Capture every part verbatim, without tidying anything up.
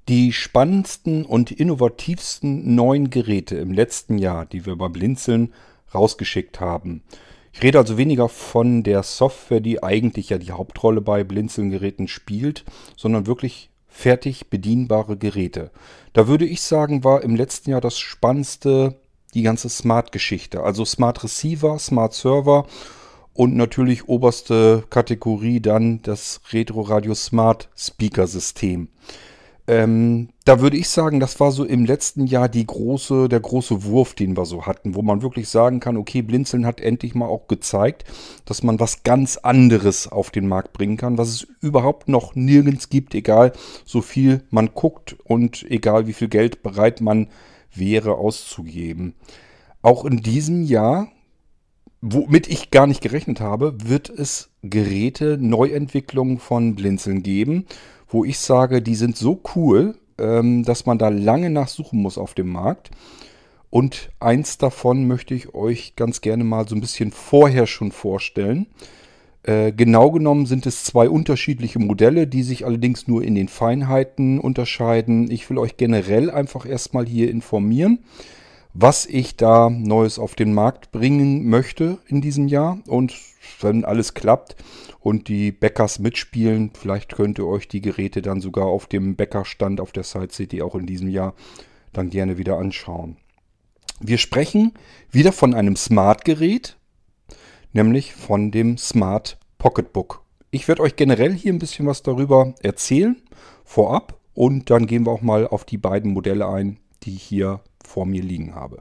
Die spannendsten und innovativsten neuen Geräte im letzten Jahr, die wir bei Blinzeln rausgeschickt haben. Ich rede also weniger von der Software, die eigentlich ja die Hauptrolle bei Blinzeln-Geräten spielt, sondern wirklich fertig bedienbare Geräte. Da würde ich sagen, war im letzten Jahr das Spannendste die ganze Smart-Geschichte. Also Smart Receiver, Smart Server und natürlich oberste Kategorie dann das Retro Radio Smart Speaker System. Ähm, da würde ich sagen, das war so im letzten Jahr die große, der große Wurf, den wir so hatten, wo man wirklich sagen kann, okay, Blinzeln hat endlich mal auch gezeigt, dass man was ganz anderes auf den Markt bringen kann, was es überhaupt noch nirgends gibt, egal so viel man guckt und egal wie viel Geld bereit man wäre auszugeben. Auch in diesem Jahr, womit ich gar nicht gerechnet habe, wird es Geräte, Neuentwicklungen von Blinzeln geben, wo ich sage, die sind so cool, ähm, dass man da lange nachsuchen muss auf dem Markt. Und eins davon möchte ich euch ganz gerne mal so ein bisschen vorher schon vorstellen. Äh, genau genommen sind es zwei unterschiedliche Modelle, die sich allerdings nur in den Feinheiten unterscheiden. Ich will euch generell einfach erstmal hier informieren, was ich da Neues auf den Markt bringen möchte in diesem Jahr. Und wenn alles klappt und die Bäckers mitspielen, vielleicht könnt ihr euch die Geräte dann sogar auf dem Bäckerstand auf der Side City auch in diesem Jahr dann gerne wieder anschauen. Wir sprechen wieder von einem Smart-Gerät, nämlich von dem Smart Pocketbook. Ich werde euch generell hier ein bisschen was darüber erzählen, vorab. Und dann gehen wir auch mal auf die beiden Modelle ein, die ich hier vor mir liegen habe.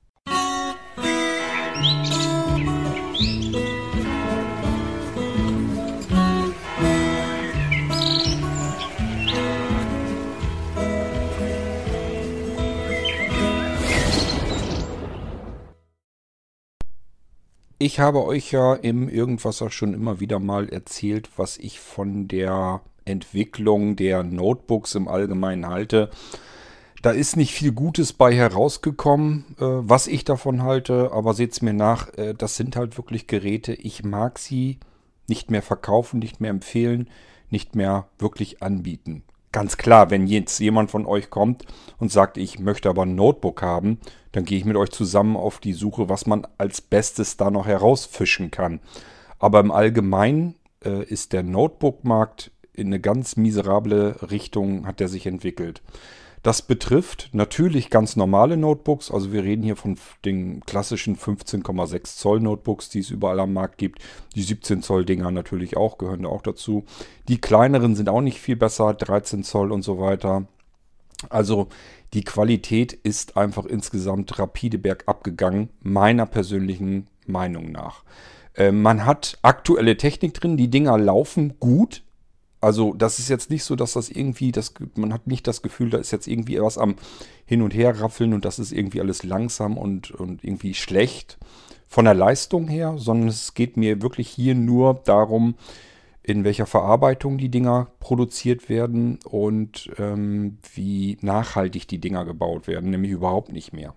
Ich habe euch ja im Irgendwasser schon immer wieder mal erzählt, was ich von der Entwicklung der Notebooks im Allgemeinen halte. Da ist nicht viel Gutes bei herausgekommen, äh, was ich davon halte, aber seht's mir nach, äh, das sind halt wirklich Geräte. Ich mag sie nicht mehr verkaufen, nicht mehr empfehlen, nicht mehr wirklich anbieten. Ganz klar, wenn jetzt jemand von euch kommt und sagt, ich möchte aber ein Notebook haben, dann gehe ich mit euch zusammen auf die Suche, was man als Bestes da noch herausfischen kann. Aber im Allgemeinen äh, ist der Notebook-Markt in eine ganz miserable Richtung, hat er sich entwickelt. Das betrifft natürlich ganz normale Notebooks, also wir reden hier von den klassischen fünfzehn Komma sechs Zoll Notebooks, die es überall am Markt gibt. Die siebzehn Zoll Dinger natürlich auch, gehören da auch dazu. Die kleineren sind auch nicht viel besser, dreizehn Zoll und so weiter. Also die Qualität ist einfach insgesamt rapide bergab gegangen, meiner persönlichen Meinung nach. Äh, man hat aktuelle Technik drin, die Dinger laufen gut. Also das ist jetzt nicht so, dass das irgendwie, das, man hat nicht das Gefühl, da ist jetzt irgendwie was am Hin- und Herraffeln und das ist irgendwie alles langsam und, und irgendwie schlecht von der Leistung her, sondern es geht mir wirklich hier nur darum, in welcher Verarbeitung die Dinger produziert werden und ähm, wie nachhaltig die Dinger gebaut werden, nämlich überhaupt nicht mehr.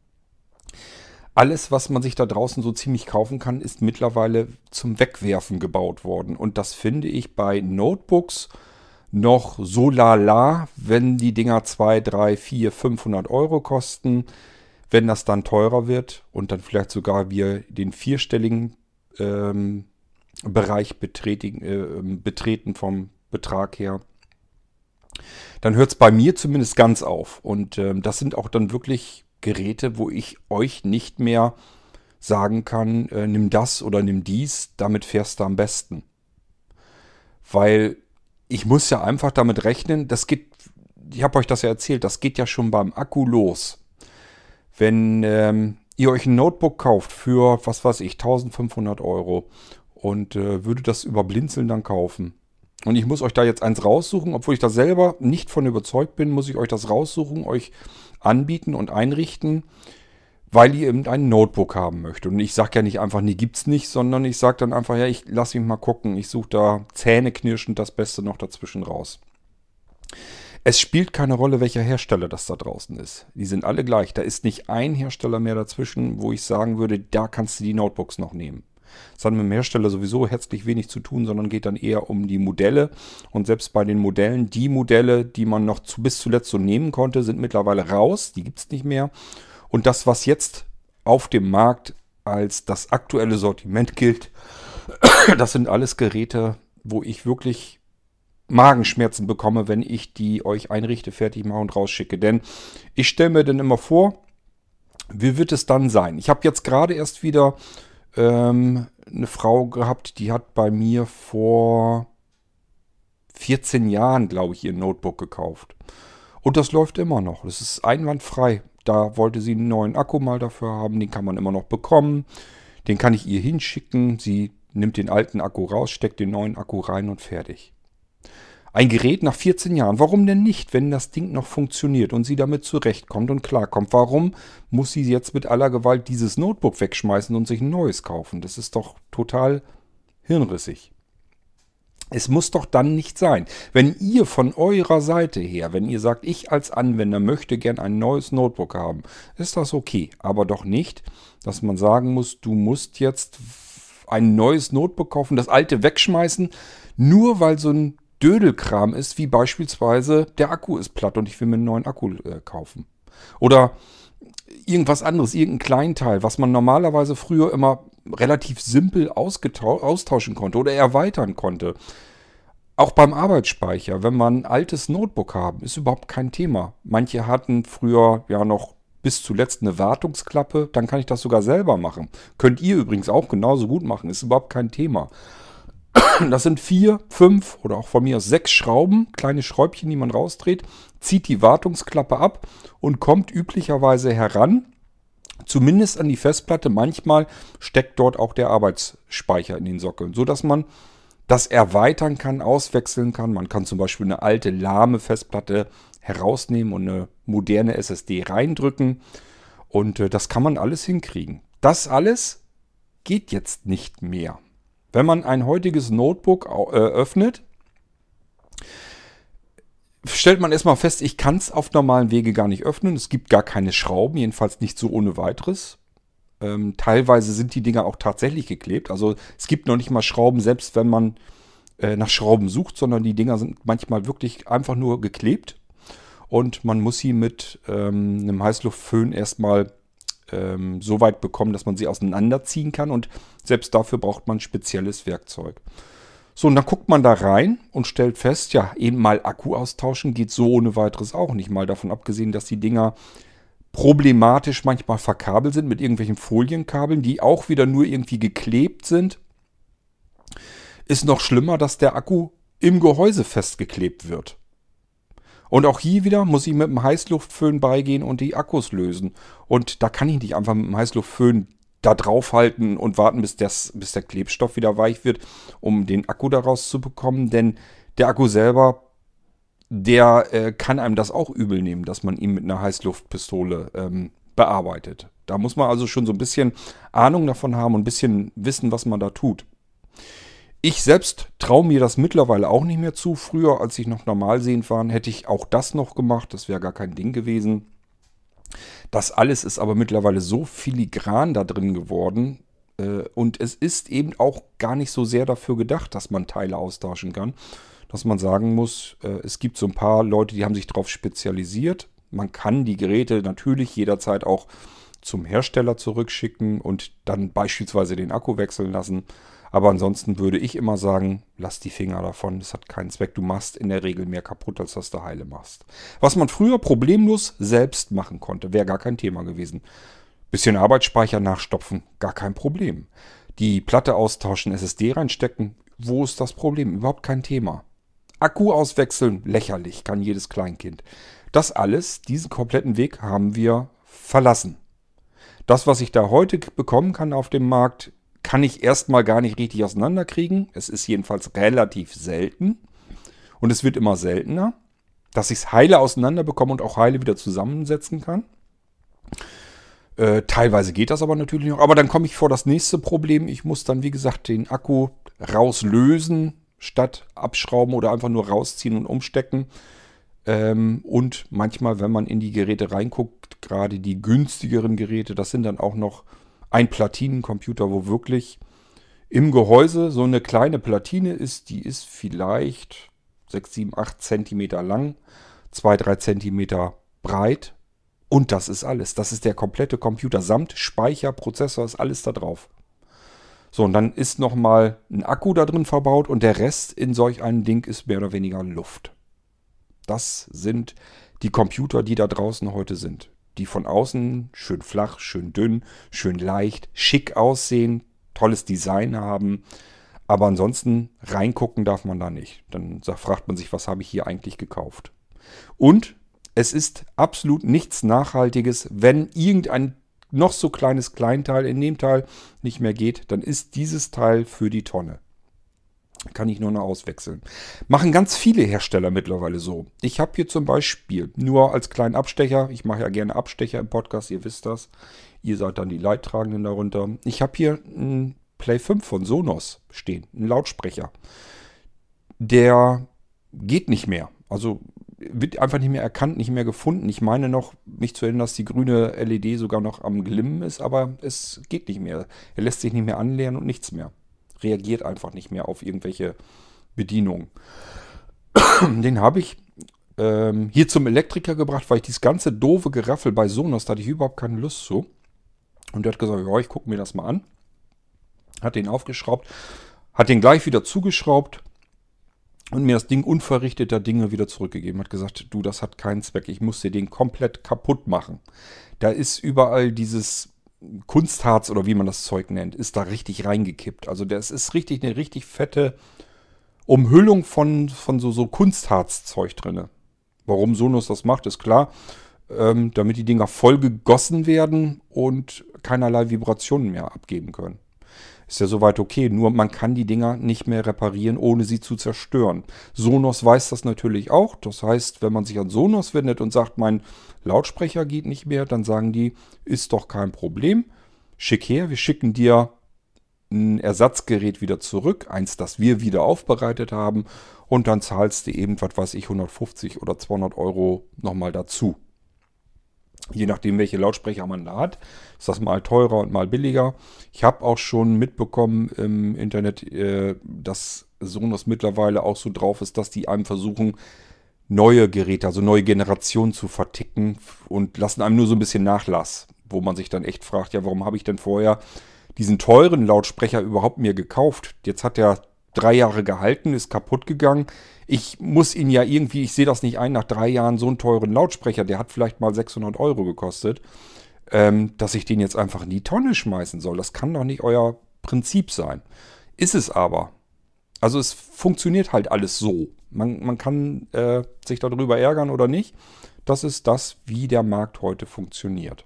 Alles, was man sich da draußen so ziemlich kaufen kann, ist mittlerweile zum Wegwerfen gebaut worden. Und das finde ich bei Notebooks noch so lala, wenn die Dinger zwei, drei, vier, fünfhundert Euro kosten. Wenn das dann teurer wird und dann vielleicht sogar wir den vierstelligen ähm, Bereich betreten, äh, betreten vom Betrag her, dann hört es bei mir zumindest ganz auf. Und ähm, das sind auch dann wirklich Geräte, wo ich euch nicht mehr sagen kann, äh, nimm das oder nimm dies, damit fährst du am besten. Weil ich muss ja einfach damit rechnen, das geht, ich habe euch das ja erzählt, das geht ja schon beim Akku los. Wenn ähm, ihr euch ein Notebook kauft für, was weiß ich, eintausendfünfhundert Euro und äh, würde das über Blinzeln dann kaufen. Und ich muss euch da jetzt eins raussuchen, obwohl ich da selber nicht von überzeugt bin, muss ich euch das raussuchen, euch anbieten und einrichten, weil ihr eben ein Notebook haben möchtet. Und ich sage ja nicht einfach, nee, gibt's nicht, sondern ich sage dann einfach, ja, ich lasse mich mal gucken. Ich suche da zähneknirschend das Beste noch dazwischen raus. Es spielt keine Rolle, welcher Hersteller das da draußen ist. Die sind alle gleich. Da ist nicht ein Hersteller mehr dazwischen, wo ich sagen würde, da kannst du die Notebooks noch nehmen. Das hat mit dem Hersteller sowieso herzlich wenig zu tun, sondern geht dann eher um die Modelle. Und selbst bei den Modellen, die Modelle, die man noch zu, bis zuletzt so nehmen konnte, sind mittlerweile raus. Die gibt es nicht mehr. Und das, was jetzt auf dem Markt als das aktuelle Sortiment gilt, das sind alles Geräte, wo ich wirklich Magenschmerzen bekomme, wenn ich die euch einrichte, fertig mache und rausschicke. Denn ich stelle mir dann immer vor, wie wird es dann sein? Ich habe jetzt gerade erst wieder ähm, eine Frau gehabt, die hat bei mir vor vierzehn Jahren, glaube ich, ihr Notebook gekauft. Und das läuft immer noch. Das ist einwandfrei. Da wollte sie einen neuen Akku mal dafür haben. Den kann man immer noch bekommen. Den kann ich ihr hinschicken. Sie nimmt den alten Akku raus, steckt den neuen Akku rein und fertig. Ein Gerät nach vierzehn Jahren. Warum denn nicht, wenn das Ding noch funktioniert und sie damit zurechtkommt und klarkommt? Warum muss sie jetzt mit aller Gewalt dieses Notebook wegschmeißen und sich ein neues kaufen? Das ist doch total hirnrissig. Es muss doch dann nicht sein. Wenn ihr von eurer Seite her, wenn ihr sagt, ich als Anwender möchte gern ein neues Notebook haben, ist das okay. Aber doch nicht, dass man sagen muss, du musst jetzt ein neues Notebook kaufen, das alte wegschmeißen, nur weil so ein Dödelkram ist, wie beispielsweise der Akku ist platt und ich will mir einen neuen Akku äh, kaufen. Oder irgendwas anderes, irgendein Kleinteil, was man normalerweise früher immer relativ simpel austauschen konnte oder erweitern konnte. Auch beim Arbeitsspeicher, wenn man ein altes Notebook haben, ist überhaupt kein Thema. Manche hatten früher ja noch bis zuletzt eine Wartungsklappe, dann kann ich das sogar selber machen. Könnt ihr übrigens auch genauso gut machen, ist überhaupt kein Thema. Das sind vier, fünf oder auch von mir aus sechs Schrauben, kleine Schräubchen, die man rausdreht, zieht die Wartungsklappe ab und kommt üblicherweise heran, zumindest an die Festplatte. Manchmal steckt dort auch der Arbeitsspeicher in den Sockeln, sodass man das erweitern kann, auswechseln kann. Man kann zum Beispiel eine alte, lahme Festplatte herausnehmen und eine moderne S S D reindrücken. Und äh, das kann man alles hinkriegen. Das alles geht jetzt nicht mehr. Wenn man ein heutiges Notebook äh, öffnet, stellt man erstmal fest, ich kann es auf normalen Wege gar nicht öffnen. Es gibt gar keine Schrauben, jedenfalls nicht so ohne weiteres. Ähm, teilweise sind die Dinger auch tatsächlich geklebt. Also es gibt noch nicht mal Schrauben, selbst wenn man äh, nach Schrauben sucht, sondern die Dinger sind manchmal wirklich einfach nur geklebt. Und man muss sie mit ähm, einem Heißluftföhn erstmal ähm, so weit bekommen, dass man sie auseinanderziehen kann. Und selbst dafür braucht man ein spezielles Werkzeug. So, und dann guckt man da rein und stellt fest, ja, eben mal Akku austauschen geht so ohne weiteres auch nicht. Mal davon abgesehen, dass die Dinger problematisch manchmal verkabelt sind mit irgendwelchen Folienkabeln, die auch wieder nur irgendwie geklebt sind. Ist noch schlimmer, dass der Akku im Gehäuse festgeklebt wird. Und auch hier wieder muss ich mit dem Heißluftföhn beigehen und die Akkus lösen. Und da kann ich nicht einfach mit dem Heißluftföhn da draufhalten und warten, bis, das, bis der Klebstoff wieder weich wird, um den Akku daraus zu bekommen. Denn der Akku selber, der äh, kann einem das auch übel nehmen, dass man ihn mit einer Heißluftpistole ähm, bearbeitet. Da muss man also schon so ein bisschen Ahnung davon haben und ein bisschen wissen, was man da tut. Ich selbst traue mir das mittlerweile auch nicht mehr zu. Früher, als ich noch normal sehend war, hätte ich auch das noch gemacht. Das wäre gar kein Ding gewesen. Das alles ist aber mittlerweile so filigran da drin geworden. Äh, und es ist eben auch gar nicht so sehr dafür gedacht, dass man Teile austauschen kann. Dass man sagen muss, äh, es gibt so ein paar Leute, die haben sich darauf spezialisiert. Man kann die Geräte natürlich jederzeit auch zum Hersteller zurückschicken und dann beispielsweise den Akku wechseln lassen. Aber ansonsten würde ich immer sagen, lass die Finger davon, das hat keinen Zweck. Du machst in der Regel mehr kaputt, als dass du heile machst. Was man früher problemlos selbst machen konnte, wäre gar kein Thema gewesen. Bisschen Arbeitsspeicher nachstopfen, gar kein Problem. Die Platte austauschen, S S D reinstecken, wo ist das Problem? Überhaupt kein Thema. Akku auswechseln, lächerlich, kann jedes Kleinkind. Das alles, diesen kompletten Weg haben wir verlassen. Das, was ich da heute bekommen kann auf dem Markt, kann ich erstmal gar nicht richtig auseinanderkriegen. Es ist jedenfalls relativ selten. Und es wird immer seltener, dass ich es heile auseinander bekomme und auch heile wieder zusammensetzen kann. Äh, teilweise geht das aber natürlich noch. Aber dann komme ich vor das nächste Problem. Ich muss dann, wie gesagt, den Akku rauslösen, statt abschrauben oder einfach nur rausziehen und umstecken. Ähm, und manchmal, wenn man in die Geräte reinguckt, gerade die günstigeren Geräte, das sind dann auch noch ein Platinencomputer, wo wirklich Im Gehäuse so eine kleine Platine ist, die ist vielleicht sechs, sieben, acht Zentimeter lang, zwei, drei Zentimeter breit. Und das ist alles. Das ist der komplette Computer samt Speicher, Prozessor, ist alles da drauf. So, und dann ist nochmal ein Akku da drin verbaut und der Rest in solch einem Ding ist mehr oder weniger Luft. Das sind die Computer, die da draußen heute sind. Die von außen schön flach, schön dünn, schön leicht, schick aussehen, tolles Design haben. Aber ansonsten reingucken darf man da nicht. Dann fragt man sich, was habe ich hier eigentlich gekauft? Und es ist absolut nichts Nachhaltiges, wenn irgendein noch so kleines Kleinteil in dem Teil nicht mehr geht, dann ist dieses Teil für die Tonne. Kann ich nur noch auswechseln. Machen ganz viele Hersteller mittlerweile so. Ich habe hier zum Beispiel nur als kleinen Abstecher, ich mache ja gerne Abstecher im Podcast, ihr wisst das. Ihr seid dann die Leidtragenden darunter. Ich habe hier einen Play fünf von Sonos stehen, einen Lautsprecher. Der geht nicht mehr. Also wird einfach nicht mehr erkannt, nicht mehr gefunden. Ich meine noch, mich zu erinnern, dass die grüne L E D sogar noch am Glimmen ist, aber es geht nicht mehr. Er lässt sich nicht mehr anleeren und nichts mehr. Reagiert einfach nicht mehr auf irgendwelche Bedienungen. Den habe ich ähm, hier zum Elektriker gebracht, weil ich dieses ganze doofe Geraffel bei Sonos, da hatte ich überhaupt keine Lust zu. Und der hat gesagt, ja, ich gucke mir das mal an. Hat den aufgeschraubt, hat den gleich wieder zugeschraubt und mir das Ding unverrichteter Dinge wieder zurückgegeben. Hat gesagt, du, das hat keinen Zweck, ich muss dir den komplett kaputt machen. Da ist überall dieses Kunstharz oder wie man das Zeug nennt, ist da richtig reingekippt. Also das ist richtig eine richtig fette Umhüllung von, von so, so Kunstharzzeug drin. Warum Sonos das macht, ist klar. Ähm, damit die Dinger voll gegossen werden und keinerlei Vibrationen mehr abgeben können. Ist ja soweit okay, nur man kann die Dinger nicht mehr reparieren, ohne sie zu zerstören. Sonos weiß das natürlich auch. Das heißt, wenn man sich an Sonos wendet und sagt, mein Lautsprecher geht nicht mehr, dann sagen die, ist doch kein Problem. Schick her, wir schicken dir ein Ersatzgerät wieder zurück, eins, das wir wieder aufbereitet haben. Und dann zahlst du eben, was weiß ich, hundertfünfzig oder zweihundert Euro nochmal dazu. Je nachdem, welche Lautsprecher man da hat, ist das mal teurer und mal billiger. Ich habe auch schon mitbekommen im Internet, äh, dass Sonos mittlerweile auch so drauf ist, dass die einem versuchen, neue Geräte, also neue Generationen zu verticken und lassen einem nur so ein bisschen Nachlass, wo man sich dann echt fragt, ja, warum habe ich denn vorher diesen teuren Lautsprecher überhaupt mir gekauft? Jetzt hat der drei Jahre gehalten, ist kaputt gegangen. Ich muss ihn ja irgendwie, ich sehe das nicht ein, nach drei Jahren so einen teuren Lautsprecher, der hat vielleicht mal sechshundert Euro gekostet, ähm, dass ich den jetzt einfach in die Tonne schmeißen soll. Das kann doch nicht euer Prinzip sein. Ist es aber. Also es funktioniert halt alles so. Man, man kann äh, sich darüber ärgern oder nicht. Das ist das, wie der Markt heute funktioniert.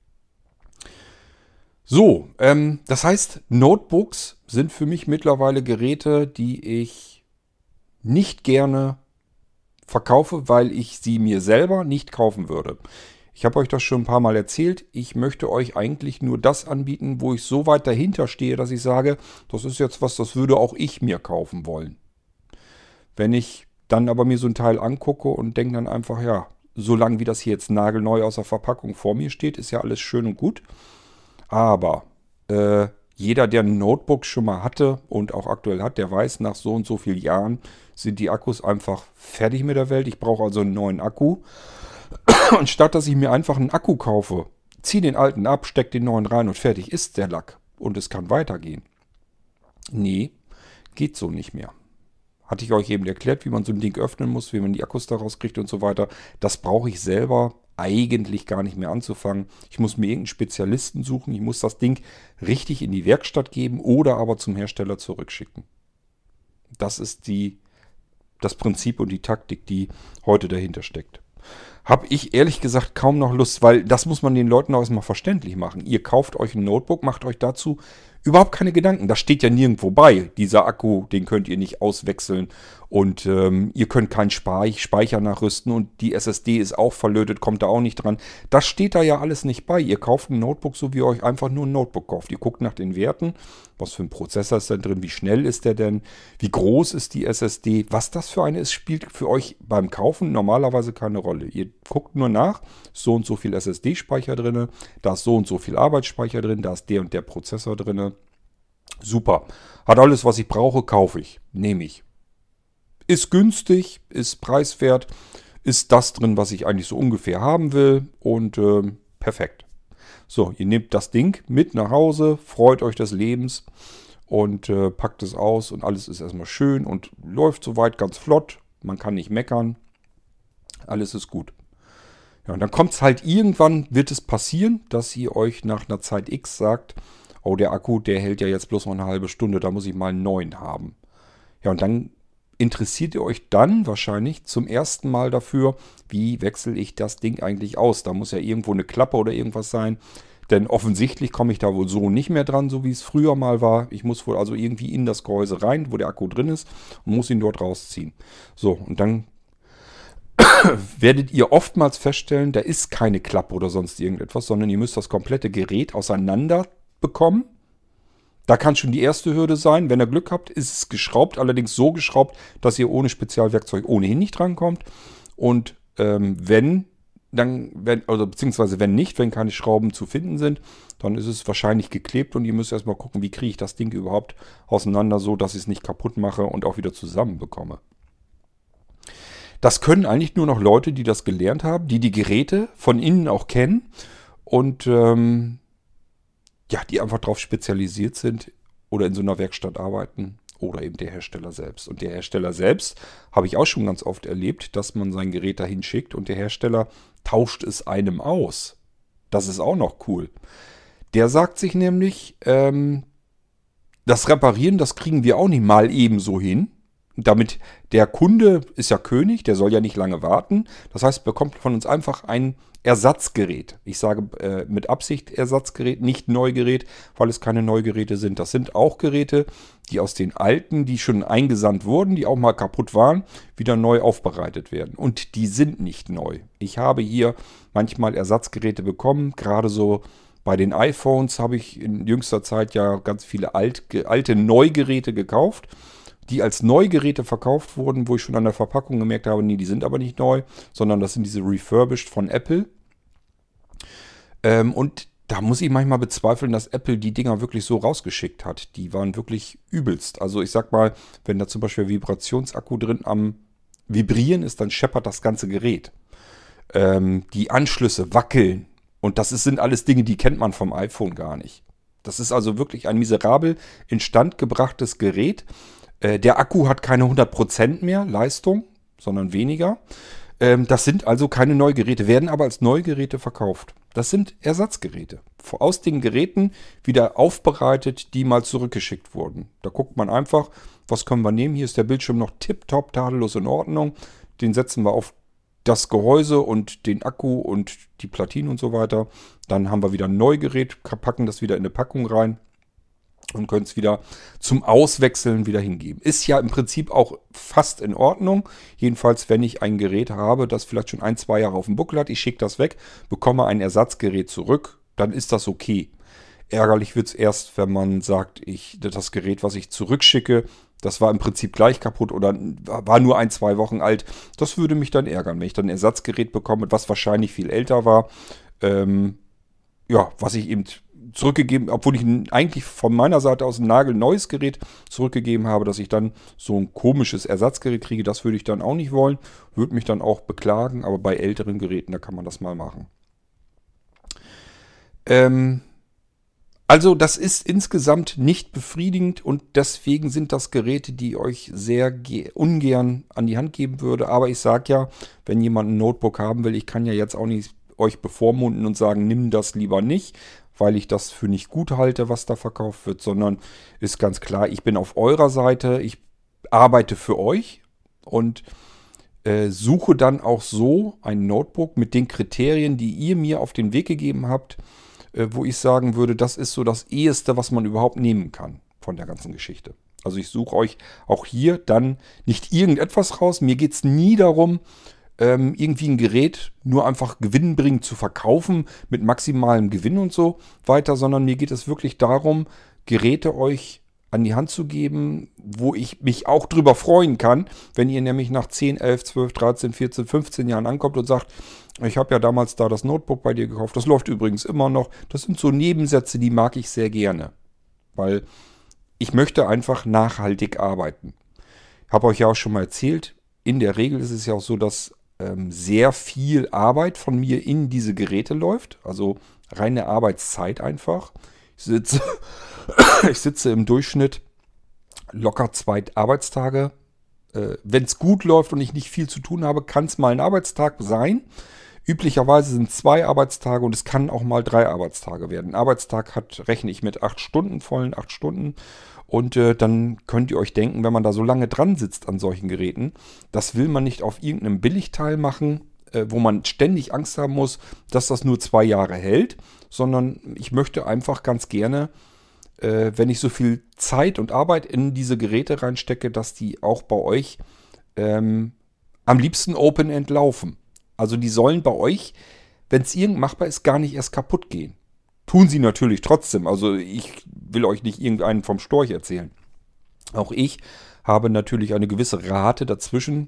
So, ähm, das heißt, Notebooks sind für mich mittlerweile Geräte, die ich nicht gerne verkaufe, weil ich sie mir selber nicht kaufen würde. Ich habe euch das schon ein paar Mal erzählt. Ich möchte euch eigentlich nur das anbieten, wo ich so weit dahinter stehe, dass ich sage, das ist jetzt was, das würde auch ich mir kaufen wollen. Wenn ich dann aber mir so ein Teil angucke und denke dann einfach, ja, solange wie das hier jetzt nagelneu aus der Verpackung vor mir steht, ist ja alles schön und gut. Aber äh, jeder, der ein Notebook schon mal hatte und auch aktuell hat, der weiß, nach so und so vielen Jahren sind die Akkus einfach fertig mit der Welt. Ich brauche also einen neuen Akku. Und statt dass ich mir einfach einen Akku kaufe, ziehe den alten ab, stecke den neuen rein und fertig ist der Lack. Und es kann weitergehen. Nee, geht so nicht mehr. Hatte ich euch eben erklärt, wie man so ein Ding öffnen muss, wie man die Akkus daraus kriegt und so weiter. Das brauche ich selber eigentlich gar nicht mehr anzufangen. Ich muss mir irgendeinen Spezialisten suchen. Ich muss das Ding richtig in die Werkstatt geben oder aber zum Hersteller zurückschicken. Das ist die, das Prinzip und die Taktik, die heute dahinter steckt. Habe ich ehrlich gesagt kaum noch Lust, weil das muss man den Leuten auch erstmal verständlich machen. Ihr kauft euch ein Notebook, macht euch dazu überhaupt keine Gedanken. Das steht ja nirgendwo bei. Dieser Akku, den könnt ihr nicht auswechseln und ähm, ihr könnt keinen Speicher nachrüsten und die S S D ist auch verlötet, kommt da auch nicht dran. Das steht da ja alles nicht bei. Ihr kauft ein Notebook, so wie ihr euch einfach nur ein Notebook kauft. Ihr guckt nach den Werten, was für ein Prozessor ist da drin, wie schnell ist der denn, wie groß ist die S S D. Was das für eine ist, spielt für euch beim Kaufen normalerweise keine Rolle. Ihr guckt nur nach, so und so viel S S D-Speicher drin, da ist so und so viel Arbeitsspeicher drin, da ist der und der Prozessor drin. Super. Hat alles, was ich brauche, kaufe ich. Nehme ich. Ist günstig, ist preiswert, ist das drin, was ich eigentlich so ungefähr haben will und äh, perfekt. So, ihr nehmt das Ding mit nach Hause, freut euch des Lebens und äh, packt es aus und alles ist erstmal schön und läuft soweit ganz flott. Man kann nicht meckern. Alles ist gut. Ja, und dann kommt es halt irgendwann, wird es passieren, dass ihr euch nach einer Zeit X sagt, oh, der Akku, der hält ja jetzt bloß noch eine halbe Stunde, da muss ich mal einen neuen haben. Ja, und dann interessiert ihr euch dann wahrscheinlich zum ersten Mal dafür, wie wechsle ich das Ding eigentlich aus? Da muss ja irgendwo eine Klappe oder irgendwas sein, denn offensichtlich komme ich da wohl so nicht mehr dran, so wie es früher mal war. Ich muss wohl also irgendwie in das Gehäuse rein, wo der Akku drin ist und muss ihn dort rausziehen. So, und dann werdet ihr oftmals feststellen, da ist keine Klappe oder sonst irgendetwas, sondern ihr müsst das komplette Gerät auseinander bekommen. Da kann schon die erste Hürde sein. Wenn ihr Glück habt, ist es geschraubt, allerdings so geschraubt, dass ihr ohne Spezialwerkzeug ohnehin nicht drankommt. Und ähm, wenn, dann, wenn, also beziehungsweise wenn nicht, wenn keine Schrauben zu finden sind, dann ist es wahrscheinlich geklebt und ihr müsst erstmal gucken, wie kriege ich das Ding überhaupt auseinander, so dass ich es nicht kaputt mache und auch wieder zusammenbekomme. Das können eigentlich nur noch Leute, die das gelernt haben, die die Geräte von innen auch kennen und ähm, ja, die einfach darauf spezialisiert sind oder in so einer Werkstatt arbeiten oder eben der Hersteller selbst. Und der Hersteller selbst habe ich auch schon ganz oft erlebt, dass man sein Gerät dahin schickt und der Hersteller tauscht es einem aus. Das ist auch noch cool. Der sagt sich nämlich, ähm, das Reparieren, das kriegen wir auch nicht mal ebenso hin. Damit der Kunde ist ja König, der soll ja nicht lange warten. Das heißt, bekommt von uns einfach ein Ersatzgerät. Ich sage äh, mit Absicht Ersatzgerät, nicht Neugerät, weil es keine Neugeräte sind. Das sind auch Geräte, die aus den alten, die schon eingesandt wurden, die auch mal kaputt waren, wieder neu aufbereitet werden. Und die sind nicht neu. Ich habe hier manchmal Ersatzgeräte bekommen, gerade so bei den iPhones habe ich in jüngster Zeit ja ganz viele alt, alte Neugeräte gekauft, die als Neugeräte verkauft wurden, wo ich schon an der Verpackung gemerkt habe, nee, die sind aber nicht neu, sondern das sind diese refurbished von Apple. Ähm, und da muss ich manchmal bezweifeln, dass Apple die Dinger wirklich so rausgeschickt hat. Die waren wirklich übelst. Also ich sag mal, wenn da zum Beispiel Vibrationsakku drin am Vibrieren ist, dann scheppert das ganze Gerät. Ähm, die Anschlüsse wackeln. Und das ist, sind alles Dinge, die kennt man vom iPhone gar nicht. Das ist also wirklich ein miserabel instand gebrachtes Gerät. Der Akku hat keine hundert Prozent mehr Leistung, sondern weniger. Das sind also keine Neugeräte, werden aber als Neugeräte verkauft. Das sind Ersatzgeräte. Aus den Geräten wieder aufbereitet, die mal zurückgeschickt wurden. Da guckt man einfach, was können wir nehmen. Hier ist der Bildschirm noch tipptopp, tadellos in Ordnung. Den setzen wir auf das Gehäuse und den Akku und die Platine und so weiter. Dann haben wir wieder ein Neugerät, packen das wieder in eine Packung rein. Und können es wieder zum Auswechseln wieder hingeben. Ist ja im Prinzip auch fast in Ordnung. Jedenfalls, wenn ich ein Gerät habe, das vielleicht schon ein, zwei Jahre auf dem Buckel hat, ich schicke das weg, bekomme ein Ersatzgerät zurück, dann ist das okay. Ärgerlich wird es erst, wenn man sagt, ich, das Gerät, was ich zurückschicke, das war im Prinzip gleich kaputt oder war nur ein, zwei Wochen alt. Das würde mich dann ärgern, wenn ich dann ein Ersatzgerät bekomme, was wahrscheinlich viel älter war. Ähm, ja, was ich eben zurückgegeben, obwohl ich eigentlich von meiner Seite aus ein nagelneues Gerät zurückgegeben habe, dass ich dann so ein komisches Ersatzgerät kriege, das würde ich dann auch nicht wollen, würde mich dann auch beklagen, aber bei älteren Geräten, da kann man das mal machen. Ähm, also das ist insgesamt nicht befriedigend und deswegen sind das Geräte, die ich euch sehr ungern an die Hand geben würde, aber ich sage ja, wenn jemand ein Notebook haben will, ich kann ja jetzt auch nicht euch bevormunden und sagen, nimm das lieber nicht, weil ich das für nicht gut halte, was da verkauft wird, sondern ist ganz klar, ich bin auf eurer Seite, ich arbeite für euch und äh, suche dann auch so ein Notebook mit den Kriterien, die ihr mir auf den Weg gegeben habt, äh, wo ich sagen würde, das ist so das Eheste, was man überhaupt nehmen kann von der ganzen Geschichte. Also ich suche euch auch hier dann nicht irgendetwas raus, mir geht es nie darum, irgendwie ein Gerät nur einfach gewinnbringend zu verkaufen mit maximalem Gewinn und so weiter, sondern mir geht es wirklich darum, Geräte euch an die Hand zu geben, wo ich mich auch drüber freuen kann, wenn ihr nämlich nach zehn, elf, zwölf, dreizehn, vierzehn, fünfzehn Jahren ankommt und sagt, ich habe ja damals da das Notebook bei dir gekauft, das läuft übrigens immer noch. Das sind so Nebensätze, die mag ich sehr gerne, weil ich möchte einfach nachhaltig arbeiten. Ich habe euch ja auch schon mal erzählt, in der Regel ist es ja auch so, dass ähm, sehr viel Arbeit von mir in diese Geräte läuft. Also reine Arbeitszeit einfach. Ich sitze, ich sitze im Durchschnitt locker zwei Arbeitstage. Äh, wenn es gut läuft und ich nicht viel zu tun habe, kann es mal ein Arbeitstag sein. Üblicherweise sind zwei Arbeitstage und es kann auch mal drei Arbeitstage werden. Ein Arbeitstag hat, rechne ich mit acht Stunden, vollen acht Stunden. Und äh, dann könnt ihr euch denken, wenn man da so lange dran sitzt an solchen Geräten, das will man nicht auf irgendeinem Billigteil machen, äh, wo man ständig Angst haben muss, dass das nur zwei Jahre hält, sondern ich möchte einfach ganz gerne, äh, wenn ich so viel Zeit und Arbeit in diese Geräte reinstecke, dass die auch bei euch ähm, am liebsten Open-End laufen. Also die sollen bei euch, wenn es irgend machbar ist, gar nicht erst kaputt gehen. Tun sie natürlich trotzdem. Also ich will euch nicht irgendeinen vom Storch erzählen. Auch ich habe natürlich eine gewisse Rate dazwischen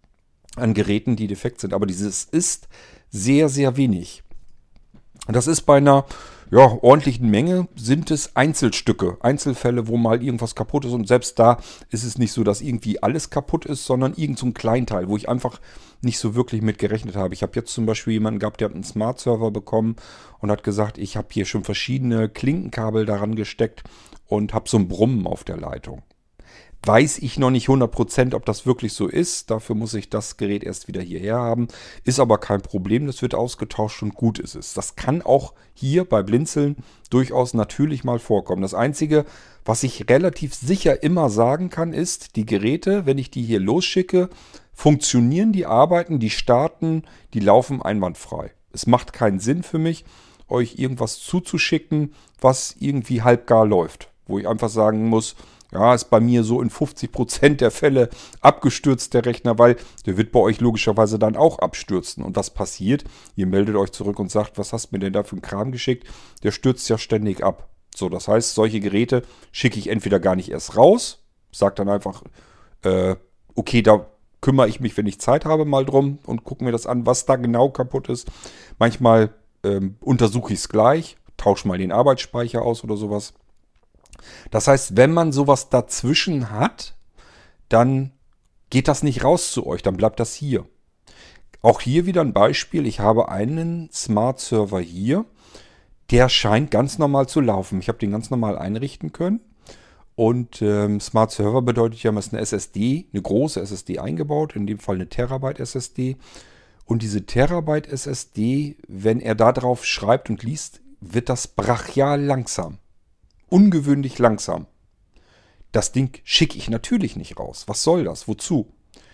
an Geräten, die defekt sind. Aber dieses ist sehr, sehr wenig. Und das ist bei einer ja, ordentlichen Menge, sind es Einzelstücke, Einzelfälle, wo mal irgendwas kaputt ist. Und selbst da ist es nicht so, dass irgendwie alles kaputt ist, sondern irgend so ein Kleinteil, wo ich einfach nicht so wirklich mit gerechnet habe. Ich habe jetzt zum Beispiel jemanden gehabt, der hat einen Smart-Server bekommen und hat gesagt, ich habe hier schon verschiedene Klinkenkabel daran gesteckt und habe so ein Brummen auf der Leitung. Weiß ich noch nicht hundert Prozent, ob das wirklich so ist. Dafür muss ich das Gerät erst wieder hierher haben. Ist aber kein Problem, das wird ausgetauscht und gut ist es. Das kann auch hier bei Blinzeln durchaus natürlich mal vorkommen. Das Einzige, was ich relativ sicher immer sagen kann, ist, die Geräte, wenn ich die hier losschicke, funktionieren, die arbeiten, die starten, die laufen einwandfrei. Es macht keinen Sinn für mich, euch irgendwas zuzuschicken, was irgendwie halbgar läuft. Wo ich einfach sagen muss, ja, ist bei mir so in fünfzig Prozent der Fälle abgestürzt, der Rechner, weil der wird bei euch logischerweise dann auch abstürzen. Und was passiert? Ihr meldet euch zurück und sagt, was hast du mir denn da für einen Kram geschickt? Der stürzt ja ständig ab. So, das heißt, solche Geräte schicke ich entweder gar nicht erst raus, sage dann einfach, äh, okay, da kümmere ich mich, wenn ich Zeit habe, mal drum und gucke mir das an, was da genau kaputt ist. Manchmal ähm, untersuche ich es gleich, tausche mal den Arbeitsspeicher aus oder sowas. Das heißt, wenn man sowas dazwischen hat, dann geht das nicht raus zu euch, dann bleibt das hier. Auch hier wieder ein Beispiel. Ich habe einen Smart Server hier, der scheint ganz normal zu laufen. Ich habe den ganz normal einrichten können. Und ähm, Smart Server bedeutet ja, man ist eine S S D, eine große S S D eingebaut, in dem Fall eine Terabyte S S D. Und diese Terabyte S S D, wenn er da drauf schreibt und liest, wird das brachial langsam. Ungewöhnlich langsam. Das Ding schicke ich natürlich nicht raus. Was soll das? Wozu?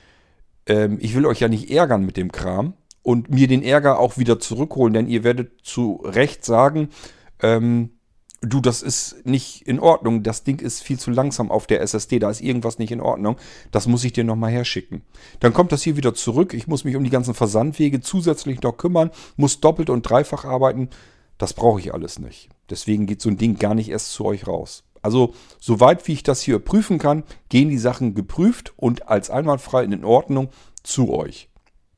Ähm, ich will euch ja nicht ärgern mit dem Kram und mir den Ärger auch wieder zurückholen, denn ihr werdet zu Recht sagen, ähm, du, das ist nicht in Ordnung, das Ding ist viel zu langsam auf der S S D, da ist irgendwas nicht in Ordnung, das muss ich dir nochmal herschicken. Dann kommt das hier wieder zurück, ich muss mich um die ganzen Versandwege zusätzlich noch kümmern, muss doppelt und dreifach arbeiten, das brauche ich alles nicht. Deswegen geht so ein Ding gar nicht erst zu euch raus. Also, soweit wie ich das hier prüfen kann, gehen die Sachen geprüft und als einwandfrei in Ordnung zu euch.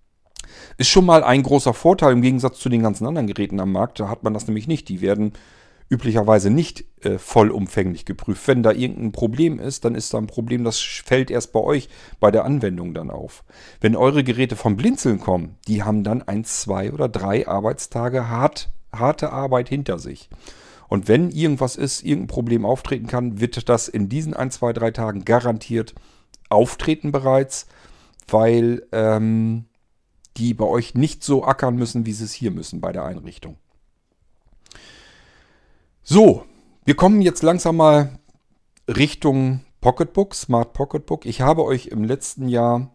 Ist schon mal ein großer Vorteil im Gegensatz zu den ganzen anderen Geräten am Markt. Da hat man das nämlich nicht. Die werden üblicherweise nicht äh, vollumfänglich geprüft. Wenn da irgendein Problem ist, dann ist da ein Problem, das fällt erst bei euch bei der Anwendung dann auf. Wenn eure Geräte vom Blinzeln kommen, die haben dann ein, zwei oder drei Arbeitstage hart, harte Arbeit hinter sich. Und wenn irgendwas ist, irgendein Problem auftreten kann, wird das in diesen ein, zwei, drei Tagen garantiert auftreten bereits, weil ähm, die bei euch nicht so ackern müssen, wie sie es hier müssen bei der Einrichtung. So, wir kommen jetzt langsam mal Richtung Pocketbook, Smart Pocketbook. Ich habe euch im letzten Jahr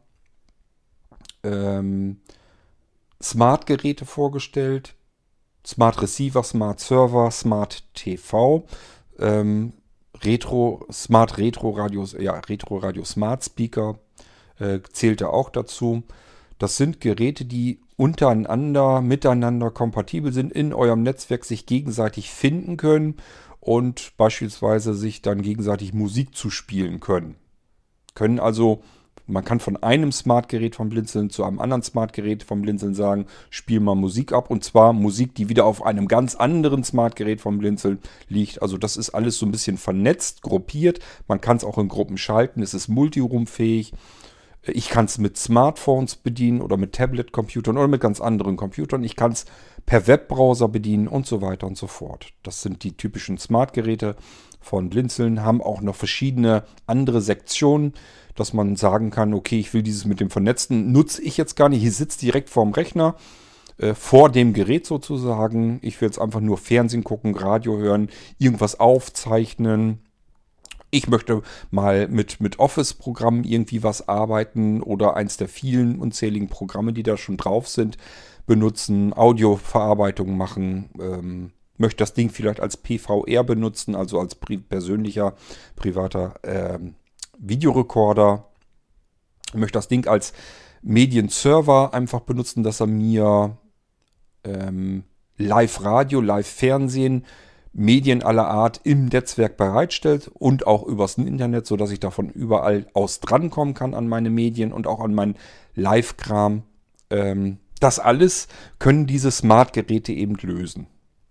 ähm, Smart-Geräte vorgestellt. Smart Receiver, Smart Server, Smart T V, ähm, Retro, Smart Retro Radios, ja, Retro Radio Smart Speaker äh, zählte auch dazu. Das sind Geräte, die untereinander, miteinander kompatibel sind, in eurem Netzwerk sich gegenseitig finden können und beispielsweise sich dann gegenseitig Musik zuspielen können. Können also Und man kann von einem Smartgerät vom Blinzeln zu einem anderen Smartgerät vom Blinzeln sagen, spiel mal Musik ab. Und zwar Musik, die wieder auf einem ganz anderen Smartgerät vom Blinzeln liegt. Also das ist alles so ein bisschen vernetzt, gruppiert. Man kann es auch in Gruppen schalten. Es ist multiroomfähig. Ich kann es mit Smartphones bedienen oder mit Tablet-Computern oder mit ganz anderen Computern. Ich kann es per Webbrowser bedienen und so weiter und so fort. Das sind die typischen Smartgeräte von Blinzeln, haben auch noch verschiedene andere Sektionen, dass man sagen kann, okay, ich will dieses mit dem Vernetzten, nutze ich jetzt gar nicht. Hier sitzt direkt vorm Rechner, äh, vor dem Gerät sozusagen. Ich will jetzt einfach nur Fernsehen gucken, Radio hören, irgendwas aufzeichnen. Ich möchte mal mit, mit Office-Programmen irgendwie was arbeiten oder eins der vielen unzähligen Programme, die da schon drauf sind, benutzen, Audioverarbeitung machen, ähm, möchte das Ding vielleicht als P V R benutzen, also als pri- persönlicher, privater ähm, Videorekorder, möchte das Ding als Medienserver einfach benutzen, dass er mir ähm, Live-Radio, Live-Fernsehen, Medien aller Art im Netzwerk bereitstellt und auch übers Internet, sodass ich davon überall aus drankommen kann an meine Medien und auch an meinen Live-Kram. Ähm, das alles können diese Smart-Geräte eben lösen.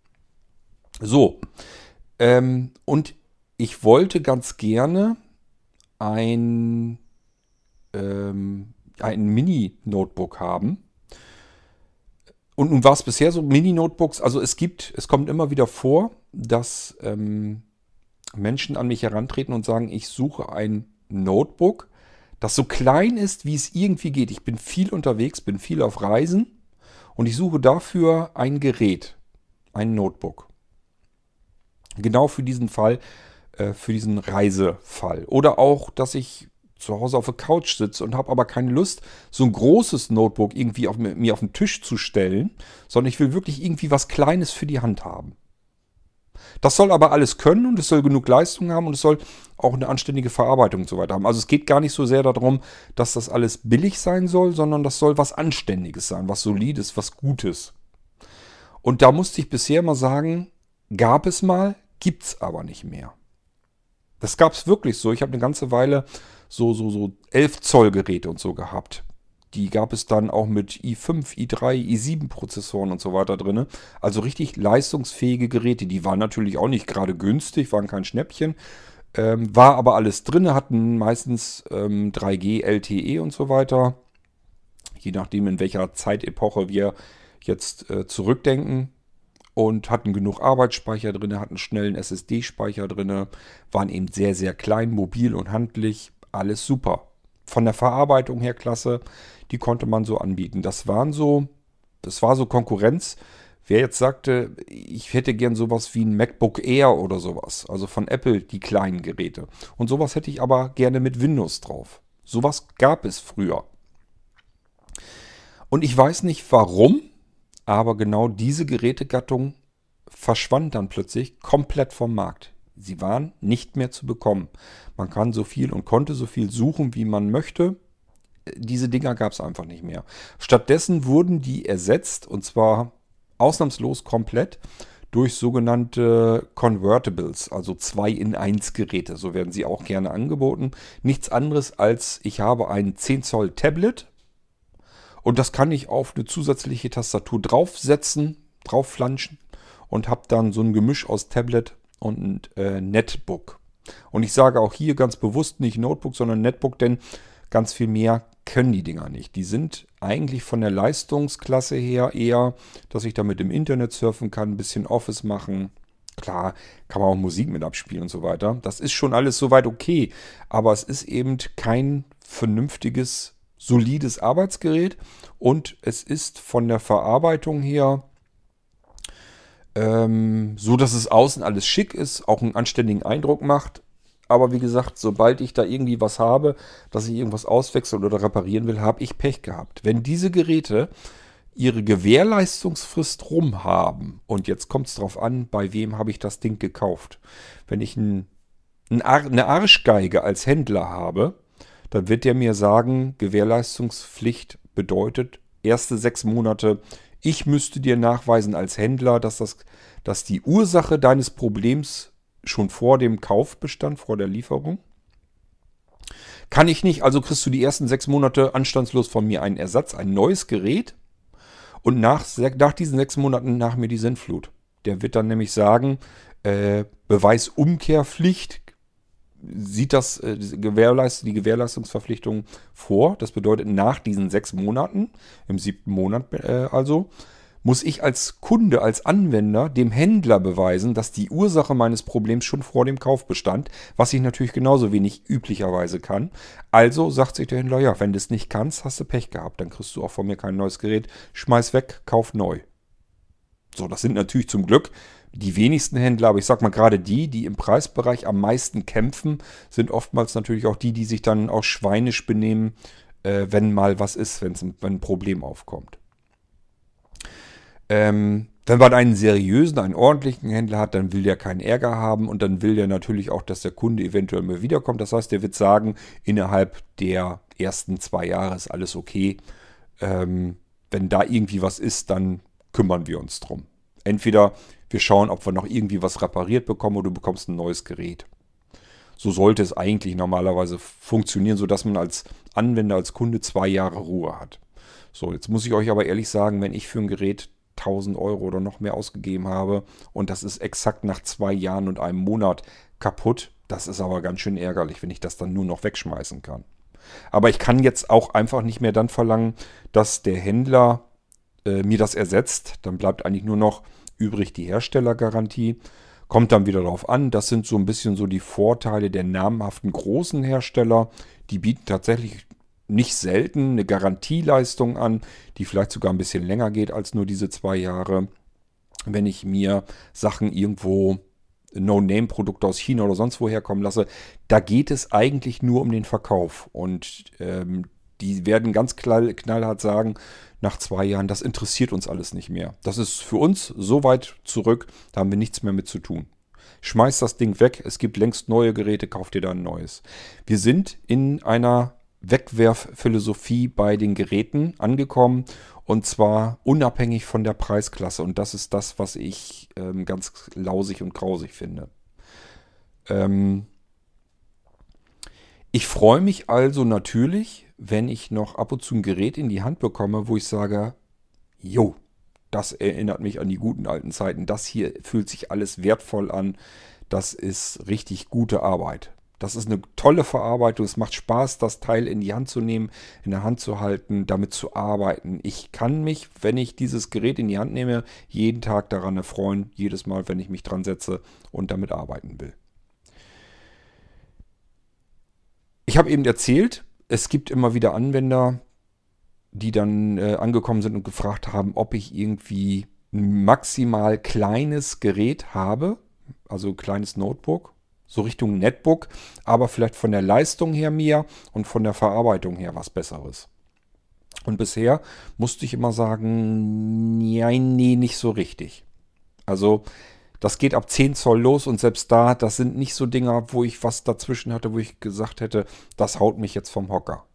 So, ähm, und ich wollte ganz gerne ein, ähm, ein Mini-Notebook haben. Und nun war es bisher so, Mini-Notebooks, also es gibt, es kommt immer wieder vor, dass ähm, Menschen an mich herantreten und sagen, ich suche ein Notebook, das so klein ist, wie es irgendwie geht. Ich bin viel unterwegs, bin viel auf Reisen und ich suche dafür ein Gerät, ein Notebook. Genau für diesen Fall, äh, für diesen Reisefall. Oder auch, dass ich zu Hause auf der Couch sitze und habe aber keine Lust, so ein großes Notebook irgendwie auf, mir auf den Tisch zu stellen, sondern ich will wirklich irgendwie was Kleines für die Hand haben. Das soll aber alles können und es soll genug Leistung haben und es soll auch eine anständige Verarbeitung und so weiter haben. Also es geht gar nicht so sehr darum, dass das alles billig sein soll, sondern das soll was Anständiges sein, was Solides, was Gutes. Und da musste ich bisher mal sagen, gab es mal, gibt's aber nicht mehr. Das gab es wirklich so. Ich habe eine ganze Weile so, so, so elf Zoll Geräte und so gehabt. Die gab es dann auch mit i fünf, i drei, i sieben Prozessoren und so weiter drin. Also richtig leistungsfähige Geräte. Die waren natürlich auch nicht gerade günstig, waren kein Schnäppchen. Ähm, war aber alles drin, hatten meistens ähm, drei G, L T E und so weiter. Je nachdem, in welcher Zeitepoche wir jetzt äh, zurückdenken. Und hatten genug Arbeitsspeicher drin, hatten schnellen S S D-Speicher drin, waren eben sehr, sehr klein, mobil und handlich. Alles super. Von der Verarbeitung her klasse, die konnte man so anbieten. Das waren so, das war so Konkurrenz. Wer jetzt sagte, ich hätte gern sowas wie ein MacBook Air oder sowas, also von Apple, die kleinen Geräte. Und sowas hätte ich aber gerne mit Windows drauf. Sowas gab es früher. Und ich weiß nicht warum, aber genau diese Gerätegattung verschwand dann plötzlich komplett vom Markt. Sie waren nicht mehr zu bekommen. Man kann so viel und konnte so viel suchen, wie man möchte. Diese Dinger gab es einfach nicht mehr. Stattdessen wurden die ersetzt, und zwar ausnahmslos komplett, durch sogenannte Convertibles, also zwei in eins Geräte. So werden sie auch gerne angeboten. Nichts anderes als, ich habe ein zehn Zoll Tablet und das kann ich auf eine zusätzliche Tastatur draufsetzen, draufflanschen und habe dann so ein Gemisch aus Tablet und äh, Netbook. Und ich sage auch hier ganz bewusst nicht Notebook, sondern Netbook, denn ganz viel mehr können die Dinger nicht. Die sind eigentlich von der Leistungsklasse her eher, dass ich damit im Internet surfen kann, ein bisschen Office machen. Klar, kann man auch Musik mit abspielen und so weiter. Das ist schon alles soweit okay, aber es ist eben kein vernünftiges, solides Arbeitsgerät und es ist von der Verarbeitung her ähm, so, dass es außen alles schick ist, auch einen anständigen Eindruck macht. Aber wie gesagt, sobald ich da irgendwie was habe, dass ich irgendwas auswechseln oder reparieren will, habe ich Pech gehabt. Wenn diese Geräte ihre Gewährleistungsfrist rum haben, und jetzt kommt es drauf an, bei wem habe ich das Ding gekauft. Wenn ich ein, ein Ar- eine Arschgeige als Händler habe, dann wird der mir sagen, Gewährleistungspflicht bedeutet erste sechs Monate. Ich müsste dir nachweisen als Händler, dass, das, dass die Ursache deines Problems schon vor dem Kauf bestand, vor der Lieferung. Kann ich nicht, also kriegst du die ersten sechs Monate anstandslos von mir einen Ersatz, ein neues Gerät und nach, nach diesen sechs Monaten nach mir die Sintflut. Der wird dann nämlich sagen, äh, Beweisumkehrpflicht sieht das äh, Gewährleist die Gewährleistungsverpflichtung vor. Das bedeutet, nach diesen sechs Monaten, im siebten Monat äh, also, muss ich als Kunde, als Anwender dem Händler beweisen, dass die Ursache meines Problems schon vor dem Kauf bestand, was ich natürlich genauso wenig üblicherweise kann. Also sagt sich der Händler, ja, wenn du es nicht kannst, hast du Pech gehabt, dann kriegst du auch von mir kein neues Gerät, schmeiß weg, kauf neu. So, das sind natürlich zum Glück die wenigsten Händler, aber ich sag mal gerade die, die im Preisbereich am meisten kämpfen, sind oftmals natürlich auch die, die sich dann auch schweinisch benehmen, äh, wenn mal was ist, wenn's, wenn ein Problem aufkommt. Ähm, wenn man einen seriösen, einen ordentlichen Händler hat, dann will der keinen Ärger haben und dann will der natürlich auch, dass der Kunde eventuell mal wiederkommt. Das heißt, der wird sagen, innerhalb der ersten zwei Jahre ist alles okay. Ähm, wenn da irgendwie was ist, dann kümmern wir uns drum. Entweder wir schauen, ob wir noch irgendwie was repariert bekommen oder du bekommst ein neues Gerät. So sollte es eigentlich normalerweise funktionieren, sodass man als Anwender, als Kunde zwei Jahre Ruhe hat. So, jetzt muss ich euch aber ehrlich sagen, wenn ich für ein Gerät tausend Euro oder noch mehr ausgegeben habe und das ist exakt nach zwei Jahren und einem Monat kaputt, das ist aber ganz schön ärgerlich, wenn ich das dann nur noch wegschmeißen kann. Aber ich kann jetzt auch einfach nicht mehr dann verlangen, dass der Händler äh, mir das ersetzt. Dann bleibt eigentlich nur noch übrig die Herstellergarantie. Kommt dann wieder darauf an, das sind so ein bisschen so die Vorteile der namhaften großen Hersteller. Die bieten tatsächlich nicht selten eine Garantieleistung an, die vielleicht sogar ein bisschen länger geht als nur diese zwei Jahre. Wenn ich mir Sachen irgendwo, No-Name-Produkte aus China oder sonst woher kommen lasse, da geht es eigentlich nur um den Verkauf. Und ähm, die werden ganz knall, knallhart sagen, nach zwei Jahren, das interessiert uns alles nicht mehr. Das ist für uns so weit zurück, da haben wir nichts mehr mit zu tun. Schmeißt das Ding weg, es gibt längst neue Geräte, kauft ihr da ein neues. Wir sind in einer Wegwerfphilosophie bei den Geräten angekommen und zwar unabhängig von der Preisklasse und das ist das, was ich ähm, ganz lausig und grausig finde. Ähm ich freue mich also natürlich, wenn ich noch ab und zu ein Gerät in die Hand bekomme, wo ich sage, jo, das erinnert mich an die guten alten Zeiten, das hier fühlt sich alles wertvoll an, das ist richtig gute Arbeit. Das ist eine tolle Verarbeitung. Es macht Spaß, das Teil in die Hand zu nehmen, in der Hand zu halten, damit zu arbeiten. Ich kann mich, wenn ich dieses Gerät in die Hand nehme, jeden Tag daran erfreuen. Jedes Mal, wenn ich mich dran setze und damit arbeiten will. Ich habe eben erzählt, es gibt immer wieder Anwender, die dann äh, angekommen sind und gefragt haben, ob ich irgendwie ein maximal kleines Gerät habe, also ein kleines Notebook. So Richtung Netbook, aber vielleicht von der Leistung her mehr und von der Verarbeitung her was Besseres. Und bisher musste ich immer sagen, nein, nee, nicht so richtig. Also das geht ab zehn Zoll los und selbst da, das sind nicht so Dinger, wo ich was dazwischen hatte, wo ich gesagt hätte, das haut mich jetzt vom Hocker.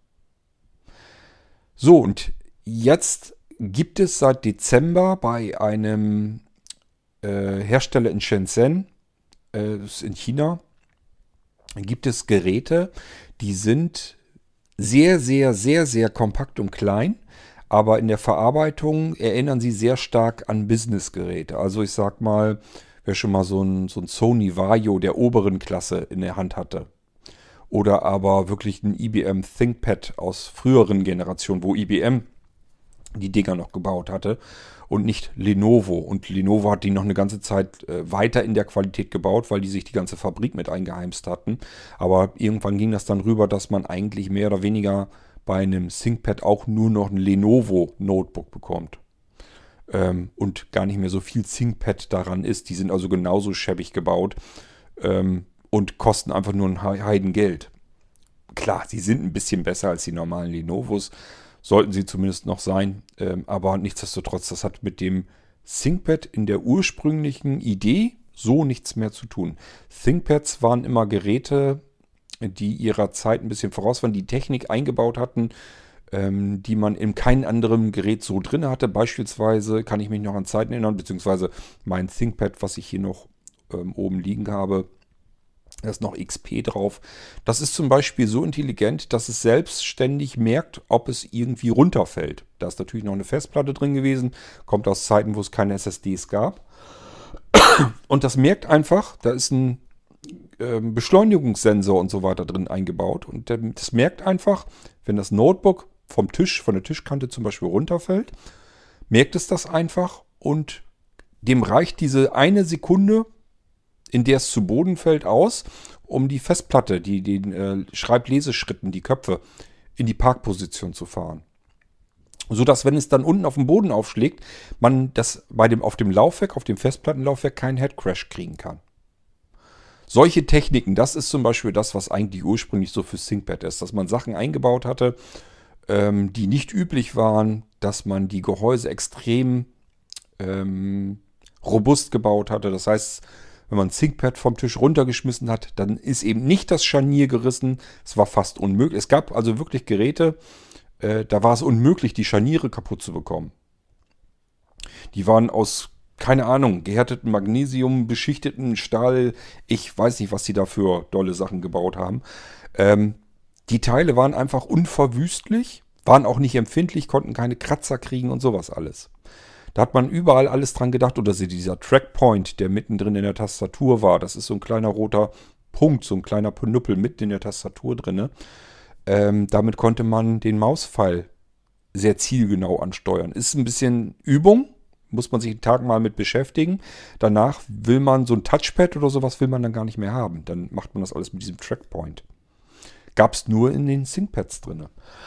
So, und jetzt gibt es seit Dezember bei einem äh, Hersteller in Shenzhen, in China, gibt es Geräte, die sind sehr, sehr, sehr, sehr kompakt und klein, aber in der Verarbeitung erinnern sie sehr stark an Businessgeräte. Also ich sag mal, wer schon mal so ein, so ein Sony Vaio der oberen Klasse in der Hand hatte oder aber wirklich ein I B M ThinkPad aus früheren Generationen, wo I B M die Dinger noch gebaut hatte und nicht Lenovo. Und Lenovo hat die noch eine ganze Zeit äh, weiter in der Qualität gebaut, weil die sich die ganze Fabrik mit eingeheimst hatten. Aber irgendwann ging das dann rüber, dass man eigentlich mehr oder weniger bei einem ThinkPad auch nur noch ein Lenovo Notebook bekommt. Ähm, und gar nicht mehr so viel ThinkPad daran ist. Die sind also genauso schäbig gebaut ähm, und kosten einfach nur ein Heidengeld. Klar, sie sind ein bisschen besser als die normalen Lenovos. Sollten sie zumindest noch sein. Ähm, aber nichtsdestotrotz, das hat mit dem ThinkPad in der ursprünglichen Idee so nichts mehr zu tun. ThinkPads waren immer Geräte, die ihrer Zeit ein bisschen voraus waren, die Technik eingebaut hatten, ähm, die man in keinem anderen Gerät so drin hatte. Beispielsweise kann ich mich noch an Zeiten erinnern, beziehungsweise mein ThinkPad, was ich hier noch ähm, oben liegen habe, Da ist noch X P drauf. Das ist zum Beispiel so intelligent, dass es selbstständig merkt, ob es irgendwie runterfällt. Da ist natürlich noch eine Festplatte drin gewesen. Kommt aus Zeiten, wo es keine S S Ds gab. Und das merkt einfach, da ist ein äh, Beschleunigungssensor und so weiter drin eingebaut. Und der, das merkt einfach, wenn das Notebook vom Tisch, von der Tischkante zum Beispiel runterfällt, merkt es das einfach und dem reicht diese eine Sekunde, in der es zu Boden fällt, aus, um die Festplatte, die, den äh, Schreibleseschritten, die Köpfe in die Parkposition zu fahren. Sodass, wenn es dann unten auf dem Boden aufschlägt, man das bei dem, auf dem Laufwerk, auf dem Festplattenlaufwerk keinen Headcrash kriegen kann. Solche Techniken, das ist zum Beispiel das, was eigentlich ursprünglich so für ThinkPad ist, dass man Sachen eingebaut hatte, ähm, die nicht üblich waren, dass man die Gehäuse extrem ähm, robust gebaut hatte. Das heißt, wenn man ein ThinkPad vom Tisch runtergeschmissen hat, dann ist eben nicht das Scharnier gerissen. Es war fast unmöglich. Es gab also wirklich Geräte, äh, da war es unmöglich, die Scharniere kaputt zu bekommen. Die waren aus, keine Ahnung, gehärteten Magnesium, beschichteten Stahl. Ich weiß nicht, was sie da für dolle Sachen gebaut haben. Ähm, die Teile waren einfach unverwüstlich, waren auch nicht empfindlich, konnten keine Kratzer kriegen und sowas alles. Da hat man überall alles dran gedacht. Oder dieser Trackpoint, der mittendrin in der Tastatur war. Das ist so ein kleiner roter Punkt, so ein kleiner Pnuppel mitten in der Tastatur drin. Ähm, damit konnte man den Mauspfeil sehr zielgenau ansteuern. Ist ein bisschen Übung, muss man sich einen Tag mal mit beschäftigen. Danach will man so ein Touchpad oder sowas will man dann gar nicht mehr haben. Dann macht man das alles mit diesem Trackpoint. Gab es nur in den ThinkPads drin.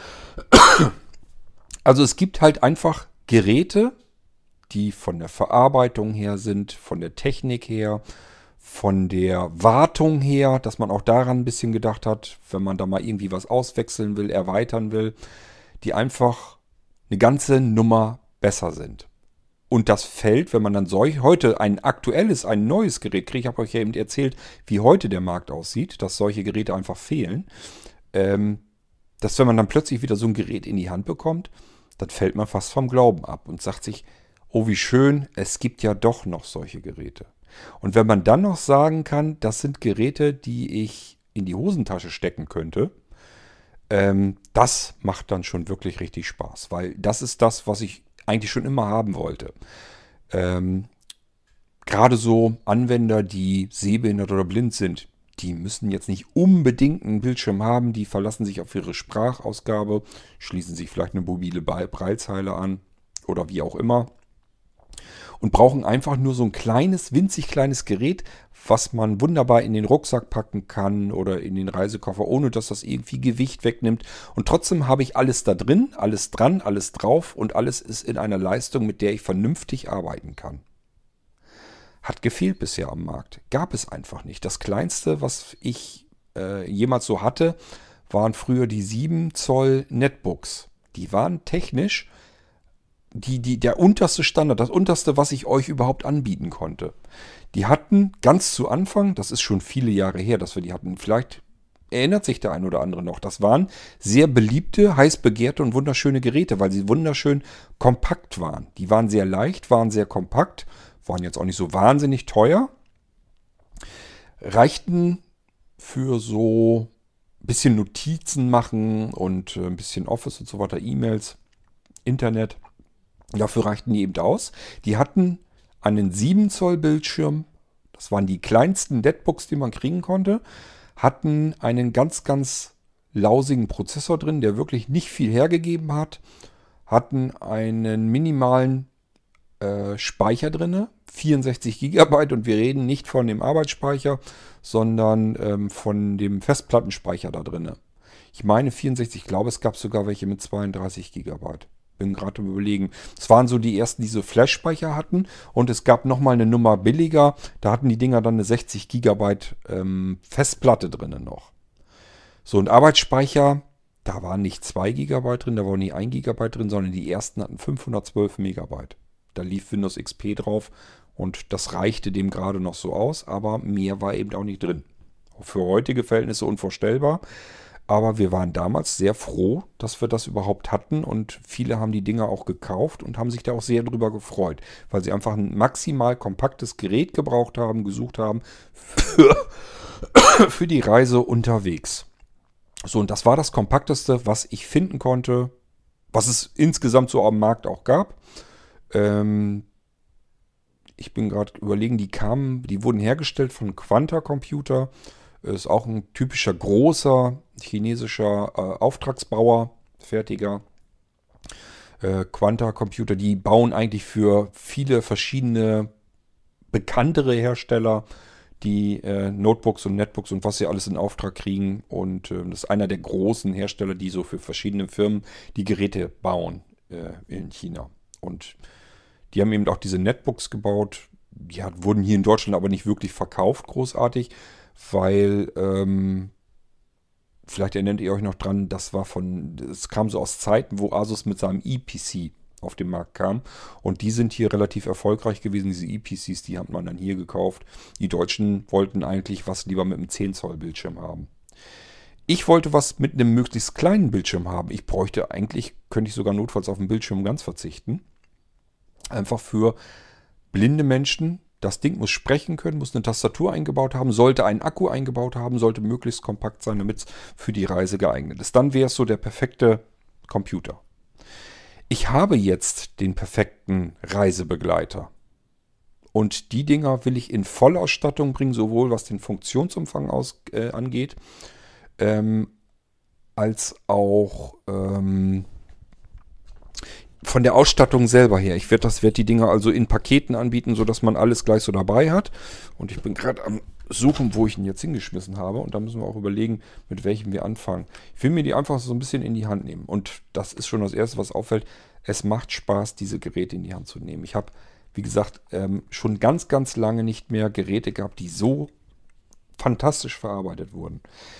Also es gibt halt einfach Geräte, die von der Verarbeitung her sind, von der Technik her, von der Wartung her, dass man auch daran ein bisschen gedacht hat, wenn man da mal irgendwie was auswechseln will, erweitern will, die einfach eine ganze Nummer besser sind. Und das fällt, wenn man dann solch, heute ein aktuelles, ein neues Gerät kriegt, ich habe euch ja eben erzählt, wie heute der Markt aussieht, dass solche Geräte einfach fehlen, ähm, dass wenn man dann plötzlich wieder so ein Gerät in die Hand bekommt, dann fällt man fast vom Glauben ab und sagt sich, oh, wie schön, es gibt ja doch noch solche Geräte. Und wenn man dann noch sagen kann, das sind Geräte, die ich in die Hosentasche stecken könnte, ähm, das macht dann schon wirklich richtig Spaß. Weil das ist das, was ich eigentlich schon immer haben wollte. Ähm, gerade so Anwender, die sehbehindert oder blind sind, die müssen jetzt nicht unbedingt einen Bildschirm haben. Die verlassen sich auf ihre Sprachausgabe, schließen sich vielleicht eine mobile Braillezeile an oder wie auch immer. Und brauchen einfach nur so ein kleines, winzig kleines Gerät, was man wunderbar in den Rucksack packen kann oder in den Reisekoffer, ohne dass das irgendwie Gewicht wegnimmt. Und trotzdem habe ich alles da drin, alles dran, alles drauf und alles ist in einer Leistung, mit der ich vernünftig arbeiten kann. Hat gefehlt bisher am Markt. Gab es einfach nicht. Das Kleinste, was ich äh, jemals so hatte, waren früher die sieben Zoll Netbooks. Die waren technisch Die, die, der unterste Standard, das unterste, was ich euch überhaupt anbieten konnte. Die hatten ganz zu Anfang, das ist schon viele Jahre her, dass wir die hatten, vielleicht erinnert sich der ein oder andere noch, das waren sehr beliebte, heiß begehrte und wunderschöne Geräte, weil sie wunderschön kompakt waren. Die waren sehr leicht, waren sehr kompakt, waren jetzt auch nicht so wahnsinnig teuer, reichten für so ein bisschen Notizen machen und ein bisschen Office und so weiter, E-Mails, Internet. Dafür reichten die eben aus. Die hatten einen sieben Zoll Bildschirm. Das waren die kleinsten Netbooks, die man kriegen konnte. Hatten einen ganz, ganz lausigen Prozessor drin, der wirklich nicht viel hergegeben hat. Hatten einen minimalen äh, Speicher drin, vierundsechzig Gigabyte. Und wir reden nicht von dem Arbeitsspeicher, sondern ähm, von dem Festplattenspeicher da drin. Ich meine vierundsechzig, ich glaube, es gab sogar welche mit zweiunddreißig Gigabyte. Bin gerade am Überlegen. Es waren so die ersten, die so Flash-Speicher hatten. Und es gab nochmal eine Nummer billiger. Da hatten die Dinger dann eine sechzig Gigabyte ähm, Festplatte drinnen noch. So, und Arbeitsspeicher, da waren nicht zwei Gigabyte drin, da war nicht ein Gigabyte drin, sondern die ersten hatten fünfhundertzwölf Megabyte. Da lief Windows X P drauf und das reichte dem gerade noch so aus, aber mehr war eben auch nicht drin. Für heutige Verhältnisse unvorstellbar. Aber wir waren damals sehr froh, dass wir das überhaupt hatten und viele haben die Dinger auch gekauft und haben sich da auch sehr drüber gefreut, weil sie einfach ein maximal kompaktes Gerät gebraucht haben, gesucht haben für, für die Reise unterwegs. So, und das war das Kompakteste, was ich finden konnte, was es insgesamt so am Markt auch gab. Ähm, ich bin gerade überlegen, die kamen, die wurden hergestellt von Quanta Computer. Ist auch ein typischer großer chinesischer äh, Auftragsbauer, Fertiger. Äh, Quanta Computer, die bauen eigentlich für viele verschiedene bekanntere Hersteller die äh, Notebooks und Netbooks und was sie alles in Auftrag kriegen. Und äh, das ist einer der großen Hersteller, die so für verschiedene Firmen die Geräte bauen äh, in China. Und die haben eben auch diese Netbooks gebaut. Die hat, wurden hier in Deutschland aber nicht wirklich verkauft, großartig, weil, ähm, vielleicht erinnert ihr euch noch dran, das war von, es kam so aus Zeiten, wo Asus mit seinem E-P C auf den Markt kam. Und die sind hier relativ erfolgreich gewesen. Diese E-P Cs, die hat man dann hier gekauft. Die Deutschen wollten eigentlich was lieber mit einem zehn Zoll Bildschirm haben. Ich wollte was mit einem möglichst kleinen Bildschirm haben. Ich bräuchte eigentlich, könnte ich sogar notfalls auf den Bildschirm ganz verzichten. Einfach für blinde Menschen. Das Ding muss sprechen können, muss eine Tastatur eingebaut haben, sollte einen Akku eingebaut haben, sollte möglichst kompakt sein, damit es für die Reise geeignet ist. Dann wäre es so der perfekte Computer. Ich habe jetzt den perfekten Reisebegleiter. Und die Dinger will ich in Vollausstattung bringen, sowohl was den Funktionsumfang aus, äh, angeht, ähm, als auch ähm, von der Ausstattung selber her. Ich werde das, werd die Dinger also in Paketen anbieten, sodass man alles gleich so dabei hat. Und ich bin gerade am Suchen, wo ich ihn jetzt hingeschmissen habe. Und da müssen wir auch überlegen, mit welchem wir anfangen. Ich will mir die einfach so ein bisschen in die Hand nehmen. Und das ist schon das Erste, was auffällt. Es macht Spaß, diese Geräte in die Hand zu nehmen. Ich habe, wie gesagt, ähm, schon ganz, ganz lange nicht mehr Geräte gehabt, die so fantastisch verarbeitet wurden.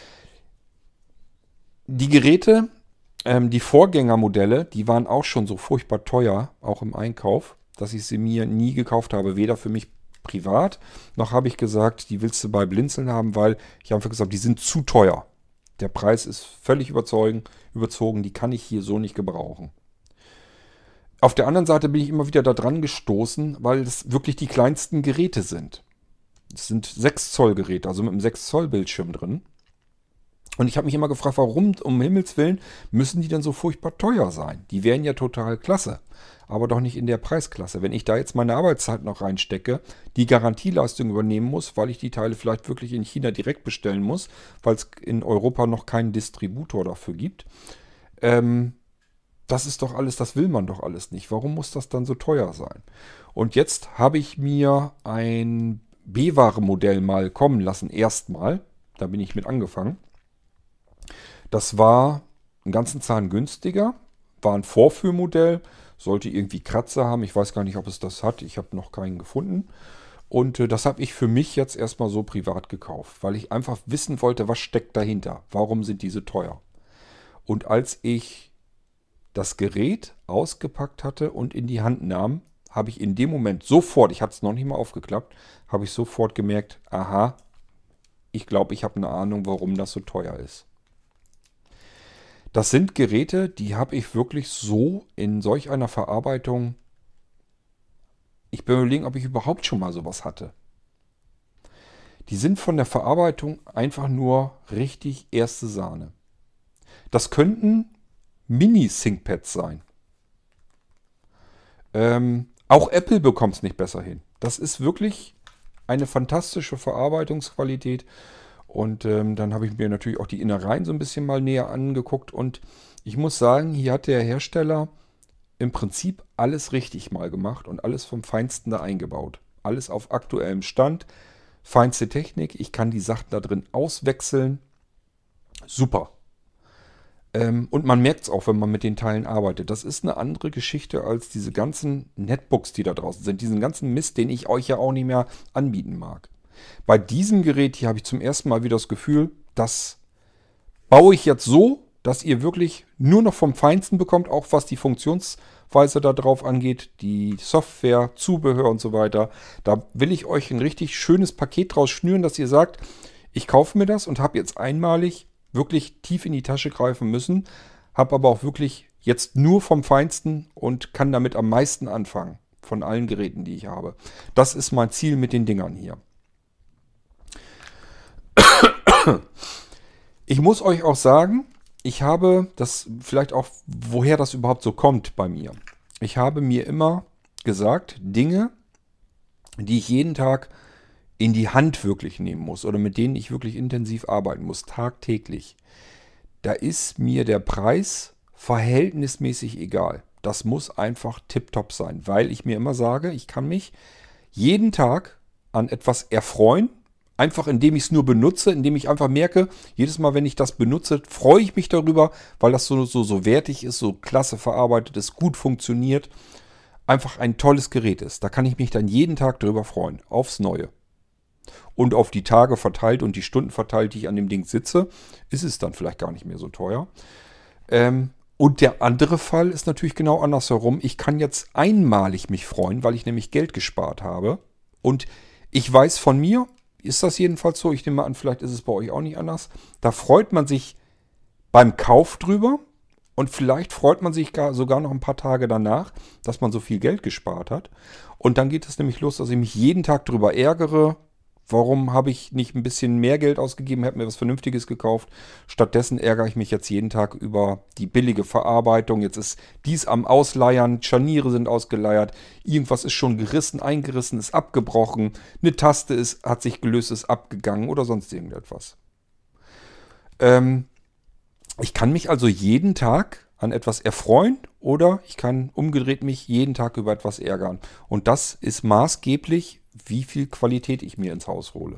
Die Geräte, ähm, die Vorgängermodelle, die waren auch schon so furchtbar teuer, auch im Einkauf, dass ich sie mir nie gekauft habe. Weder für mich privat, noch habe ich gesagt, die willst du bei Blinzeln haben, weil ich einfach gesagt habe, die sind zu teuer. Der Preis ist völlig überzeugen, überzogen, die kann ich hier so nicht gebrauchen. Auf der anderen Seite bin ich immer wieder da dran gestoßen, weil es wirklich die kleinsten Geräte sind. Es sind sechs Zoll Geräte, also mit einem sechs Zoll Bildschirm drin. Und ich habe mich immer gefragt, warum um Himmels Willen müssen die denn so furchtbar teuer sein? Die wären ja total klasse, aber doch nicht in der Preisklasse. Wenn ich da jetzt meine Arbeitszeit noch reinstecke, die Garantieleistung übernehmen muss, weil ich die Teile vielleicht wirklich in China direkt bestellen muss, weil es in Europa noch keinen Distributor dafür gibt, ähm, das ist doch alles, das will man doch alles nicht. Warum muss das dann so teuer sein? Und jetzt habe ich mir ein B-Ware-Modell mal kommen lassen, erstmal. Da bin ich mit angefangen. Das war einen ganzen Zahn günstiger, war ein Vorführmodell, sollte irgendwie Kratzer haben. Ich weiß gar nicht, ob es das hat. Ich habe noch keinen gefunden. Und äh, das habe ich für mich jetzt erstmal so privat gekauft, weil ich einfach wissen wollte, was steckt dahinter. Warum sind diese teuer? Und als ich das Gerät ausgepackt hatte und in die Hand nahm, habe ich in dem Moment sofort, ich hatte es noch nicht mal aufgeklappt, habe ich sofort gemerkt, aha, ich glaube, ich habe eine Ahnung, warum das so teuer ist. Das sind Geräte, die habe ich wirklich so in solch einer Verarbeitung, ich bin überlegen, ob ich überhaupt schon mal sowas hatte. Die sind von der Verarbeitung einfach nur richtig erste Sahne. Das könnten Mini-ThinkPads sein. Ähm, auch Apple bekommt es nicht besser hin. Das ist wirklich eine fantastische Verarbeitungsqualität. Und ähm, dann habe ich mir natürlich auch die Innereien so ein bisschen mal näher angeguckt. Und ich muss sagen, hier hat der Hersteller im Prinzip alles richtig mal gemacht und alles vom Feinsten da eingebaut. Alles auf aktuellem Stand, feinste Technik. Ich kann die Sachen da drin auswechseln. Super. Ähm, und man merkt es auch, wenn man mit den Teilen arbeitet. Das ist eine andere Geschichte als diese ganzen Netbooks, die da draußen sind. Diesen ganzen Mist, den ich euch ja auch nicht mehr anbieten mag. Bei diesem Gerät hier habe ich zum ersten Mal wieder das Gefühl, das baue ich jetzt so, dass ihr wirklich nur noch vom Feinsten bekommt, auch was die Funktionsweise da drauf angeht, die Software, Zubehör und so weiter. Da will ich euch ein richtig schönes Paket draus schnüren, dass ihr sagt, ich kaufe mir das und habe jetzt einmalig wirklich tief in die Tasche greifen müssen, habe aber auch wirklich jetzt nur vom Feinsten und kann damit am meisten anfangen von allen Geräten, die ich habe. Das ist mein Ziel mit den Dingern hier. Ich muss euch auch sagen, ich habe das vielleicht auch, woher das überhaupt so kommt bei mir. Ich habe mir immer gesagt, Dinge, die ich jeden Tag in die Hand wirklich nehmen muss oder mit denen ich wirklich intensiv arbeiten muss, tagtäglich, da ist mir der Preis verhältnismäßig egal. Das muss einfach tipptopp sein, weil ich mir immer sage, ich kann mich jeden Tag an etwas erfreuen, einfach indem ich es nur benutze, indem ich einfach merke, jedes Mal, wenn ich das benutze, freue ich mich darüber, weil das so, so, so wertig ist, so klasse verarbeitet ist, gut funktioniert, einfach ein tolles Gerät ist. Da kann ich mich dann jeden Tag drüber freuen, aufs Neue. Und auf die Tage verteilt und die Stunden verteilt, die ich an dem Ding sitze, ist es dann vielleicht gar nicht mehr so teuer. Ähm, und der andere Fall ist natürlich genau andersherum. Ich kann jetzt einmalig mich freuen, weil ich nämlich Geld gespart habe. Und ich weiß von mir, ist das jedenfalls so, ich nehme mal an, vielleicht ist es bei euch auch nicht anders. Da freut man sich beim Kauf drüber und vielleicht freut man sich gar, sogar noch ein paar Tage danach, dass man so viel Geld gespart hat. Und dann geht es nämlich los, dass ich mich jeden Tag drüber ärgere. Warum habe ich nicht ein bisschen mehr Geld ausgegeben, habe mir was Vernünftiges gekauft? Stattdessen ärgere ich mich jetzt jeden Tag über die billige Verarbeitung. Jetzt ist dies am Ausleiern, Scharniere sind ausgeleiert, irgendwas ist schon gerissen, eingerissen, ist abgebrochen, eine Taste ist, hat sich gelöst, ist abgegangen oder sonst irgendetwas. Ähm, ich kann mich also jeden Tag an etwas erfreuen oder ich kann umgedreht mich jeden Tag über etwas ärgern. Und das ist maßgeblich, wie viel Qualität ich mir ins Haus hole.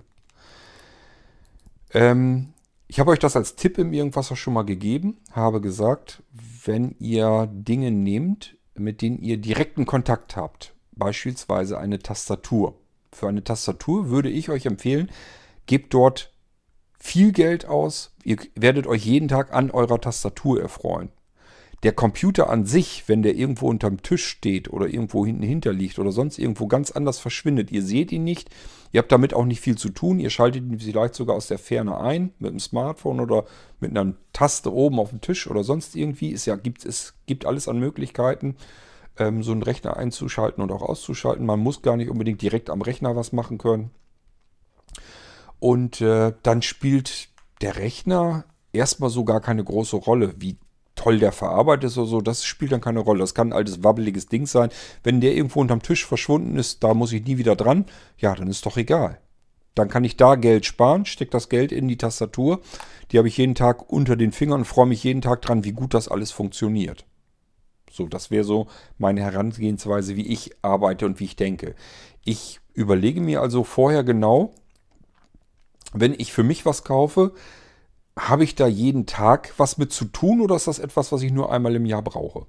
Ähm, ich habe euch das als Tipp im Irgendwas schon mal gegeben, habe gesagt, wenn ihr Dinge nehmt, mit denen ihr direkten Kontakt habt, beispielsweise eine Tastatur. Für eine Tastatur würde ich euch empfehlen, gebt dort viel Geld aus, ihr werdet euch jeden Tag an eurer Tastatur erfreuen. Der Computer an sich, wenn der irgendwo unterm Tisch steht oder irgendwo hinten hinterliegt oder sonst irgendwo ganz anders verschwindet, ihr seht ihn nicht, ihr habt damit auch nicht viel zu tun, ihr schaltet ihn vielleicht sogar aus der Ferne ein, mit dem Smartphone oder mit einer Taste oben auf dem Tisch oder sonst irgendwie. Es, ja, gibt, es gibt alles an Möglichkeiten, ähm, so einen Rechner einzuschalten und auch auszuschalten. Man muss gar nicht unbedingt direkt am Rechner was machen können. Und äh, dann spielt der Rechner erstmal so gar keine große Rolle, wie toll der verarbeitet ist oder so, das spielt dann keine Rolle. Das kann ein altes, wabbeliges Ding sein. Wenn der irgendwo unterm Tisch verschwunden ist, da muss ich nie wieder dran, ja, dann ist doch egal. Dann kann ich da Geld sparen, stecke das Geld in die Tastatur. Die habe ich jeden Tag unter den Fingern und freue mich jeden Tag dran, wie gut das alles funktioniert. So, das wäre so meine Herangehensweise, wie ich arbeite und wie ich denke. Ich überlege mir also vorher genau, wenn ich für mich was kaufe, habe ich da jeden Tag was mit zu tun oder ist das etwas, was ich nur einmal im Jahr brauche?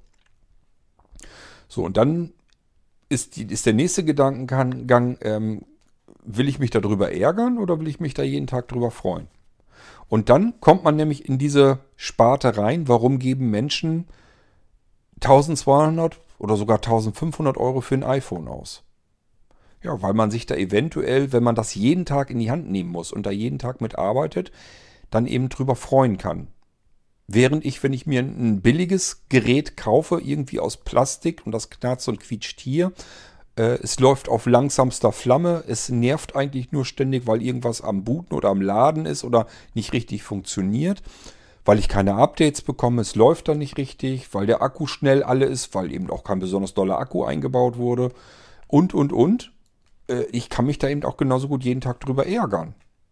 So, und dann ist, die, ist der nächste Gedankengang, ähm, will ich mich darüber ärgern oder will ich mich da jeden Tag drüber freuen? Und dann kommt man nämlich in diese Sparte rein, warum geben Menschen eintausendzweihundert oder sogar eintausendfünfhundert Euro für ein iPhone aus? Ja, weil man sich da eventuell, wenn man das jeden Tag in die Hand nehmen muss und da jeden Tag mit arbeitet, dann eben drüber freuen kann. Während ich, wenn ich mir ein billiges Gerät kaufe, irgendwie aus Plastik und das knarzt und quietscht hier, äh, es läuft auf langsamster Flamme, es nervt eigentlich nur ständig, weil irgendwas am Booten oder am Laden ist oder nicht richtig funktioniert, weil ich keine Updates bekomme, es läuft dann nicht richtig, weil der Akku schnell alle ist, weil eben auch kein besonders doller Akku eingebaut wurde und, und, und. Äh, ich kann mich da eben auch genauso gut jeden Tag drüber ärgern.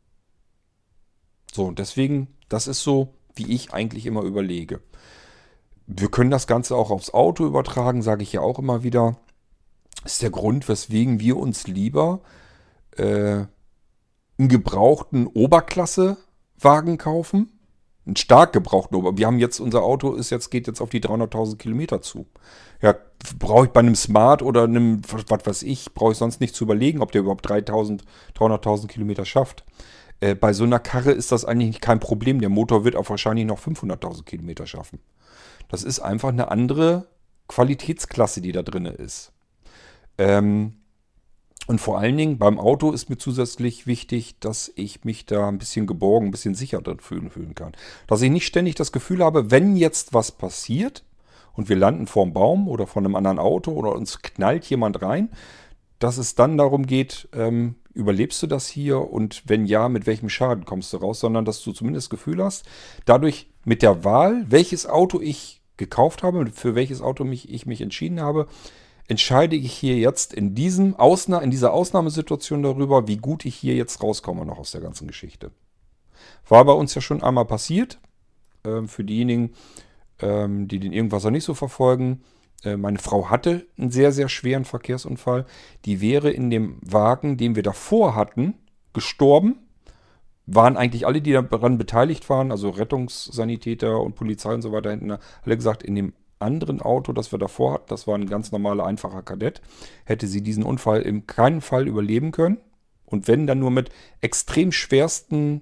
So, und deswegen, das ist so, wie ich eigentlich immer überlege. Wir können das Ganze auch aufs Auto übertragen, sage ich ja auch immer wieder. Das ist der Grund, weswegen wir uns lieber äh, einen gebrauchten Oberklasse-Wagen kaufen. Einen stark gebrauchten Ober. Wir haben jetzt, unser Auto ist jetzt, geht jetzt auf die dreihunderttausend Kilometer zu. Ja, brauche ich bei einem Smart oder einem, was weiß ich, brauche ich sonst nicht zu überlegen, ob der überhaupt dreitausend, dreihunderttausend Kilometer schafft. Äh, bei so einer Karre ist das eigentlich kein Problem. Der Motor wird auch wahrscheinlich noch fünfhunderttausend Kilometer schaffen. Das ist einfach eine andere Qualitätsklasse, die da drin ist. Ähm, und vor allen Dingen beim Auto ist mir zusätzlich wichtig, dass ich mich da ein bisschen geborgen, ein bisschen sicher drin fühlen, fühlen kann. Dass ich nicht ständig das Gefühl habe, wenn jetzt was passiert und wir landen vor einem Baum oder vor einem anderen Auto oder uns knallt jemand rein, dass es dann darum geht, ähm, überlebst du das hier und wenn ja, mit welchem Schaden kommst du raus, sondern dass du zumindest das Gefühl hast, dadurch mit der Wahl, welches Auto ich gekauft habe, für welches Auto mich, ich mich entschieden habe, entscheide ich hier jetzt in, diesem Ausna in dieser Ausnahmesituation darüber, wie gut ich hier jetzt rauskomme noch aus der ganzen Geschichte. War bei uns ja schon einmal passiert. Ähm, für diejenigen, ähm, die den Irgendwasser nicht so verfolgen. Äh, meine Frau hatte einen sehr, sehr schweren Verkehrsunfall. Die wäre in dem Wagen, den wir davor hatten, gestorben. Waren eigentlich alle, die daran beteiligt waren, also Rettungssanitäter und Polizei und so weiter hinten, alle gesagt, in dem anderen Auto, das wir davor hatten, das war ein ganz normaler, einfacher Kadett, hätte sie diesen Unfall in keinem Fall überleben können. Und wenn, dann nur mit extrem schwersten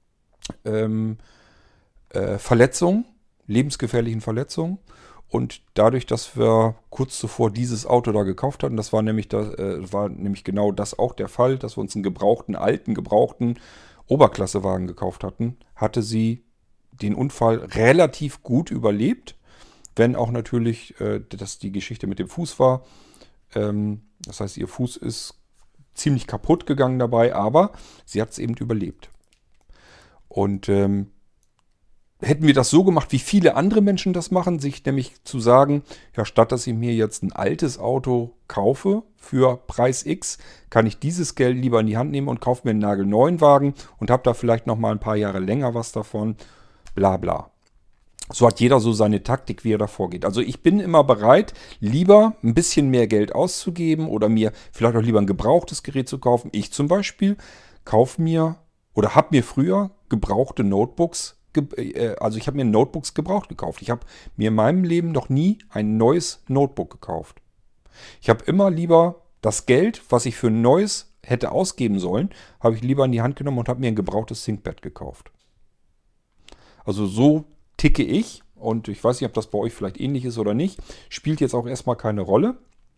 ähm, äh, Verletzungen, lebensgefährlichen Verletzungen. Und dadurch, dass wir kurz zuvor dieses Auto da gekauft hatten, das war nämlich, das, äh, war nämlich genau das auch der Fall, dass wir uns einen gebrauchten, alten, gebrauchten Oberklassewagen gekauft hatten, hatte sie den Unfall relativ gut überlebt. Wenn auch natürlich, äh, dass die Geschichte mit dem Fuß war. Ähm, das heißt, ihr Fuß ist ziemlich kaputt gegangen dabei, aber sie hat es eben überlebt. Und ähm, hätten wir das so gemacht, wie viele andere Menschen das machen, sich nämlich zu sagen, ja, statt dass ich mir jetzt ein altes Auto kaufe für Preis X, kann ich dieses Geld lieber in die Hand nehmen und kaufe mir einen nagelneuen Wagen und habe da vielleicht noch mal ein paar Jahre länger was davon, bla bla. So hat jeder so seine Taktik, wie er da vorgeht. Also ich bin immer bereit, lieber ein bisschen mehr Geld auszugeben oder mir vielleicht auch lieber ein gebrauchtes Gerät zu kaufen. Ich zum Beispiel kaufe mir oder habe mir früher gebrauchte Notebooks, also ich habe mir Notebooks gebraucht gekauft. Ich habe mir in meinem Leben noch nie ein neues Notebook gekauft. Ich habe immer lieber das Geld, was ich für ein neues hätte ausgeben sollen, habe ich lieber in die Hand genommen und habe mir ein gebrauchtes ThinkPad gekauft. Also so ticke ich und ich weiß nicht, ob das bei euch vielleicht ähnlich ist oder nicht. Spielt jetzt auch erstmal keine Rolle.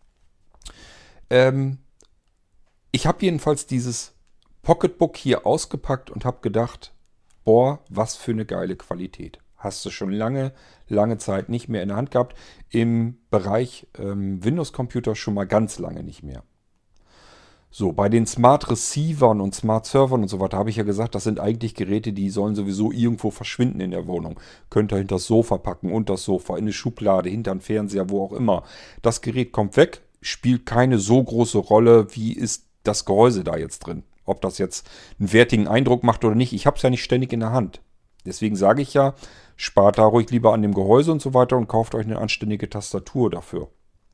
Ähm, ich habe jedenfalls dieses Pocketbook hier ausgepackt und habe gedacht, boah, was für eine geile Qualität. Hast du schon lange, lange Zeit nicht mehr in der Hand gehabt. Im Bereich ähm, Windows-Computer schon mal ganz lange nicht mehr. So, bei den Smart Receivern und Smart Servern und so weiter habe ich ja gesagt, das sind eigentlich Geräte, die sollen sowieso irgendwo verschwinden in der Wohnung. Könnt ihr hinter das Sofa packen, unter das Sofa, in eine Schublade, hinter den Fernseher, wo auch immer. Das Gerät kommt weg, spielt keine so große Rolle, wie ist das Gehäuse da jetzt drin. Ob das jetzt einen wertigen Eindruck macht oder nicht, ich habe es ja nicht ständig in der Hand. Deswegen sage ich ja, spart da ruhig lieber an dem Gehäuse und so weiter und kauft euch eine anständige Tastatur dafür.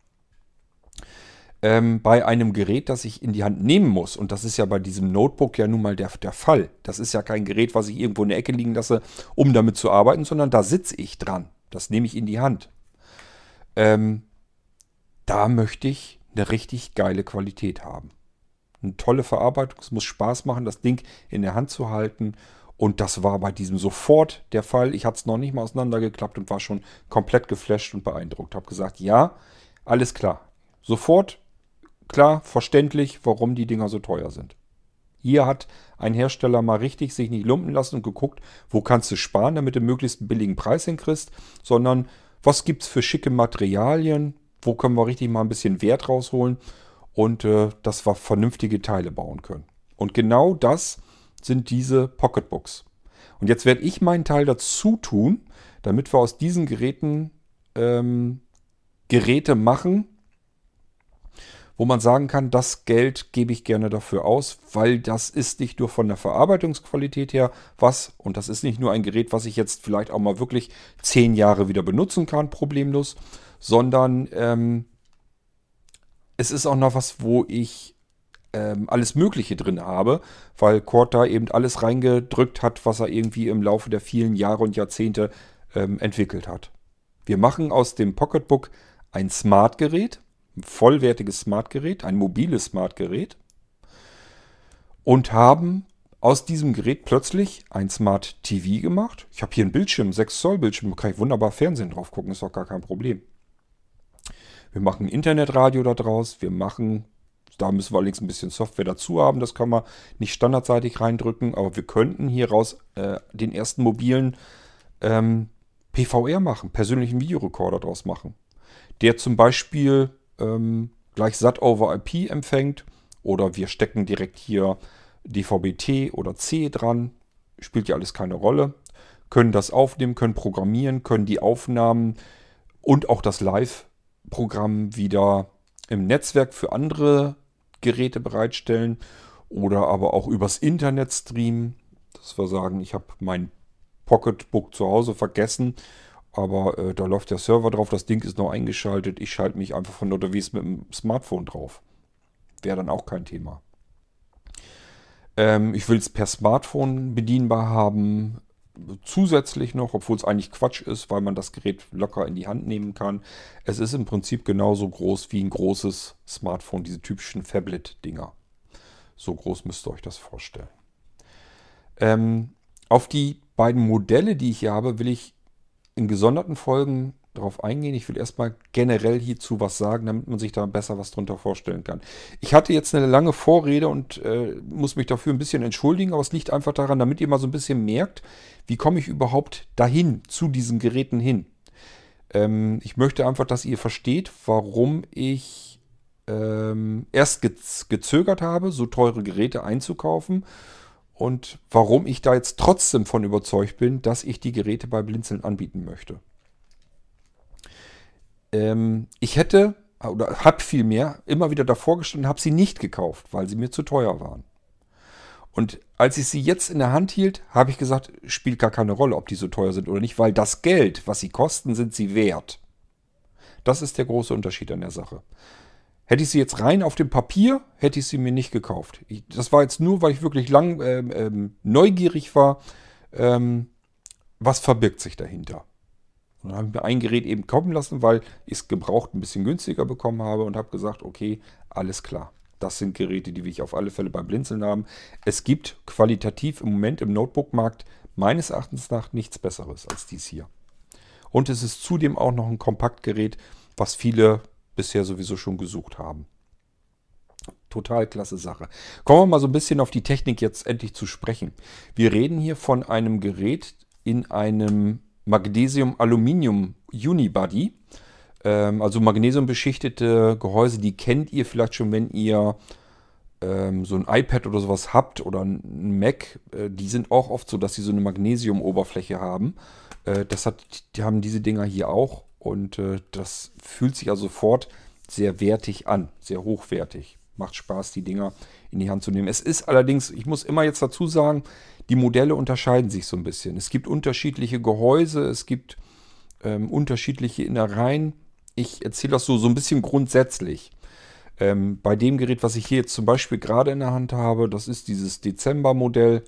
Ähm, bei einem Gerät, das ich in die Hand nehmen muss, und das ist ja bei diesem Notebook ja nun mal der, der Fall. Das ist ja kein Gerät, was ich irgendwo in der Ecke liegen lasse, um damit zu arbeiten, sondern da sitze ich dran. Das nehme ich in die Hand. Ähm, da möchte ich eine richtig geile Qualität haben. Eine tolle Verarbeitung, es muss Spaß machen, das Ding in der Hand zu halten. Und das war bei diesem sofort der Fall. Ich hatte es noch nicht mal auseinandergeklappt und war schon komplett geflasht und beeindruckt. Habe gesagt, ja, alles klar. Sofort klar, verständlich, warum die Dinger so teuer sind. Hier hat ein Hersteller mal richtig sich nicht lumpen lassen und geguckt, wo kannst du sparen, damit du möglichst einen billigen Preis hinkriegst, sondern was gibt es für schicke Materialien, wo können wir richtig mal ein bisschen Wert rausholen und äh, dass wir vernünftige Teile bauen können. Und genau das sind diese Pocketbooks. Und jetzt werde ich meinen Teil dazu tun, damit wir aus diesen Geräten ähm, Geräte machen, wo man sagen kann, das Geld gebe ich gerne dafür aus, weil das ist nicht nur von der Verarbeitungsqualität her was, und das ist nicht nur ein Gerät, was ich jetzt vielleicht auch mal wirklich zehn Jahre wieder benutzen kann, problemlos, sondern ähm, es ist auch noch was, wo ich ähm, alles Mögliche drin habe, weil Cord da eben alles reingedrückt hat, was er irgendwie im Laufe der vielen Jahre und Jahrzehnte ähm, entwickelt hat. Wir machen aus dem Pocketbook ein Smart-Gerät, ein vollwertiges Smart-Gerät, ein mobiles Smart-Gerät und haben aus diesem Gerät plötzlich ein Smart T V gemacht. Ich habe hier einen Bildschirm, sechs Zoll Bildschirm, da kann ich wunderbar Fernsehen drauf gucken, ist doch gar kein Problem. Wir machen ein Internetradio da draus, wir machen, da müssen wir allerdings ein bisschen Software dazu haben, das kann man nicht standardseitig reindrücken, aber wir könnten hieraus äh, den ersten mobilen ähm, P V R machen, persönlichen Videorekorder draus machen, der zum Beispiel ähm, gleich S A T over I P empfängt oder wir stecken direkt hier D V B-T oder C dran. Spielt ja alles keine Rolle. Können das aufnehmen, können programmieren, können die Aufnahmen und auch das Live-Programm wieder im Netzwerk für andere Geräte bereitstellen oder aber auch übers Internet streamen. Dass wir sagen, ich habe mein Pocketbook zu Hause vergessen, aber äh, da läuft der Server drauf, das Ding ist noch eingeschaltet. Ich schalte mich einfach von unterwegs mit dem Smartphone drauf. Wäre dann auch kein Thema. Ähm, ich will es per Smartphone bedienbar haben. Zusätzlich noch, obwohl es eigentlich Quatsch ist, weil man das Gerät locker in die Hand nehmen kann. Es ist im Prinzip genauso groß wie ein großes Smartphone, diese typischen Phablet-Dinger. So groß müsst ihr euch das vorstellen. Ähm, auf die beiden Modelle, die ich hier habe, will ich in gesonderten Folgen darauf eingehen. Ich will erstmal generell hierzu was sagen, damit man sich da besser was drunter vorstellen kann. Ich hatte jetzt eine lange Vorrede und äh, muss mich dafür ein bisschen entschuldigen, aber es liegt einfach daran, damit ihr mal so ein bisschen merkt, wie komme ich überhaupt dahin, zu diesen Geräten hin. Ähm, ich möchte einfach, dass ihr versteht, warum ich ähm, erst gez gezögert habe, so teure Geräte einzukaufen und warum ich da jetzt trotzdem von überzeugt bin, dass ich die Geräte bei Blinzeln anbieten möchte. Ähm, ich hätte, oder habe vielmehr, immer wieder davor gestanden, habe sie nicht gekauft, weil sie mir zu teuer waren. Und als ich sie jetzt in der Hand hielt, habe ich gesagt, spielt gar keine Rolle, ob die so teuer sind oder nicht, weil das Geld, was sie kosten, sind sie wert. Das ist der große Unterschied an der Sache. Hätte ich sie jetzt rein auf dem Papier, hätte ich sie mir nicht gekauft. Ich, das war jetzt nur, weil ich wirklich lang ähm, ähm, neugierig war, ähm, was verbirgt sich dahinter. Und dann habe ich mir ein Gerät eben kommen lassen, weil ich es gebraucht ein bisschen günstiger bekommen habe und habe gesagt, okay, alles klar. Das sind Geräte, die will ich auf alle Fälle bei Blinzeln haben. Es gibt qualitativ im Moment im Notebook-Markt meines Erachtens nach nichts Besseres als dies hier. Und es ist zudem auch noch ein Kompaktgerät, was viele bisher sowieso schon gesucht haben. Total klasse Sache. Kommen wir mal so ein bisschen auf die Technik jetzt endlich zu sprechen. Wir reden hier von einem Gerät in einem Magnesium-Aluminium-Unibody. Ähm, also magnesiumbeschichtete Gehäuse, die kennt ihr vielleicht schon, wenn ihr ähm, so ein iPad oder sowas habt oder ein Mac. Äh, die sind auch oft so, dass sie so eine Magnesium-Oberfläche haben. Äh, das hat, die haben diese Dinger hier auch und äh, das fühlt sich also sofort sehr wertig an, sehr hochwertig. Macht Spaß, die Dinger in die Hand zu nehmen. Es ist allerdings, ich muss immer jetzt dazu sagen, die Modelle unterscheiden sich so ein bisschen. Es gibt unterschiedliche Gehäuse, es gibt ähm, unterschiedliche Innereien. Ich erzähle das so, so ein bisschen grundsätzlich. Ähm, bei dem Gerät, was ich hier jetzt zum Beispiel gerade in der Hand habe, das ist dieses Dezember-Modell.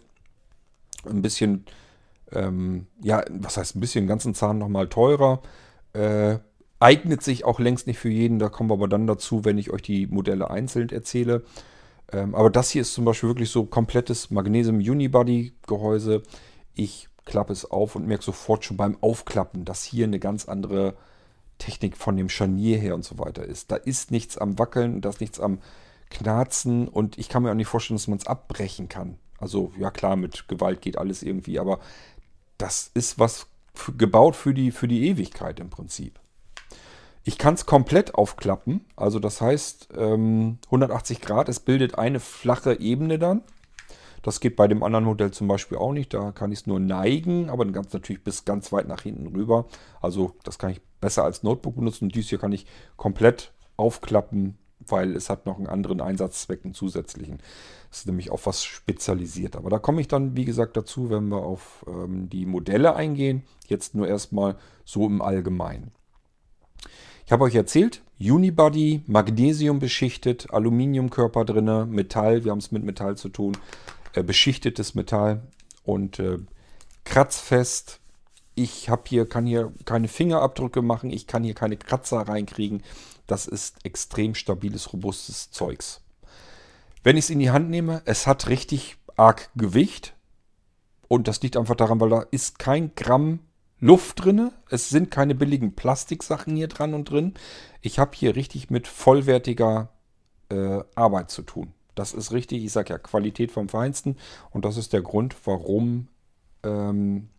Ein bisschen, ähm, ja, was heißt ein bisschen, einen ganzen Zahn nochmal teurer. Äh, eignet sich auch längst nicht für jeden. Da kommen wir aber dann dazu, wenn ich euch die Modelle einzeln erzähle. Ähm, aber das hier ist zum Beispiel wirklich so komplettes Magnesium-Unibody-Gehäuse. Ich klappe es auf und merke sofort schon beim Aufklappen, dass hier eine ganz andere Technik von dem Scharnier her und so weiter ist. Da ist nichts am Wackeln, da ist nichts am Knarzen und ich kann mir auch nicht vorstellen, dass man es abbrechen kann. Also ja klar, mit Gewalt geht alles irgendwie, aber das ist was für, gebaut für die, für die Ewigkeit im Prinzip. Ich kann es komplett aufklappen, also das heißt ähm, hundertachtzig Grad, es bildet eine flache Ebene dann. Das geht bei dem anderen Modell zum Beispiel auch nicht, da kann ich es nur neigen, aber dann ganz natürlich bis ganz weit nach hinten rüber. Also das kann ich besser als Notebook benutzen und dies hier kann ich komplett aufklappen, weil es hat noch einen anderen Einsatzzweck, einen zusätzlichen. Das ist nämlich auf was spezialisiert. Aber da komme ich dann, wie gesagt, dazu, wenn wir auf ähm, die Modelle eingehen. Jetzt nur erstmal so im Allgemeinen. Ich habe euch erzählt, Unibody, Magnesium beschichtet, Aluminiumkörper drin, Metall, wir haben es mit Metall zu tun, äh, beschichtetes Metall und äh, kratzfest. Ich habe hier, kann hier keine Fingerabdrücke machen, ich kann hier keine Kratzer reinkriegen. Das ist extrem stabiles, robustes Zeugs. Wenn ich es in die Hand nehme, es hat richtig arg Gewicht und das liegt einfach daran, weil da ist kein Gramm Luft drin. Es sind keine billigen Plastiksachen hier dran und drin. Ich habe hier richtig mit vollwertiger äh, Arbeit zu tun. Das ist richtig, ich sage ja, Qualität vom Feinsten. Und das ist der Grund, warum, ähm,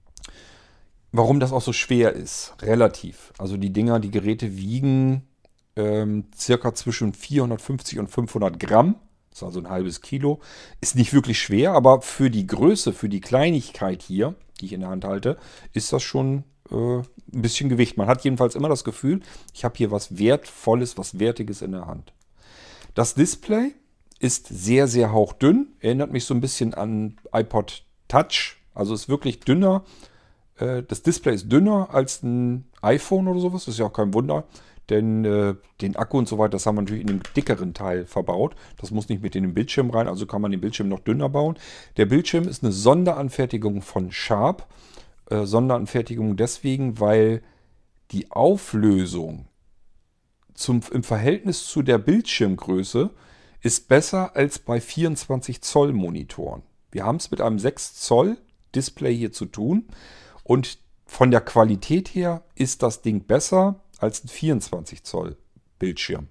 warum das auch so schwer ist. Relativ. Also die Dinger, die Geräte wiegen ähm, circa zwischen vierhundertfünfzig und fünfhundert Gramm. Das ist also ein halbes Kilo. Ist nicht wirklich schwer, aber für die Größe, für die Kleinigkeit hier, die ich in der Hand halte, ist das schon äh, ein bisschen Gewicht. Man hat jedenfalls immer das Gefühl, ich habe hier was Wertvolles, was Wertiges in der Hand. Das Display ist sehr, sehr hauchdünn. Erinnert mich so ein bisschen an iPod Touch. Also ist wirklich dünner. Äh, das Display ist dünner als ein iPhone oder sowas. Das ist ja auch kein Wunder. Denn äh, den Akku und so weiter, das haben wir natürlich in dem dickeren Teil verbaut. Das muss nicht mit in den Bildschirm rein, also kann man den Bildschirm noch dünner bauen. Der Bildschirm ist eine Sonderanfertigung von Sharp. Äh, Sonderanfertigung deswegen, weil die Auflösung zum, im Verhältnis zu der Bildschirmgröße ist besser als bei vierundzwanzig Zoll Monitoren. Wir haben es mit einem sechs Zoll Display hier zu tun und von der Qualität her ist das Ding besser als ein vierundzwanzig Zoll Bildschirm.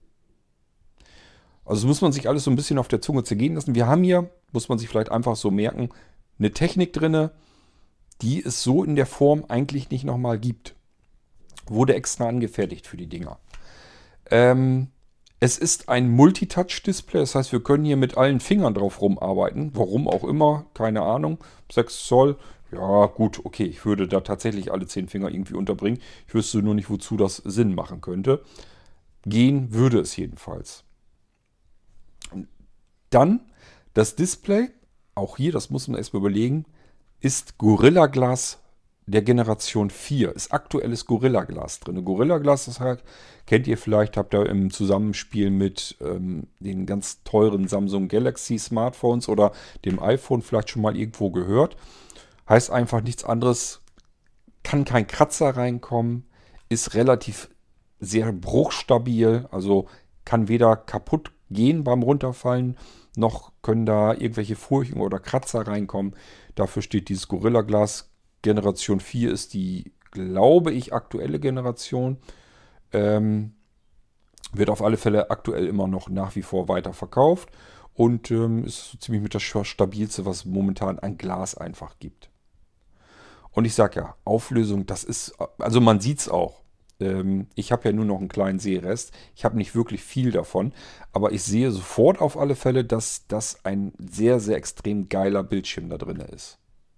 Also muss man sich alles so ein bisschen auf der Zunge zergehen lassen. Wir haben hier, muss man sich vielleicht einfach so merken, eine Technik drinne, die es so in der Form eigentlich nicht nochmal gibt. Wurde extra angefertigt für die Dinger. Ähm, es ist ein Multitouch-Display, das heißt, wir können hier mit allen Fingern drauf rumarbeiten. Warum auch immer, keine Ahnung. sechs Zoll. Ja, gut, okay, ich würde da tatsächlich alle zehn Finger irgendwie unterbringen. Ich wüsste nur nicht, wozu das Sinn machen könnte. Gehen würde es jedenfalls. Dann das Display, auch hier, das muss man erstmal überlegen, ist Gorilla Glass der Generation vier. Ist aktuelles Gorilla Glas drin. Gorilla Glas, das halt, kennt ihr vielleicht, habt ihr im Zusammenspiel mit ähm, den ganz teuren Samsung Galaxy Smartphones oder dem iPhone vielleicht schon mal irgendwo gehört. Heißt einfach nichts anderes, kann kein Kratzer reinkommen, ist relativ sehr bruchstabil, also kann weder kaputt gehen beim Runterfallen, noch können da irgendwelche Furchen oder Kratzer reinkommen. Dafür steht dieses Gorilla Glas. Generation vier ist die, glaube ich, aktuelle Generation. Ähm, wird auf alle Fälle aktuell immer noch nach wie vor weiter verkauft und ähm, ist so ziemlich mit das stabilste, was es momentan an Glas einfach gibt. Und ich sage ja, Auflösung, das ist, also man sieht es auch. Ähm, ich habe ja nur noch einen kleinen Sehrest. Ich habe nicht wirklich viel davon. Aber ich sehe sofort auf alle Fälle, dass das ein sehr, sehr extrem geiler Bildschirm da drin ist.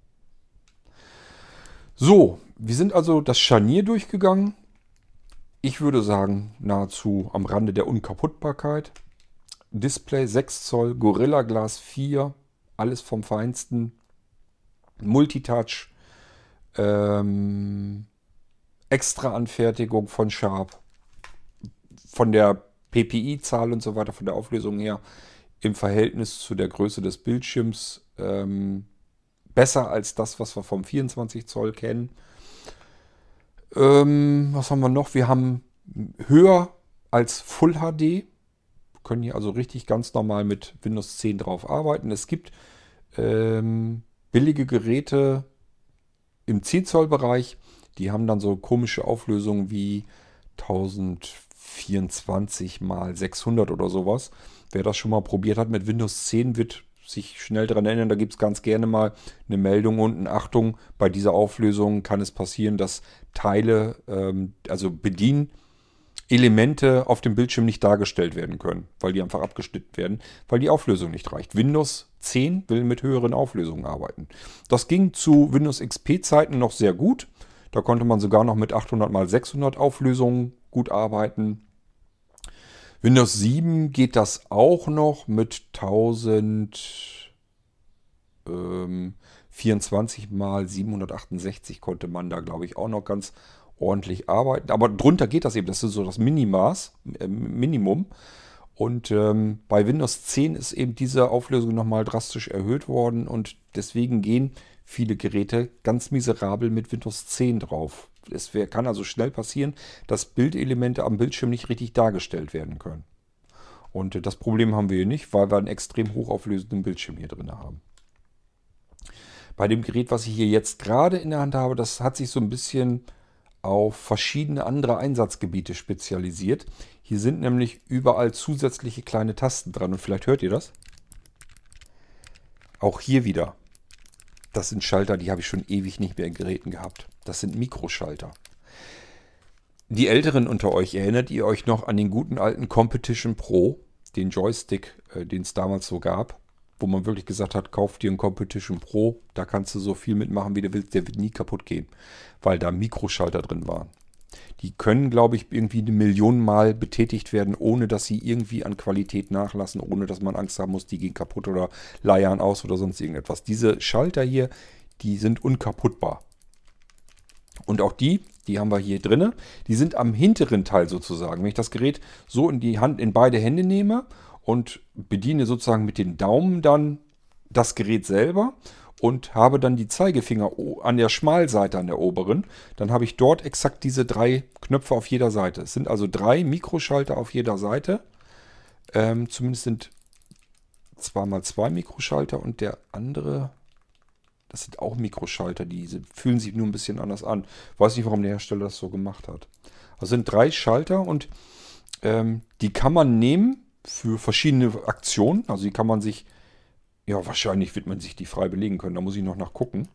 So, wir sind also das Scharnier durchgegangen. Ich würde sagen, nahezu am Rande der Unkaputtbarkeit. Display sechs Zoll, Gorilla Glass vier, alles vom Feinsten. Multitouch. Ähm, extra Anfertigung von Sharp, von der P P I-Zahl und so weiter, von der Auflösung her, im Verhältnis zu der Größe des Bildschirms ähm, besser als das, was wir vom vierundzwanzig Zoll kennen. Ähm, was haben wir noch? Wir haben höher als Full H D. Wir können hier also richtig ganz normal mit Windows zehn drauf arbeiten. Es gibt ähm, billige Geräte im zehn Zoll Bereich, die haben dann so komische Auflösungen wie tausendvierundzwanzig mal sechshundert oder sowas. Wer das schon mal probiert hat mit Windows zehn, wird sich schnell daran erinnern, da gibt es ganz gerne mal eine Meldung unten. Achtung, bei dieser Auflösung kann es passieren, dass Teile, ähm, also Bedienelemente auf dem Bildschirm nicht dargestellt werden können, weil die einfach abgeschnitten werden, weil die Auflösung nicht reicht. Windows zehn will mit höheren Auflösungen arbeiten. Das ging zu Windows X P-Zeiten noch sehr gut. Da konnte man sogar noch mit achthundert mal sechshundert Auflösungen gut arbeiten. Windows sieben geht das auch noch mit tausendvierundzwanzig mal siebenhundertachtundsechzig konnte man da, glaube ich, auch noch ganz ordentlich arbeiten. Aber drunter geht das eben. Das ist so das Minimaß, äh, Minimum. Und ähm, bei Windows zehn ist eben diese Auflösung nochmal drastisch erhöht worden. Und deswegen gehen viele Geräte ganz miserabel mit Windows zehn drauf. Es wär, kann also schnell passieren, dass Bildelemente am Bildschirm nicht richtig dargestellt werden können. Und äh, das Problem haben wir hier nicht, weil wir einen extrem hochauflösenden Bildschirm hier drin haben. Bei dem Gerät, was ich hier jetzt gerade in der Hand habe, das hat sich so ein bisschen auf verschiedene andere Einsatzgebiete spezialisiert. Hier sind nämlich überall zusätzliche kleine Tasten dran und vielleicht hört ihr das. Auch hier wieder. Das sind Schalter, die habe ich schon ewig nicht mehr in Geräten gehabt. Das sind Mikroschalter. Die Älteren unter euch, erinnert ihr euch noch an den guten alten Competition Pro, den Joystick, äh, den es damals so gab, wo man wirklich gesagt hat, kauf dir einen Competition Pro, da kannst du so viel mitmachen, wie du willst, der wird nie kaputt gehen, weil da Mikroschalter drin waren. Die können, glaube ich, irgendwie eine Million Mal betätigt werden, ohne dass sie irgendwie an Qualität nachlassen, ohne dass man Angst haben muss, die gehen kaputt oder leiern aus oder sonst irgendetwas. Diese Schalter hier, die sind unkaputtbar. Und auch die, die haben wir hier drinne, die sind am hinteren Teil sozusagen. Wenn ich das Gerät so in die Hand, in beide Hände nehme und bediene sozusagen mit den Daumen dann das Gerät selber und habe dann die Zeigefinger an der Schmalseite, an der oberen, dann habe ich dort exakt diese drei Knöpfe auf jeder Seite. Es sind also drei Mikroschalter auf jeder Seite. Ähm, zumindest sind zweimal zwei Mikroschalter und der andere, das sind auch Mikroschalter, die sind, fühlen sich nur ein bisschen anders an. Weiß nicht, warum der Hersteller das so gemacht hat. Also sind drei Schalter und ähm, die kann man nehmen für verschiedene Aktionen. Also die kann man sich, ja, wahrscheinlich wird man sich die frei belegen können. Da muss ich noch nachgucken.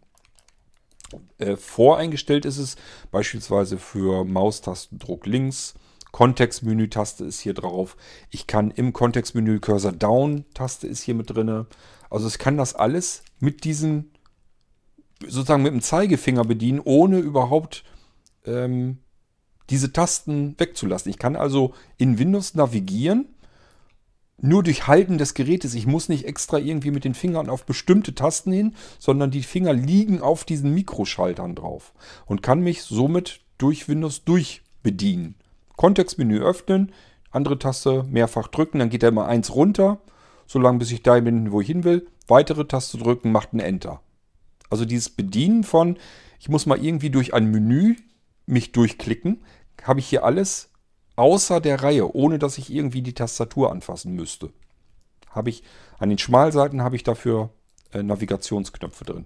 Äh, voreingestellt ist es beispielsweise für Maustastendruck links. Kontextmenü-Taste ist hier drauf. Ich kann im Kontextmenü Cursor Down-Taste ist hier mit drin. Also es kann das alles mit diesen, sozusagen mit dem Zeigefinger bedienen, ohne überhaupt ähm, diese Tasten wegzulassen. Ich kann also in Windows navigieren, nur durch Halten des Gerätes. Ich muss nicht extra irgendwie mit den Fingern auf bestimmte Tasten hin, sondern die Finger liegen auf diesen Mikroschaltern drauf und kann mich somit durch Windows durchbedienen. Kontextmenü öffnen, andere Taste mehrfach drücken, dann geht er immer eins runter, solange bis ich da bin, wo ich hin will. Weitere Taste drücken, macht ein Enter. Also dieses Bedienen von, ich muss mal irgendwie durch ein Menü mich durchklicken, habe ich hier alles außer der Reihe, ohne dass ich irgendwie die Tastatur anfassen müsste. Habe ich an den Schmalseiten habe ich dafür äh, Navigationsknöpfe drin.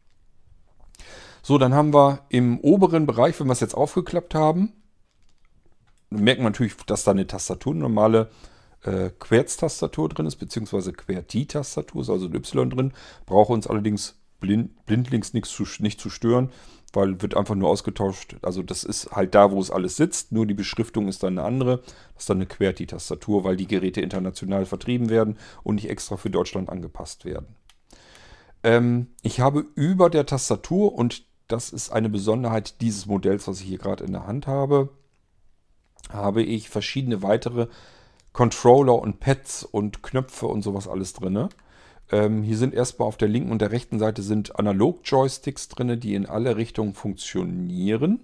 So, dann haben wir im oberen Bereich, wenn wir es jetzt aufgeklappt haben, merkt man natürlich, dass da eine Tastatur, eine normale äh, Querztastatur drin ist, beziehungsweise QWERTY-Tastatur, ist also ein Y drin. Brauche uns allerdings blind, blindlings nichts zu, nicht zu stören, weil wird einfach nur ausgetauscht. Also das ist halt da, wo es alles sitzt, nur die Beschriftung ist dann eine andere. Das ist dann eine QWERTY-Tastatur, weil die Geräte international vertrieben werden und nicht extra für Deutschland angepasst werden. Ähm, ich habe über der Tastatur, und das ist eine Besonderheit dieses Modells, was ich hier gerade in der Hand habe, habe ich verschiedene weitere Controller und Pads und Knöpfe und sowas alles drin. Ähm, hier sind erstmal auf der linken und der rechten Seite sind Analog-Joysticks drin, die in alle Richtungen funktionieren.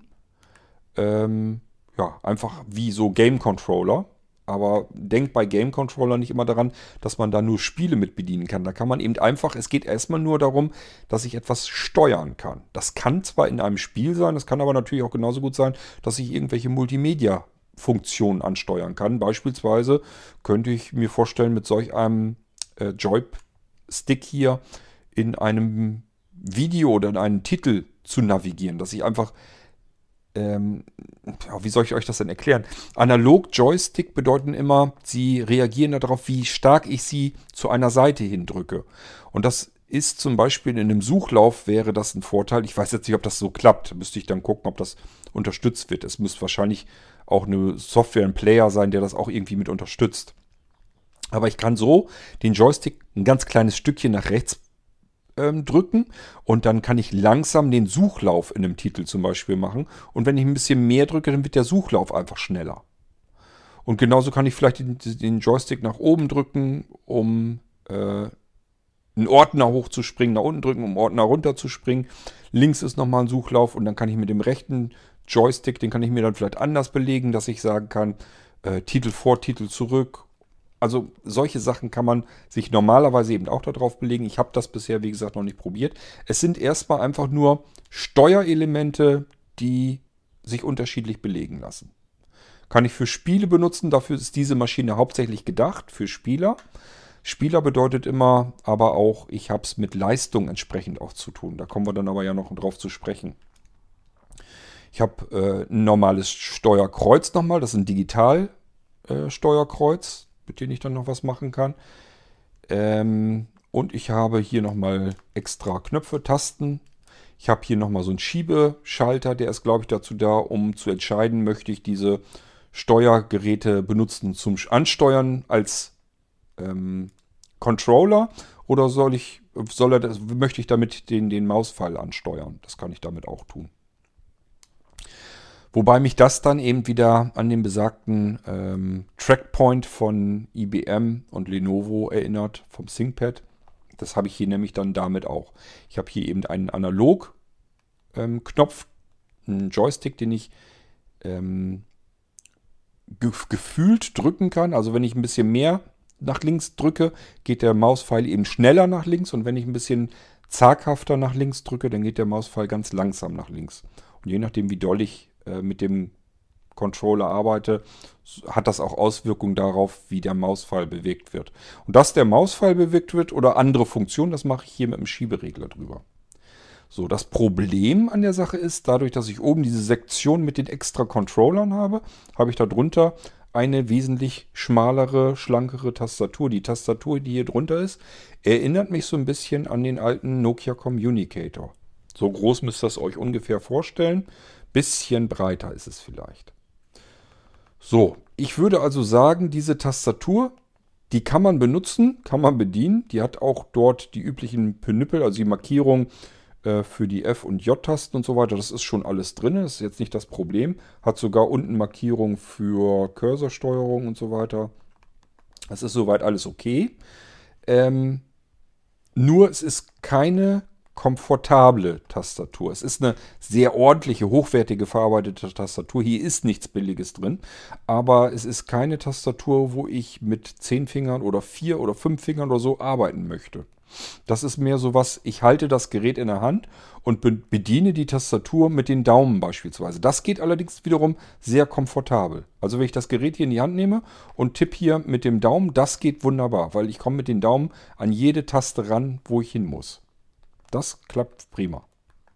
Ähm, ja, einfach wie so Game-Controller. Aber denkt bei Game-Controller nicht immer daran, dass man da nur Spiele mit bedienen kann. Da kann man eben einfach, es geht erstmal nur darum, dass ich etwas steuern kann. Das kann zwar in einem Spiel sein, das kann aber natürlich auch genauso gut sein, dass ich irgendwelche Multimedia-Funktionen ansteuern kann. Beispielsweise könnte ich mir vorstellen, mit solch einem äh, Joystick hier in einem Video oder in einen Titel zu navigieren, dass ich einfach, ähm, ja, wie soll ich euch das denn erklären? Analog-Joystick bedeuten immer, sie reagieren darauf, wie stark ich sie zu einer Seite hin drücke. Und das ist zum Beispiel in einem Suchlauf wäre das ein Vorteil. Ich weiß jetzt nicht, ob das so klappt. Müsste ich dann gucken, ob das unterstützt wird. Es müsste wahrscheinlich auch eine Software, ein Player sein, der das auch irgendwie mit unterstützt. Aber ich kann so den Joystick ein ganz kleines Stückchen nach rechts ähm, drücken und dann kann ich langsam den Suchlauf in einem Titel zum Beispiel machen. Und wenn ich ein bisschen mehr drücke, dann wird der Suchlauf einfach schneller. Und genauso kann ich vielleicht den, den Joystick nach oben drücken, um äh, einen Ordner hochzuspringen, nach unten drücken, um einen Ordner runterzuspringen. Links ist nochmal ein Suchlauf und dann kann ich mit dem rechten Joystick, den kann ich mir dann vielleicht anders belegen, dass ich sagen kann, äh, Titel vor, Titel zurück. Also solche Sachen kann man sich normalerweise eben auch darauf belegen. Ich habe das bisher, wie gesagt, noch nicht probiert. Es sind erstmal einfach nur Steuerelemente, die sich unterschiedlich belegen lassen. Kann ich für Spiele benutzen, dafür ist diese Maschine hauptsächlich gedacht, für Spieler. Spieler bedeutet immer aber auch, ich habe es mit Leistung entsprechend auch zu tun. Da kommen wir dann aber ja noch drauf zu sprechen. Ich habe äh, ein normales Steuerkreuz nochmal, das ist ein Digital-Steuerkreuz, äh, mit dem ich dann noch was machen kann. Ähm, und ich habe hier nochmal extra Knöpfe, Tasten. Ich habe hier nochmal so einen Schiebeschalter, der ist, glaube ich, dazu da, um zu entscheiden, möchte ich diese Steuergeräte benutzen zum Ansteuern als ähm, Controller oder soll ich, soll er das, möchte ich damit den, den Mauspfeil ansteuern? Das kann ich damit auch tun. Wobei mich das dann eben wieder an den besagten ähm, Trackpoint von I B M und Lenovo erinnert, vom ThinkPad. Das habe ich hier nämlich dann damit auch. Ich habe hier eben einen Analog-Knopf, ähm, einen Joystick, den ich ähm, ge gefühlt drücken kann. Also wenn ich ein bisschen mehr nach links drücke, geht der Mauspfeil eben schneller nach links. Und wenn ich ein bisschen zaghafter nach links drücke, dann geht der Mauspfeil ganz langsam nach links. Und je nachdem, wie doll ich äh, mit dem Controller arbeite, hat das auch Auswirkungen darauf, wie der Mauspfeil bewegt wird. Und dass der Mauspfeil bewegt wird oder andere Funktionen, das mache ich hier mit dem Schieberegler drüber. So, das Problem an der Sache ist, dadurch, dass ich oben diese Sektion mit den extra Controllern habe, habe ich darunter eine wesentlich schmalere, schlankere Tastatur. Die Tastatur, die hier drunter ist, erinnert mich so ein bisschen an den alten Nokia Communicator. So groß müsst ihr es euch ungefähr vorstellen. Bisschen breiter ist es vielleicht. So, ich würde also sagen, diese Tastatur, die kann man benutzen, kann man bedienen. Die hat auch dort die üblichen Penüppel, also die Markierung äh, für die F- und J-Tasten und so weiter. Das ist schon alles drin, das ist jetzt nicht das Problem. Hat sogar unten Markierung für Cursorsteuerung und so weiter. Das ist soweit alles okay. Ähm, nur es ist keine komfortable Tastatur. Es ist eine sehr ordentliche, hochwertige verarbeitete Tastatur. Hier ist nichts Billiges drin, aber es ist keine Tastatur, wo ich mit zehn Fingern oder vier oder fünf Fingern oder so arbeiten möchte. Das ist mehr so was, ich halte das Gerät in der Hand und be- bediene die Tastatur mit den Daumen beispielsweise. Das geht allerdings wiederum sehr komfortabel. Also wenn ich das Gerät hier in die Hand nehme und tippe hier mit dem Daumen, das geht wunderbar, weil ich komme mit den Daumen an jede Taste ran, wo ich hin muss. Das klappt prima.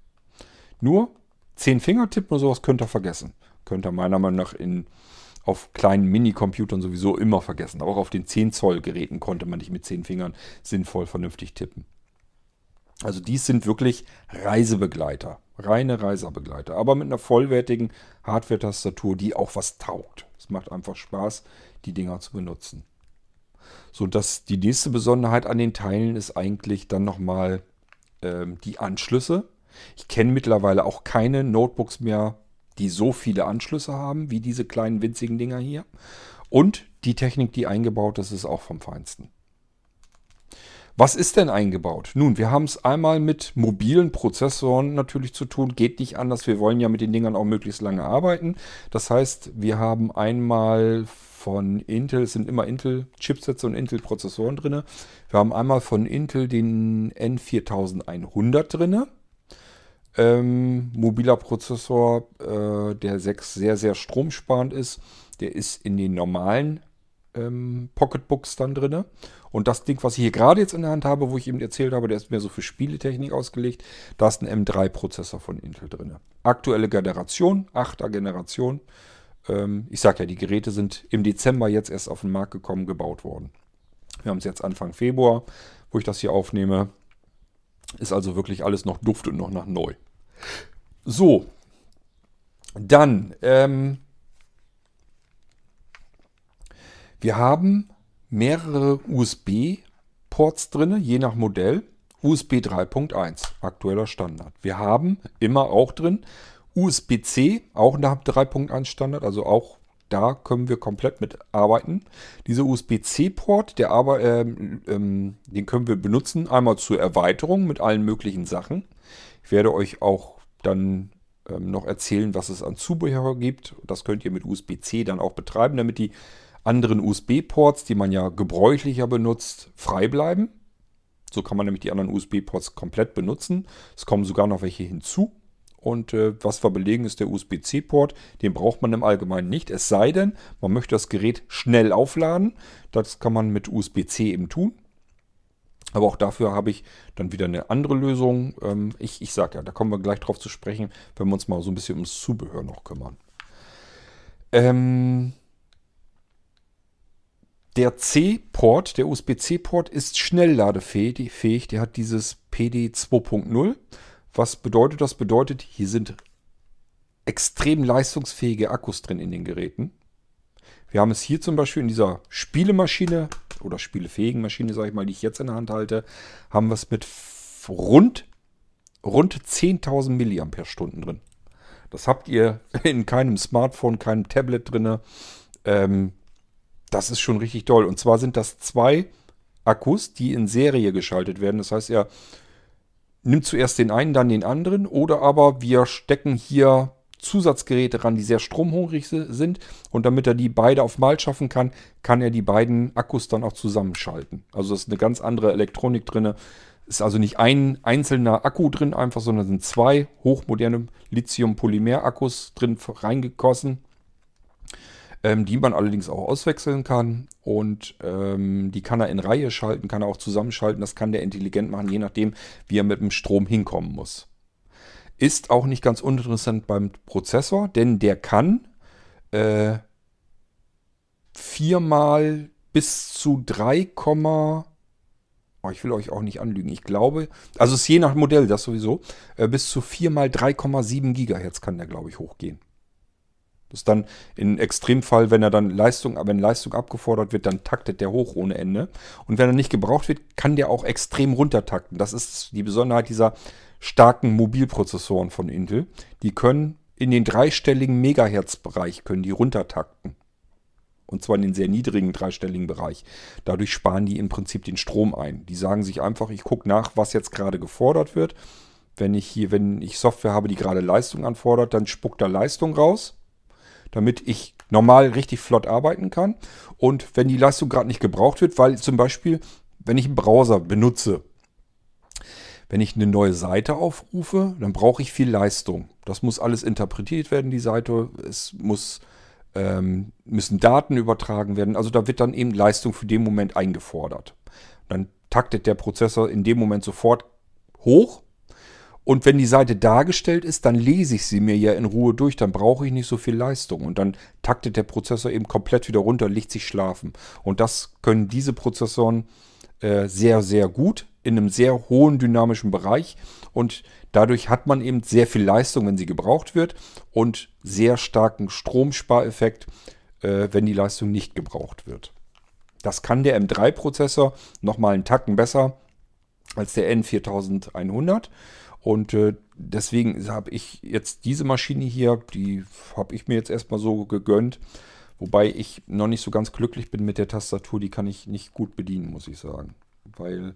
Nur zehn Finger tippen oder sowas könnt ihr vergessen. Könnt ihr meiner Meinung nach in, auf kleinen Minicomputern sowieso immer vergessen. Auch auf den zehn Zoll Geräten konnte man nicht mit zehn Fingern sinnvoll vernünftig tippen. Also dies sind wirklich Reisebegleiter. Reine Reisebegleiter. Aber mit einer vollwertigen Hardware-Tastatur, die auch was taugt. Es macht einfach Spaß, die Dinger zu benutzen. So, dass die nächste Besonderheit an den Teilen ist eigentlich dann nochmal die Anschlüsse. Ich kenne mittlerweile auch keine Notebooks mehr, die so viele Anschlüsse haben, wie diese kleinen winzigen Dinger hier. Und die Technik, die eingebaut ist, ist auch vom Feinsten. Was ist denn eingebaut? Nun, wir haben es einmal mit mobilen Prozessoren natürlich zu tun. Geht nicht anders. Wir wollen ja mit den Dingern auch möglichst lange arbeiten. Das heißt, wir haben einmal von Intel, es sind immer Intel-Chipsets und Intel-Prozessoren drin. Wir haben einmal von Intel den N viertausendeinhundert drin. Ähm, mobiler Prozessor, äh, der sechs sehr, sehr stromsparend ist. Der ist in den normalen ähm, Pocketbooks dann drin. Und das Ding, was ich hier gerade jetzt in der Hand habe, wo ich eben erzählt habe, der ist mehr so für Spieletechnik ausgelegt. Da ist ein M drei Prozessor von Intel drin. Aktuelle Generation, achter Generation. Ähm, ich sage ja, die Geräte sind im Dezember jetzt erst auf den Markt gekommen, gebaut worden. Wir haben es jetzt Anfang Februar, wo ich das hier aufnehme. Ist also wirklich alles noch duftet noch nach neu. So, dann, ähm, wir haben mehrere U S B-Ports drin, je nach Modell. U S B drei Punkt eins, aktueller Standard. Wir haben immer auch drin U S B C, auch nach drei Punkt eins Standard, also auch da können wir komplett mit arbeiten. Dieser U S B C-Port, der aber, ähm, ähm, den können wir benutzen, einmal zur Erweiterung mit allen möglichen Sachen. Ich werde euch auch dann ähm, noch erzählen, was es an Zubehör gibt. Das könnt ihr mit U S B C dann auch betreiben, damit die anderen U S B-Ports, die man ja gebräuchlicher benutzt, frei bleiben. So kann man nämlich die anderen U S B-Ports komplett benutzen. Es kommen sogar noch welche hinzu. Und äh, was wir belegen, ist der U S B C-Port. Den braucht man im Allgemeinen nicht. Es sei denn, man möchte das Gerät schnell aufladen. Das kann man mit U S B C eben tun. Aber auch dafür habe ich dann wieder eine andere Lösung. Ähm, ich ich sage ja, da kommen wir gleich drauf zu sprechen, wenn wir uns mal so ein bisschen ums Zubehör noch kümmern. Ähm... Der C-Port, der U S B C-Port ist schnellladefähig. Der hat dieses P D zwei Punkt null, Was bedeutet das? Bedeutet, hier sind extrem leistungsfähige Akkus drin in den Geräten. Wir haben es hier zum Beispiel in dieser Spielemaschine oder spielefähigen Maschine, sage ich mal, die ich jetzt in der Hand halte, haben wir es mit rund, rund zehntausend Milliampere-Stunden drin. Das habt ihr in keinem Smartphone, keinem Tablet drin. Ähm, das ist schon richtig toll. Und zwar sind das zwei Akkus, die in Serie geschaltet werden. Das heißt, er nimmt zuerst den einen, dann den anderen. Oder aber wir stecken hier Zusatzgeräte ran, die sehr stromhungrig sind. Und damit er die beide auf Mal schaffen kann, kann er die beiden Akkus dann auch zusammenschalten. Also es ist eine ganz andere Elektronik drin. Ist also nicht ein einzelner Akku drin einfach, sondern sind zwei hochmoderne Lithium-Polymer-Akkus drin reingegossen, ähm, die man allerdings auch auswechseln kann. Und ähm, die kann er in Reihe schalten, kann er auch zusammenschalten. Das kann der intelligent machen, je nachdem, wie er mit dem Strom hinkommen muss. Ist auch nicht ganz uninteressant beim Prozessor, denn der kann äh, viermal bis zu drei, oh, ich will euch auch nicht anlügen, ich glaube, also es ist je nach Modell, das sowieso, äh, bis zu vier mal drei Komma sieben Gigahertz kann der, glaube ich, hochgehen. Das ist dann im Extremfall, wenn er dann Leistung, wenn Leistung abgefordert wird, dann taktet der hoch ohne Ende. Und wenn er nicht gebraucht wird, kann der auch extrem runtertakten. Das ist die Besonderheit dieser starken Mobilprozessoren von Intel. Die können in den dreistelligen Megahertz-Bereich können die runtertakten. Und zwar in den sehr niedrigen dreistelligen Bereich. Dadurch sparen die im Prinzip den Strom ein. Die sagen sich einfach, ich gucke nach, was jetzt gerade gefordert wird. Wenn ich hier, wenn ich Software habe, die gerade Leistung anfordert, dann spuckt da Leistung raus, damit ich normal richtig flott arbeiten kann. Und wenn die Leistung gerade nicht gebraucht wird, weil zum Beispiel, wenn ich einen Browser benutze, wenn ich eine neue Seite aufrufe, dann brauche ich viel Leistung. Das muss alles interpretiert werden, die Seite. Es muss, ähm, müssen Daten übertragen werden. Also da wird dann eben Leistung für den Moment eingefordert. Dann taktet der Prozessor in dem Moment sofort hoch. Und wenn die Seite dargestellt ist, dann lese ich sie mir ja in Ruhe durch. Dann brauche ich nicht so viel Leistung. Und dann taktet der Prozessor eben komplett wieder runter, legt sich schlafen. Und das können diese Prozessoren äh, sehr, sehr gut in einem sehr hohen dynamischen Bereich. Und dadurch hat man eben sehr viel Leistung, wenn sie gebraucht wird. Und sehr starken Stromspareffekt, äh, wenn die Leistung nicht gebraucht wird. Das kann der M drei Prozessor nochmal einen Tacken besser als der N viertausendeinhundert. Und äh, deswegen habe ich jetzt diese Maschine hier, die habe ich mir jetzt erstmal so gegönnt. Wobei ich noch nicht so ganz glücklich bin mit der Tastatur. Die kann ich nicht gut bedienen, muss ich sagen. Weil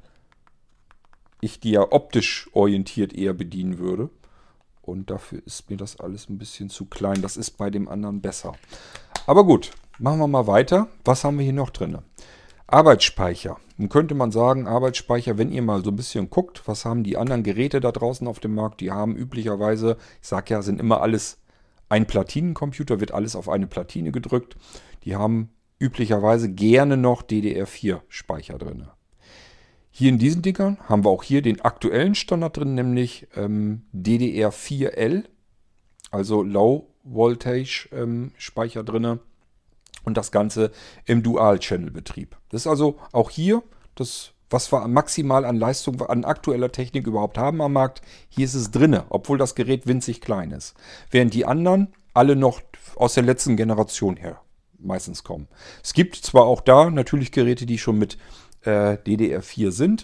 ich die ja optisch orientiert eher bedienen würde. Und dafür ist mir das alles ein bisschen zu klein. Das ist bei dem anderen besser. Aber gut, machen wir mal weiter. Was haben wir hier noch drin? Arbeitsspeicher. Nun könnte man sagen, Arbeitsspeicher, wenn ihr mal so ein bisschen guckt, was haben die anderen Geräte da draußen auf dem Markt? Die haben üblicherweise, ich sage ja, sind immer alles ein Platinencomputer, wird alles auf eine Platine gedrückt. Die haben üblicherweise gerne noch D D R vier Speicher drin. Hier in diesen Dingern haben wir auch hier den aktuellen Standard drin, nämlich ähm, D D R vier L, also Low Voltage ähm, Speicher drin. Und das Ganze im Dual-Channel-Betrieb. Das ist also auch hier das, was wir maximal an Leistung, an aktueller Technik überhaupt haben am Markt. Hier ist es drinne, obwohl das Gerät winzig klein ist. Während die anderen alle noch aus der letzten Generation her meistens kommen. Es gibt zwar auch da natürlich Geräte, die schon mit äh, D D R vier sind.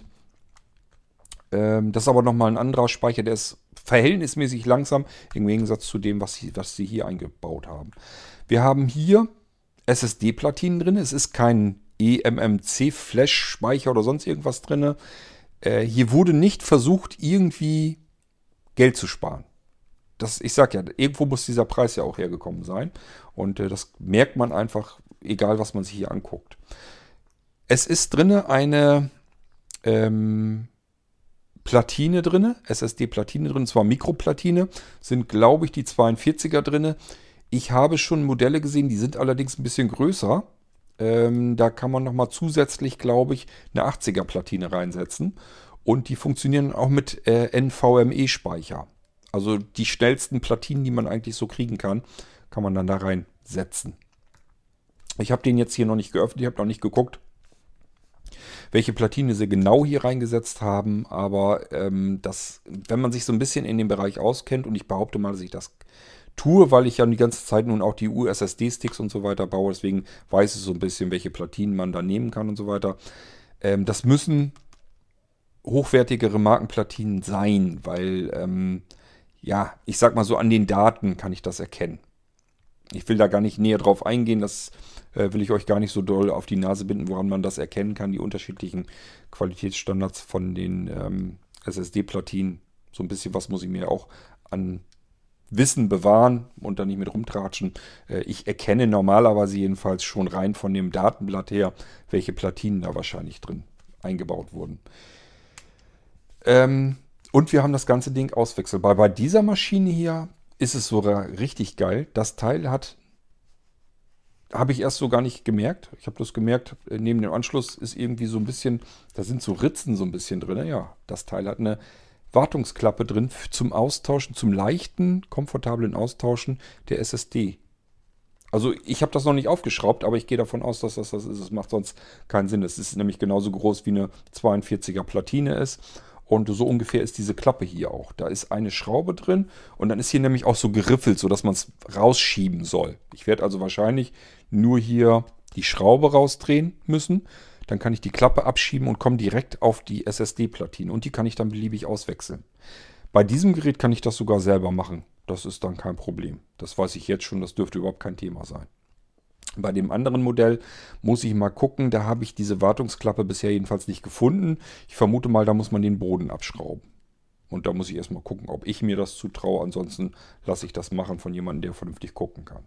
Ähm, das ist aber nochmal ein anderer Speicher, der ist verhältnismäßig langsam im Gegensatz zu dem, was sie, was sie hier eingebaut haben. Wir haben hier S S D-Platinen drin. Es ist kein E M M C-Flash-Speicher oder sonst irgendwas drin. Äh, hier wurde nicht versucht, irgendwie Geld zu sparen. Das, ich sag ja, irgendwo muss dieser Preis ja auch hergekommen sein. Und äh, das merkt man einfach, egal was man sich hier anguckt. Es ist drin eine ähm, Platine drin, S S D-Platine drin, und zwar Mikroplatine. Sind, glaube ich, die zweiundvierziger drin. Ich habe schon Modelle gesehen, die sind allerdings ein bisschen größer. Ähm, da kann man nochmal zusätzlich, glaube ich, eine achtziger Platine reinsetzen. Und die funktionieren auch mit äh, N V M E-Speicher. Also die schnellsten Platinen, die man eigentlich so kriegen kann, kann man dann da reinsetzen. Ich habe den jetzt hier noch nicht geöffnet, ich habe noch nicht geguckt, welche Platine sie genau hier reingesetzt haben, aber ähm, das, wenn man sich so ein bisschen in dem Bereich auskennt, und ich behaupte mal, dass ich das tue, weil ich ja die ganze Zeit nun auch die U S S D-Sticks und so weiter baue, deswegen weiß ich so ein bisschen, welche Platinen man da nehmen kann und so weiter. Ähm, das müssen hochwertigere Markenplatinen sein, weil, ähm, ja, ich sag mal so, an den Daten kann ich das erkennen. Ich will da gar nicht näher drauf eingehen, das äh, will ich euch gar nicht so doll auf die Nase binden, woran man das erkennen kann, die unterschiedlichen Qualitätsstandards von den ähm, S S D-Platinen. So ein bisschen was muss ich mir auch an Wissen bewahren und da nicht mit rumtratschen. Äh, ich erkenne normalerweise jedenfalls schon rein von dem Datenblatt her, welche Platinen da wahrscheinlich drin eingebaut wurden. Ähm, und wir haben das ganze Ding auswechselbar. Bei dieser Maschine hier ist es sogar richtig geil. Das Teil hat, habe ich erst so gar nicht gemerkt. Ich habe das gemerkt, neben dem Anschluss ist irgendwie so ein bisschen, da sind so Ritzen so ein bisschen drin. Ja, das Teil hat eine Wartungsklappe drin zum Austauschen, zum leichten, komfortablen Austauschen der S S D. Also ich habe das noch nicht aufgeschraubt, aber ich gehe davon aus, dass das das ist. Es macht sonst keinen Sinn. Es ist nämlich genauso groß wie eine zweiundvierziger Platine ist. Und so ungefähr ist diese Klappe hier auch. Da ist eine Schraube drin und dann ist hier nämlich auch so geriffelt, sodass man es rausschieben soll. Ich werde also wahrscheinlich nur hier die Schraube rausdrehen müssen. Dann kann ich die Klappe abschieben und komme direkt auf die S S D-Platine. Und die kann ich dann beliebig auswechseln. Bei diesem Gerät kann ich das sogar selber machen. Das ist dann kein Problem. Das weiß ich jetzt schon, das dürfte überhaupt kein Thema sein. Bei dem anderen Modell muss ich mal gucken, da habe ich diese Wartungsklappe bisher jedenfalls nicht gefunden. Ich vermute mal, da muss man den Boden abschrauben. Und da muss ich erstmal gucken, ob ich mir das zutraue. Ansonsten lasse ich das machen von jemandem, der vernünftig gucken kann.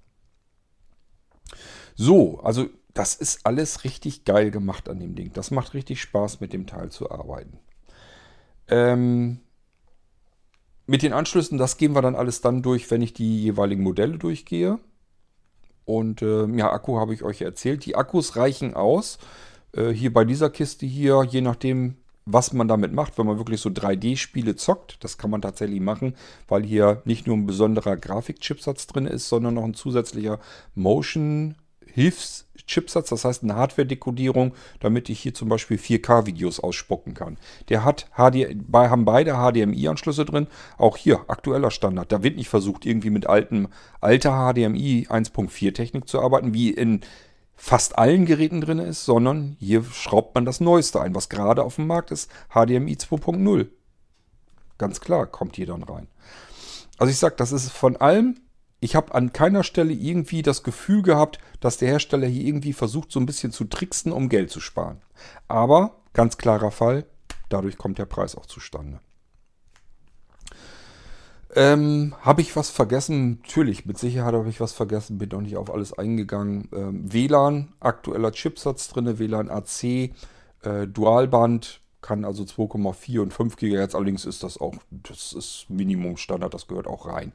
So, also das ist alles richtig geil gemacht an dem Ding. Das macht richtig Spaß, mit dem Teil zu arbeiten. Ähm, mit den Anschlüssen, das gehen wir dann alles dann durch, wenn ich die jeweiligen Modelle durchgehe. Und äh, ja, Akku habe ich euch erzählt. Die Akkus reichen aus. Äh, hier bei dieser Kiste hier, je nachdem, was man damit macht, wenn man wirklich so drei D-Spiele zockt, das kann man tatsächlich machen, weil hier nicht nur ein besonderer Grafikchipsatz drin ist, sondern noch ein zusätzlicher Motion-Hilfs-Chipsatz, das heißt eine Hardware-Dekodierung, damit ich hier zum Beispiel vier K-Videos ausspucken kann. Der hat H D, bei, haben beide H D M I-Anschlüsse drin, auch hier aktueller Standard. Da wird nicht versucht, irgendwie mit altem, alter H D M I eins Punkt vier Technik zu arbeiten, wie in fast allen Geräten drin ist, sondern hier schraubt man das Neueste ein, was gerade auf dem Markt ist, H D M I zwei Punkt null. Ganz klar, kommt hier dann rein. Also ich sag, das ist von allem. Ich habe an keiner Stelle irgendwie das Gefühl gehabt, dass der Hersteller hier irgendwie versucht, so ein bisschen zu tricksen, um Geld zu sparen. Aber, ganz klarer Fall, dadurch kommt der Preis auch zustande. Ähm, habe ich was vergessen? Natürlich, mit Sicherheit habe ich was vergessen, bin noch nicht auf alles eingegangen. Ähm, W L A N, aktueller Chipsatz drin, W L A N A C, äh, Dualband, kann also zwei Komma vier und fünf Gigahertz, allerdings ist das auch, das ist Minimum-Standard, das gehört auch rein.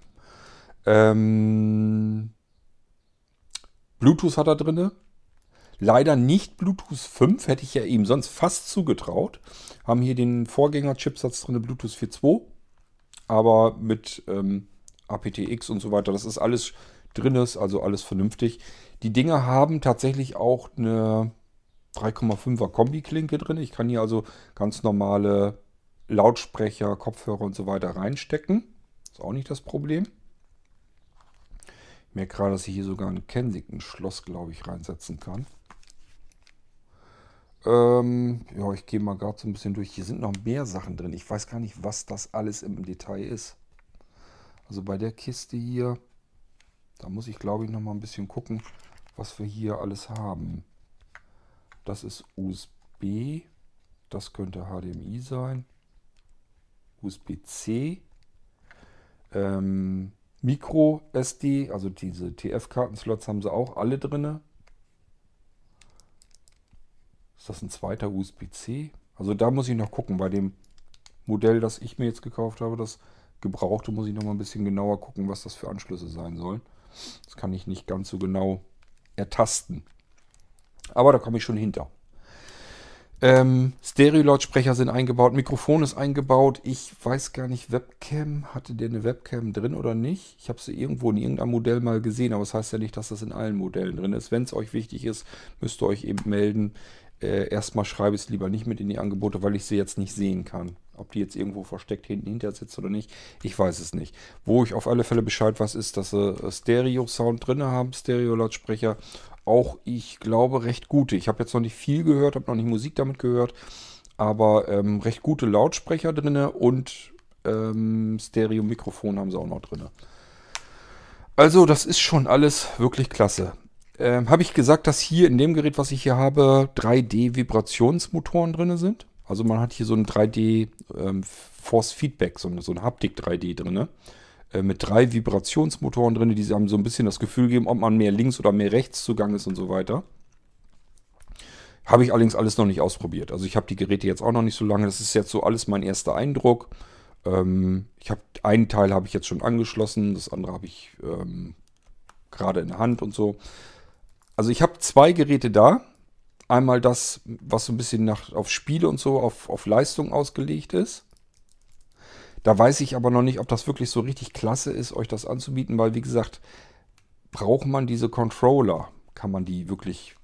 Ähm, Bluetooth hat er drin. Leider nicht Bluetooth fünf, hätte ich ja eben sonst fast zugetraut. Haben hier den Vorgänger-Chipsatz drin, Bluetooth vier Punkt zwei. Aber mit ähm, A P T X und so weiter, das ist alles drin, ist also alles vernünftig. Die Dinger haben tatsächlich auch eine drei Komma fünfer Kombi-Klinke drin. Ich kann hier also ganz normale Lautsprecher, Kopfhörer und so weiter reinstecken. Ist auch nicht das Problem. Ich merke gerade, dass ich hier sogar ein Kensington-Schloss, glaube ich, reinsetzen kann. Ähm, ja, ich gehe mal gerade so ein bisschen durch. Hier sind noch mehr Sachen drin. Ich weiß gar nicht, was das alles im Detail ist. Also bei der Kiste hier, da muss ich, glaube ich, noch mal ein bisschen gucken, was wir hier alles haben. Das ist U S B. Das könnte H D M I sein. U S B C. Ähm, Micro S D, also diese T F-Kartenslots haben sie auch alle drin. Ist das ein zweiter U S B C? Also da muss ich noch gucken. Bei dem Modell, das ich mir jetzt gekauft habe, das gebrauchte, muss ich noch mal ein bisschen genauer gucken, was das für Anschlüsse sein sollen. Das kann ich nicht ganz so genau ertasten. Aber da komme ich schon hinter. Ähm, Stereo-Lautsprecher sind eingebaut, Mikrofon ist eingebaut. Ich weiß gar nicht, Webcam, hatte der eine Webcam drin oder nicht? Ich habe sie irgendwo in irgendeinem Modell mal gesehen, aber das heißt ja nicht, dass das in allen Modellen drin ist. Wenn es euch wichtig ist, müsst ihr euch eben melden. Äh, erstmal schreibe ich es lieber nicht mit in die Angebote, weil ich sie jetzt nicht sehen kann. Ob die jetzt irgendwo versteckt hinten hinter sitzt oder nicht, ich weiß es nicht. Wo ich auf alle Fälle Bescheid weiß, ist, dass sie äh, Stereo-Sound drin haben, Stereo-Lautsprecher. Auch, ich glaube, recht gute. Ich habe jetzt noch nicht viel gehört, habe noch nicht Musik damit gehört, aber ähm, recht gute Lautsprecher drin und ähm, Stereo-Mikrofon haben sie auch noch drin. Also, das ist schon alles wirklich klasse. Ähm, habe ich gesagt, dass hier in dem Gerät, was ich hier habe, drei D-Vibrationsmotoren drin sind? Also man hat hier so ein drei D ähm, Force Feedback, so, eine, so ein Haptik drei D drin. Äh, mit drei Vibrationsmotoren drin, die haben so ein bisschen das Gefühl geben, ob man mehr links oder mehr rechts zugange ist und so weiter. Habe ich allerdings alles noch nicht ausprobiert. Also ich habe die Geräte jetzt auch noch nicht so lange. Das ist jetzt so alles mein erster Eindruck. Ähm, ich habe einen Teil habe ich jetzt schon angeschlossen, das andere habe ich ähm, gerade in der Hand und so. Also ich habe zwei Geräte da. Einmal das, was so ein bisschen nach, auf Spiele und so, auf, auf Leistung ausgelegt ist. Da weiß ich aber noch nicht, ob das wirklich so richtig klasse ist, euch das anzubieten, weil wie gesagt, braucht man diese Controller, kann man die wirklich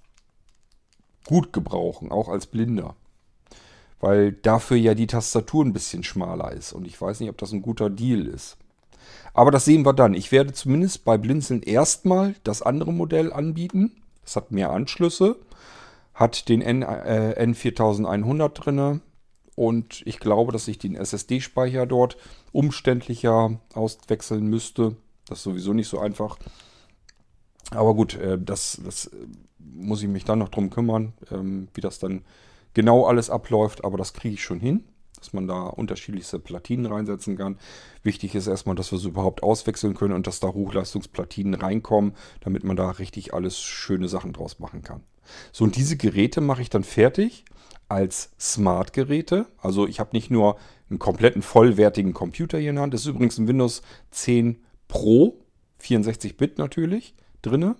gut gebrauchen, auch als Blinder. Weil dafür ja die Tastatur ein bisschen schmaler ist und ich weiß nicht, ob das ein guter Deal ist. Aber das sehen wir dann. Ich werde zumindest bei Blinzeln erstmal das andere Modell anbieten. Das hat mehr Anschlüsse, hat den N, äh, N viertausendeinhundert drin und ich glaube, dass ich den S S D-Speicher dort umständlicher auswechseln müsste. Das ist sowieso nicht so einfach. Aber gut, äh, das, das äh, muss ich mich dann noch drum kümmern, ähm, wie das dann genau alles abläuft. Aber das kriege ich schon hin, dass man da unterschiedlichste Platinen reinsetzen kann. Wichtig ist erstmal, dass wir es überhaupt auswechseln können und dass da Hochleistungsplatinen reinkommen, damit man da richtig alles schöne Sachen draus machen kann. So, und diese Geräte mache ich dann fertig als Smart-Geräte. Also ich habe nicht nur einen kompletten vollwertigen Computer hier in der Hand. Das ist übrigens ein Windows zehn Pro, vierundsechzig Bit natürlich, drin.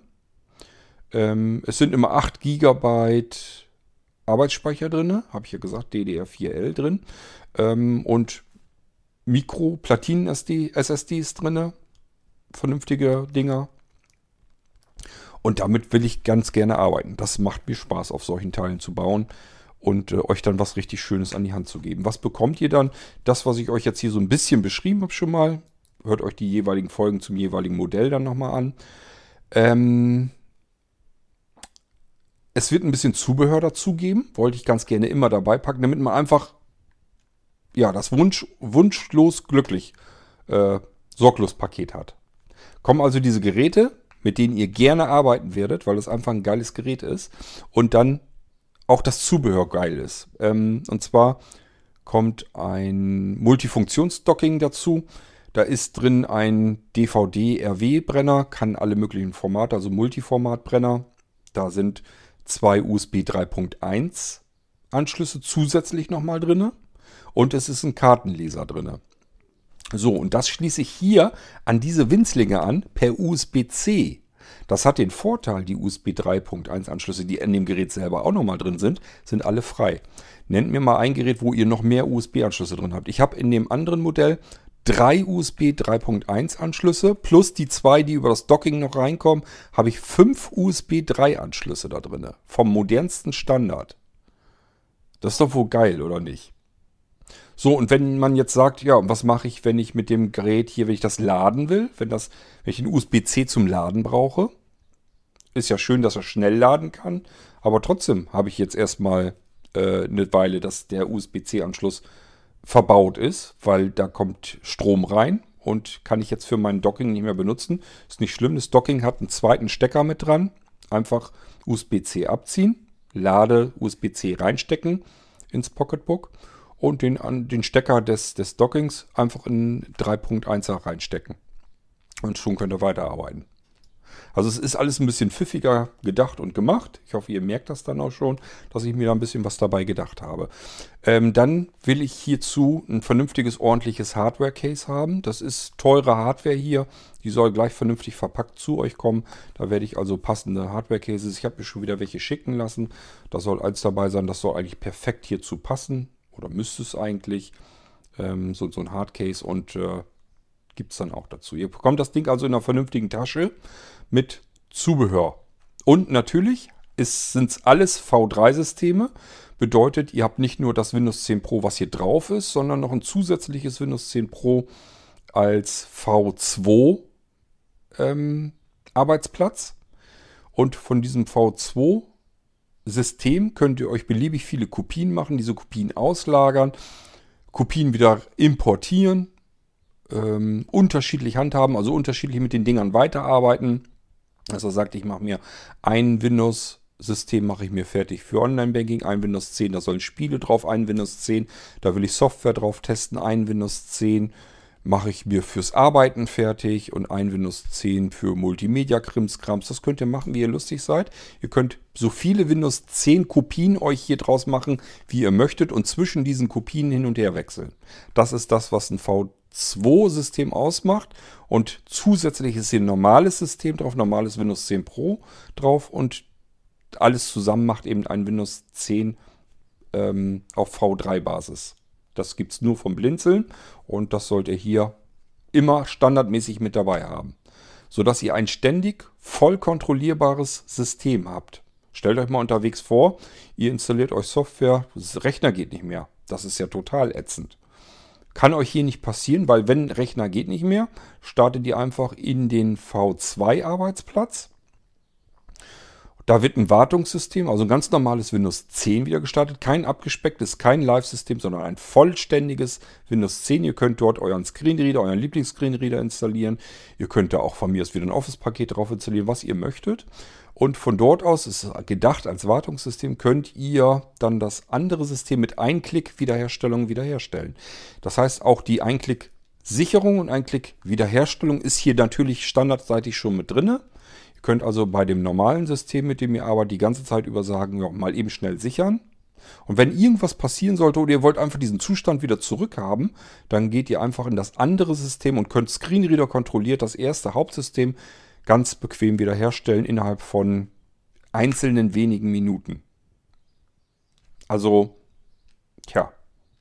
Ähm, es sind immer acht Gigabyte Arbeitsspeicher drin, habe ich ja gesagt, D D R vier L drin. Ähm, und Mikro-Platinen-S S Ds drin, vernünftige Dinger. Und damit will ich ganz gerne arbeiten. Das macht mir Spaß, auf solchen Teilen zu bauen und äh, euch dann was richtig Schönes an die Hand zu geben. Was bekommt ihr dann? Das, was ich euch jetzt hier so ein bisschen beschrieben habe schon mal. Hört euch die jeweiligen Folgen zum jeweiligen Modell dann nochmal an. Ähm, es wird ein bisschen Zubehör dazu geben. Wollte ich ganz gerne immer dabei packen, damit man einfach ja, das Wunsch, wunschlos glücklich äh, Sorglos-Paket hat. Kommen also diese Geräte, mit denen ihr gerne arbeiten werdet, weil es einfach ein geiles Gerät ist. Und dann auch das Zubehör geil ist. Ähm, und zwar kommt ein Multifunktionsdocking dazu. Da ist drin ein D V D-R W-Brenner, kann alle möglichen Formate, also Multiformat-Brenner. Da sind zwei U S B drei Punkt eins Anschlüsse zusätzlich nochmal drin. Und es ist ein Kartenleser drin. So, und das schließe ich hier an diese Winzlinge an per U S B C. Das hat den Vorteil, die U S B drei Punkt eins Anschlüsse, die in dem Gerät selber auch nochmal drin sind, sind alle frei. Nennt mir mal ein Gerät, wo ihr noch mehr U S B-Anschlüsse drin habt. Ich habe in dem anderen Modell drei U S B drei Punkt eins Anschlüsse plus die zwei, die über das Docking noch reinkommen, habe ich fünf U S B drei Anschlüsse da drin. Vom modernsten Standard. Das ist doch wohl geil, oder nicht? So, und wenn man jetzt sagt, ja, was mache ich, wenn ich mit dem Gerät hier, wenn ich das laden will, wenn, das, wenn ich den U S B C zum Laden brauche, ist ja schön, dass er schnell laden kann, aber trotzdem habe ich jetzt erstmal äh, eine Weile, dass der U S B C Anschluss verbaut ist, weil da kommt Strom rein und kann ich jetzt für mein Docking nicht mehr benutzen. Ist nicht schlimm, das Docking hat einen zweiten Stecker mit dran, einfach U S B C abziehen, Lade U S B C reinstecken ins Pocketbook. Und den, den Stecker des, des Dockings einfach in drei Punkt eins reinstecken. Und schon könnt ihr weiterarbeiten. Also es ist alles ein bisschen pfiffiger gedacht und gemacht. Ich hoffe, ihr merkt das dann auch schon, dass ich mir da ein bisschen was dabei gedacht habe. Ähm, dann will ich hierzu ein vernünftiges, ordentliches Hardware-Case haben. Das ist teure Hardware hier. Die soll gleich vernünftig verpackt zu euch kommen. Da werde ich also passende Hardware-Cases. Ich habe mir schon wieder welche schicken lassen. Da soll eins dabei sein. Das soll eigentlich perfekt hierzu passen. Oder müsste es eigentlich. Ähm, so, so ein Hardcase und äh, gibt es dann auch dazu. Ihr bekommt das Ding also in einer vernünftigen Tasche mit Zubehör. Und natürlich sind es alles V drei Systeme. Bedeutet, ihr habt nicht nur das Windows zehn Pro, was hier drauf ist, sondern noch ein zusätzliches Windows zehn Pro als V zwei ähm, Arbeitsplatz. Und von diesem V zwei System könnt ihr euch beliebig viele Kopien machen, diese Kopien auslagern, Kopien wieder importieren, ähm, unterschiedlich handhaben, also unterschiedlich mit den Dingern weiterarbeiten. Also sagt, ich mache mir ein Windows-System, mache ich mir fertig für Online-Banking, ein Windows zehn, da sollen Spiele drauf, ein Windows zehn, da will ich Software drauf testen, ein Windows zehn mache ich mir fürs Arbeiten fertig und ein Windows zehn für Multimedia-Krimskrams. Das könnt ihr machen, wie ihr lustig seid. Ihr könnt so viele Windows zehn Kopien euch hier draus machen, wie ihr möchtet und zwischen diesen Kopien hin und her wechseln. Das ist das, was ein V zwei System ausmacht und zusätzlich ist hier ein normales System drauf, normales Windows zehn Pro drauf und alles zusammen macht eben ein Windows zehn ähm, auf V drei Basis. Das gibt es nur vom Blinzeln und das sollt ihr hier immer standardmäßig mit dabei haben, sodass ihr ein ständig voll kontrollierbares System habt. Stellt euch mal unterwegs vor, ihr installiert euch Software, der Rechner geht nicht mehr. Das ist ja total ätzend. Kann euch hier nicht passieren, weil wenn Rechner geht nicht mehr, startet ihr einfach in den V zwei Arbeitsplatz. Da wird ein Wartungssystem, also ein ganz normales Windows zehn wieder gestartet. Kein abgespecktes, kein Live-System, sondern ein vollständiges Windows zehn. Ihr könnt dort euren Screenreader, euren Lieblings-Screenreader installieren. Ihr könnt da auch von mir aus wieder ein Office-Paket drauf installieren, was ihr möchtet. Und von dort aus, ist es gedacht als Wartungssystem, könnt ihr dann das andere System mit Einklick-Wiederherstellung wiederherstellen. Das heißt, auch die Einklick-Sicherung und Einklick-Wiederherstellung ist hier natürlich standardseitig schon mit drin. Ihr könnt also bei dem normalen System, mit dem ihr arbeitet, die ganze Zeit über sagen, ja, mal eben schnell sichern. Und wenn irgendwas passieren sollte oder ihr wollt einfach diesen Zustand wieder zurückhaben, dann geht ihr einfach in das andere System und könnt Screenreader kontrolliert das erste Hauptsystem ganz bequem wiederherstellen innerhalb von einzelnen wenigen Minuten. Also, tja,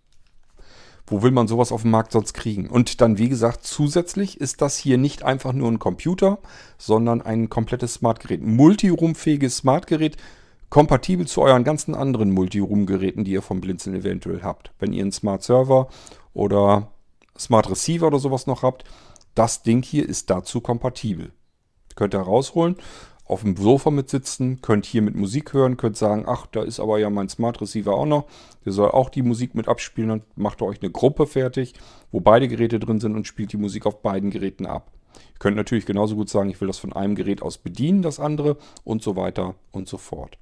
wo will man sowas auf dem Markt sonst kriegen? Und dann, wie gesagt, zusätzlich ist das hier nicht einfach nur ein Computer, sondern ein komplettes Smartgerät. Ein Multiroom-fähiges Smartgerät, kompatibel zu euren ganzen anderen Multiroom-Geräten, die ihr vom Blinzeln eventuell habt. Wenn ihr einen Smart Server oder Smart Receiver oder sowas noch habt, das Ding hier ist dazu kompatibel. Könnt ihr rausholen, auf dem Sofa mitsitzen, könnt hier mit Musik hören, könnt sagen, ach, da ist aber ja mein Smart Receiver auch noch. Der soll auch die Musik mit abspielen. Dann macht ihr euch eine Gruppe fertig, wo beide Geräte drin sind und spielt die Musik auf beiden Geräten ab. Ihr könnt natürlich genauso gut sagen, ich will das von einem Gerät aus bedienen, das andere und so weiter und so fort.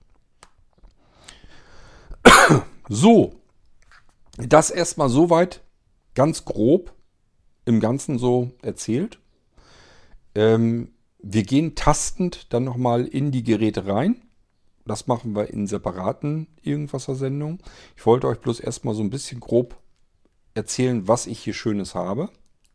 So, das erstmal soweit ganz grob im Ganzen so erzählt. Ähm, Wir gehen tastend dann nochmal in die Geräte rein. Das machen wir in separaten Irgendwasser-Sendungen. Ich wollte euch bloß erstmal so ein bisschen grob erzählen, was ich hier Schönes habe.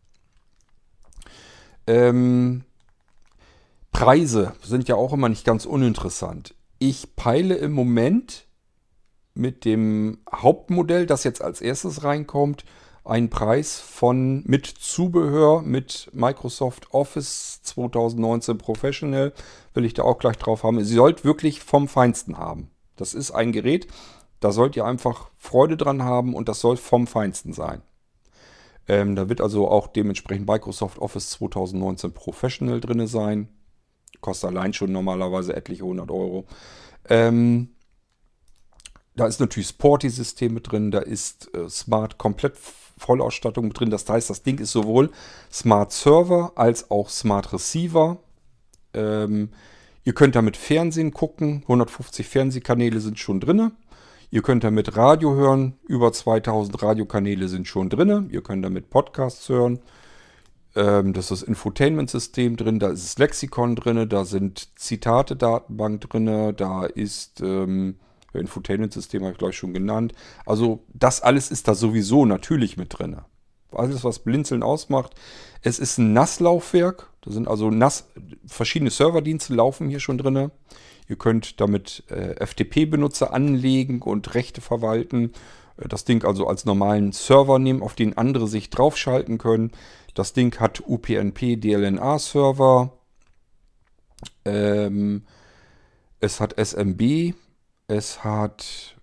Ähm, Preise sind ja auch immer nicht ganz uninteressant. Ich peile im Moment mit dem Hauptmodell, das jetzt als erstes reinkommt, einen Preis von mit Zubehör mit Microsoft Office zwanzig neunzehn Professional, will ich da auch gleich drauf haben. Sie sollt wirklich vom Feinsten haben. Das ist ein Gerät, da sollt ihr einfach Freude dran haben und das soll vom Feinsten sein. Ähm, da wird also auch dementsprechend Microsoft Office zwanzig neunzehn Professional drin sein. Kostet allein schon normalerweise etliche hundert Euro. Ähm, da ist natürlich Sporty-System mit drin, da ist äh, Smart komplett Vollausstattung mit drin. Das heißt, das Ding ist sowohl Smart Server als auch Smart Receiver. Ähm, ihr könnt damit Fernsehen gucken. hundertfünfzig Fernsehkanäle sind schon drin. Ihr könnt damit Radio hören. Über zweitausend Radiokanäle sind schon drin. Ihr könnt damit Podcasts hören. Ähm, das ist das Infotainment-System drin. Da ist das Lexikon drin. Da sind Zitate-Datenbank drin. Da ist... Ähm, Infotainment-System habe ich gleich schon genannt. Also das alles ist da sowieso natürlich mit drin. Alles, was Blinzeln ausmacht. Es ist ein N A S-Laufwerk. Da sind also N A S, verschiedene Serverdienste laufen hier schon drin. Ihr könnt damit äh, F T P-Benutzer anlegen und Rechte verwalten. Das Ding also als normalen Server nehmen, auf den andere sich draufschalten können. Das Ding hat U P n P, D L N A-Server. Ähm... es hat S M B, es hat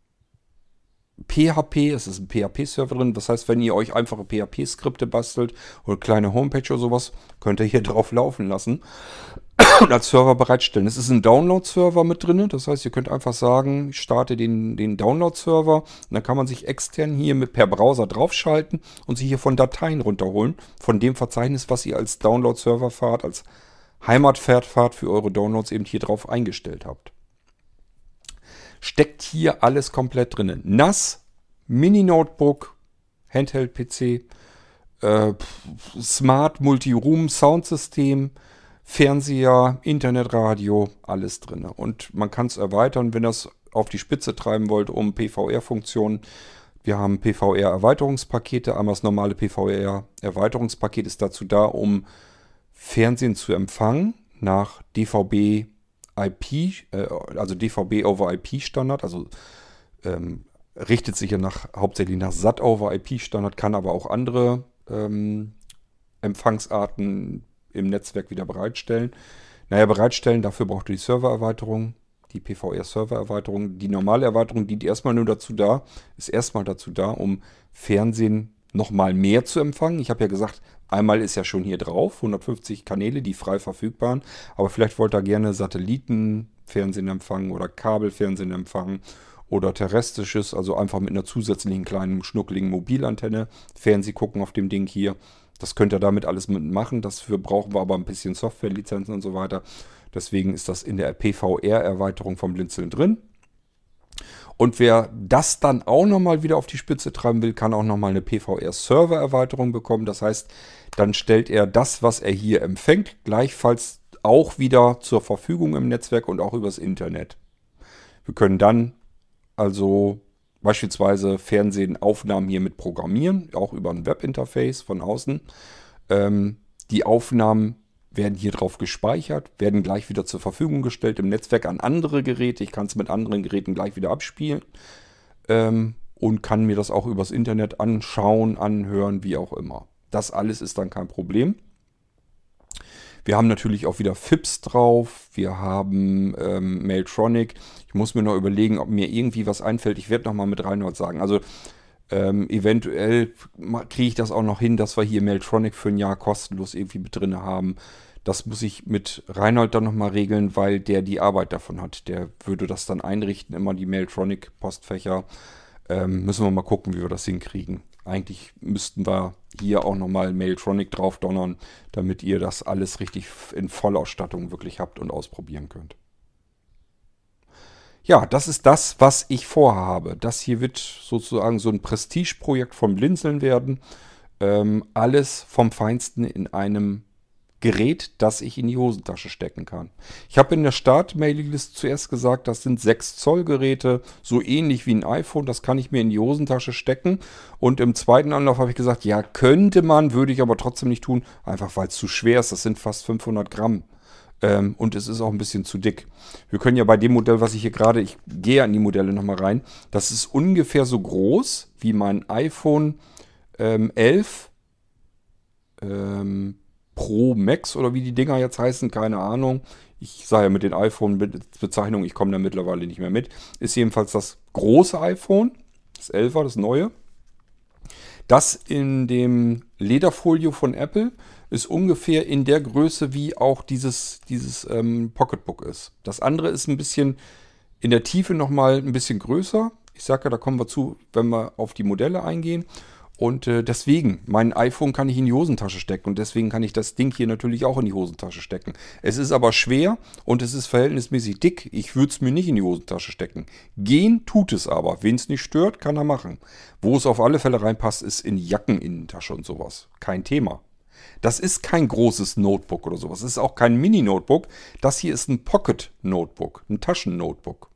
P H P, es ist ein P H P-Server drin. Das heißt, wenn ihr euch einfache P H P-Skripte bastelt oder kleine Homepage oder sowas, könnt ihr hier drauf laufen lassen und als Server bereitstellen. Es ist ein Download-Server mit drin. Das heißt, ihr könnt einfach sagen, ich starte den, den Download-Server und dann kann man sich extern hier mit per Browser draufschalten und sich hier von Dateien runterholen. Von dem Verzeichnis, was ihr als Download-Server fahrt, als Heimatfahrt für eure Downloads eben hier drauf eingestellt habt. Steckt hier alles komplett drin. N A S, Mini-Notebook, Handheld-P C, äh, Smart Multi-Room Soundsystem, Fernseher, Internetradio, alles drin. Und man kann es erweitern, wenn ihr es auf die Spitze treiben wollt, um P V R-Funktionen. Wir haben P V R-Erweiterungspakete. Einmal das normale P V R-Erweiterungspaket ist dazu da, um Fernsehen zu empfangen nach D V B I P, äh, also D V B over I P Standard, also ähm, richtet sich ja nach, hauptsächlich nach S A T over I P Standard, kann aber auch andere ähm, Empfangsarten im Netzwerk wieder bereitstellen. Naja, bereitstellen, dafür braucht ihr die Servererweiterung, die P V R-Servererweiterung. Die normale Erweiterung dient erstmal nur dazu da, ist erstmal dazu da, um Fernsehen nochmal mehr zu empfangen. Ich habe ja gesagt, einmal ist ja schon hier drauf, hundertfünfzig Kanäle, die frei verfügbar sind. Aber vielleicht wollt ihr gerne Satellitenfernsehen empfangen oder Kabelfernsehen empfangen oder terrestrisches, also einfach mit einer zusätzlichen kleinen, schnuckligen Mobilantenne Fernsehen gucken auf dem Ding hier. Das könnt ihr damit alles mitmachen. Dafür brauchen wir aber ein bisschen Softwarelizenzen und so weiter. Deswegen ist das in der P V R-Erweiterung vom Blinzeln drin. Und wer das dann auch nochmal wieder auf die Spitze treiben will, kann auch nochmal eine P V R-Server-Erweiterung bekommen. Das heißt, dann stellt er das, was er hier empfängt, gleichfalls auch wieder zur Verfügung im Netzwerk und auch übers Internet. Wir können dann also beispielsweise Fernsehaufnahmen hier mit programmieren, auch über ein Webinterface von außen. Ähm, die Aufnahmen werden hier drauf gespeichert, werden gleich wieder zur Verfügung gestellt im Netzwerk an andere Geräte. Ich kann es mit anderen Geräten gleich wieder abspielen ähm, und kann mir das auch übers Internet anschauen, anhören, wie auch immer. Das alles ist dann kein Problem. Wir haben natürlich auch wieder F I P S drauf. Wir haben ähm, Mailtronic. Ich muss mir noch überlegen, ob mir irgendwie was einfällt. Ich werde nochmal mit Reinhold sagen. Also ähm, eventuell kriege ich das auch noch hin, dass wir hier Mailtronic für ein Jahr kostenlos irgendwie mit drin haben. Das muss ich mit Reinhold dann nochmal regeln, weil der die Arbeit davon hat. Der würde das dann einrichten, immer die Mailtronic-Postfächer. Ähm, müssen wir mal gucken, wie wir das hinkriegen. Eigentlich müssten wir hier auch nochmal Mailtronic drauf donnern, damit ihr das alles richtig in Vollausstattung wirklich habt und ausprobieren könnt. Ja, das ist das, was ich vorhabe. Das hier wird sozusagen so ein Prestigeprojekt von Blinzeln werden. Ähm, alles vom Feinsten in einem Gerät, das ich in die Hosentasche stecken kann. Ich habe in der Start-Mailingliste zuerst gesagt, das sind sechs Zoll Geräte, so ähnlich wie ein iPhone, das kann ich mir in die Hosentasche stecken. Und im zweiten Anlauf habe ich gesagt, ja, könnte man, würde ich aber trotzdem nicht tun, einfach weil es zu schwer ist, das sind fast fünfhundert Gramm. Ähm, und es ist auch ein bisschen zu dick. Wir können ja bei dem Modell, was ich hier gerade, ich gehe an die Modelle nochmal rein, das ist ungefähr so groß wie mein iPhone ähm, elf ähm, Pro Max oder wie die Dinger jetzt heißen, keine Ahnung. Ich sage ja mit den iPhone-Bezeichnungen, ich komme da mittlerweile nicht mehr mit. Ist jedenfalls das große iPhone, das elfer, das neue. Das in dem Lederfolio von Apple ist ungefähr in der Größe, wie auch dieses, dieses ähm, Pocketbook ist. Das andere ist ein bisschen in der Tiefe nochmal ein bisschen größer. Ich sage ja, da kommen wir zu, wenn wir auf die Modelle eingehen. Und äh, deswegen, mein iPhone kann ich in die Hosentasche stecken und deswegen kann ich das Ding hier natürlich auch in die Hosentasche stecken. Es ist aber schwer und es ist verhältnismäßig dick. Ich würde es mir nicht in die Hosentasche stecken. Gehen tut es aber. Wen es nicht stört, kann er machen. Wo es auf alle Fälle reinpasst, ist in die Jackeninnentasche und sowas. Kein Thema. Das ist kein großes Notebook oder sowas. Es ist auch kein Mini-Notebook. Das hier ist ein Pocket-Notebook, ein Taschen-Notebook.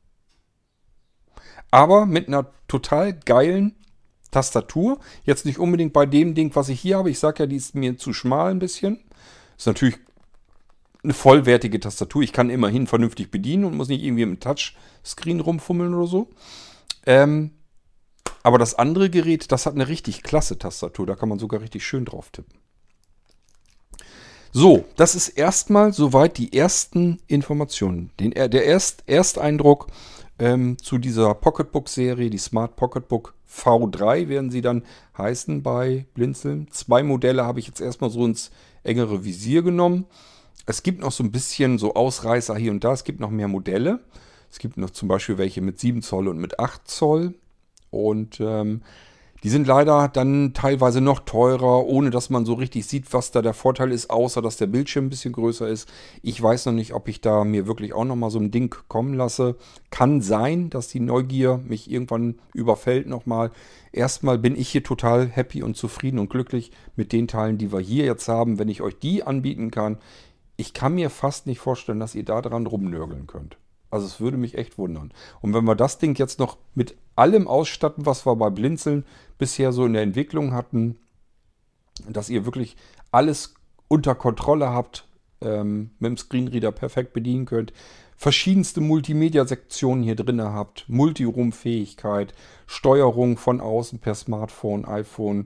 Aber mit einer total geilen Tastatur. Jetzt nicht unbedingt bei dem Ding, was ich hier habe. Ich sage ja, die ist mir zu schmal ein bisschen. Ist natürlich eine vollwertige Tastatur. Ich kann immerhin vernünftig bedienen und muss nicht irgendwie mit dem Touchscreen rumfummeln oder so. Ähm, aber das andere Gerät, das hat eine richtig klasse Tastatur. Da kann man sogar richtig schön drauf tippen. So, das ist erstmal soweit die ersten Informationen. Den, der Erst, Ersteindruck ähm, zu dieser Pocketbook-Serie, die Smart Pocketbook V drei werden sie dann heißen bei Blinzeln. Zwei Modelle habe ich jetzt erstmal so ins engere Visier genommen. Es gibt noch so ein bisschen so Ausreißer hier und da. Es gibt noch mehr Modelle. Es gibt noch zum Beispiel welche mit sieben Zoll und mit acht Zoll. Und ähm, die sind leider dann teilweise noch teurer, ohne dass man so richtig sieht, was da der Vorteil ist, außer dass der Bildschirm ein bisschen größer ist. Ich weiß noch nicht, ob ich da mir wirklich auch nochmal so ein Ding kommen lasse. Kann sein, dass die Neugier mich irgendwann überfällt nochmal. Erstmal bin ich hier total happy und zufrieden und glücklich mit den Teilen, die wir hier jetzt haben. Wenn ich euch die anbieten kann, ich kann mir fast nicht vorstellen, dass ihr da dran rumnörgeln könnt. Also es würde mich echt wundern. Und wenn wir das Ding jetzt noch mit allem ausstatten, was wir bei Blinzeln bisher so in der Entwicklung hatten, dass ihr wirklich alles unter Kontrolle habt, ähm, mit dem Screenreader perfekt bedienen könnt, verschiedenste Multimedia-Sektionen hier drin habt, Multiroom-Fähigkeit, Steuerung von außen per Smartphone, iPhone,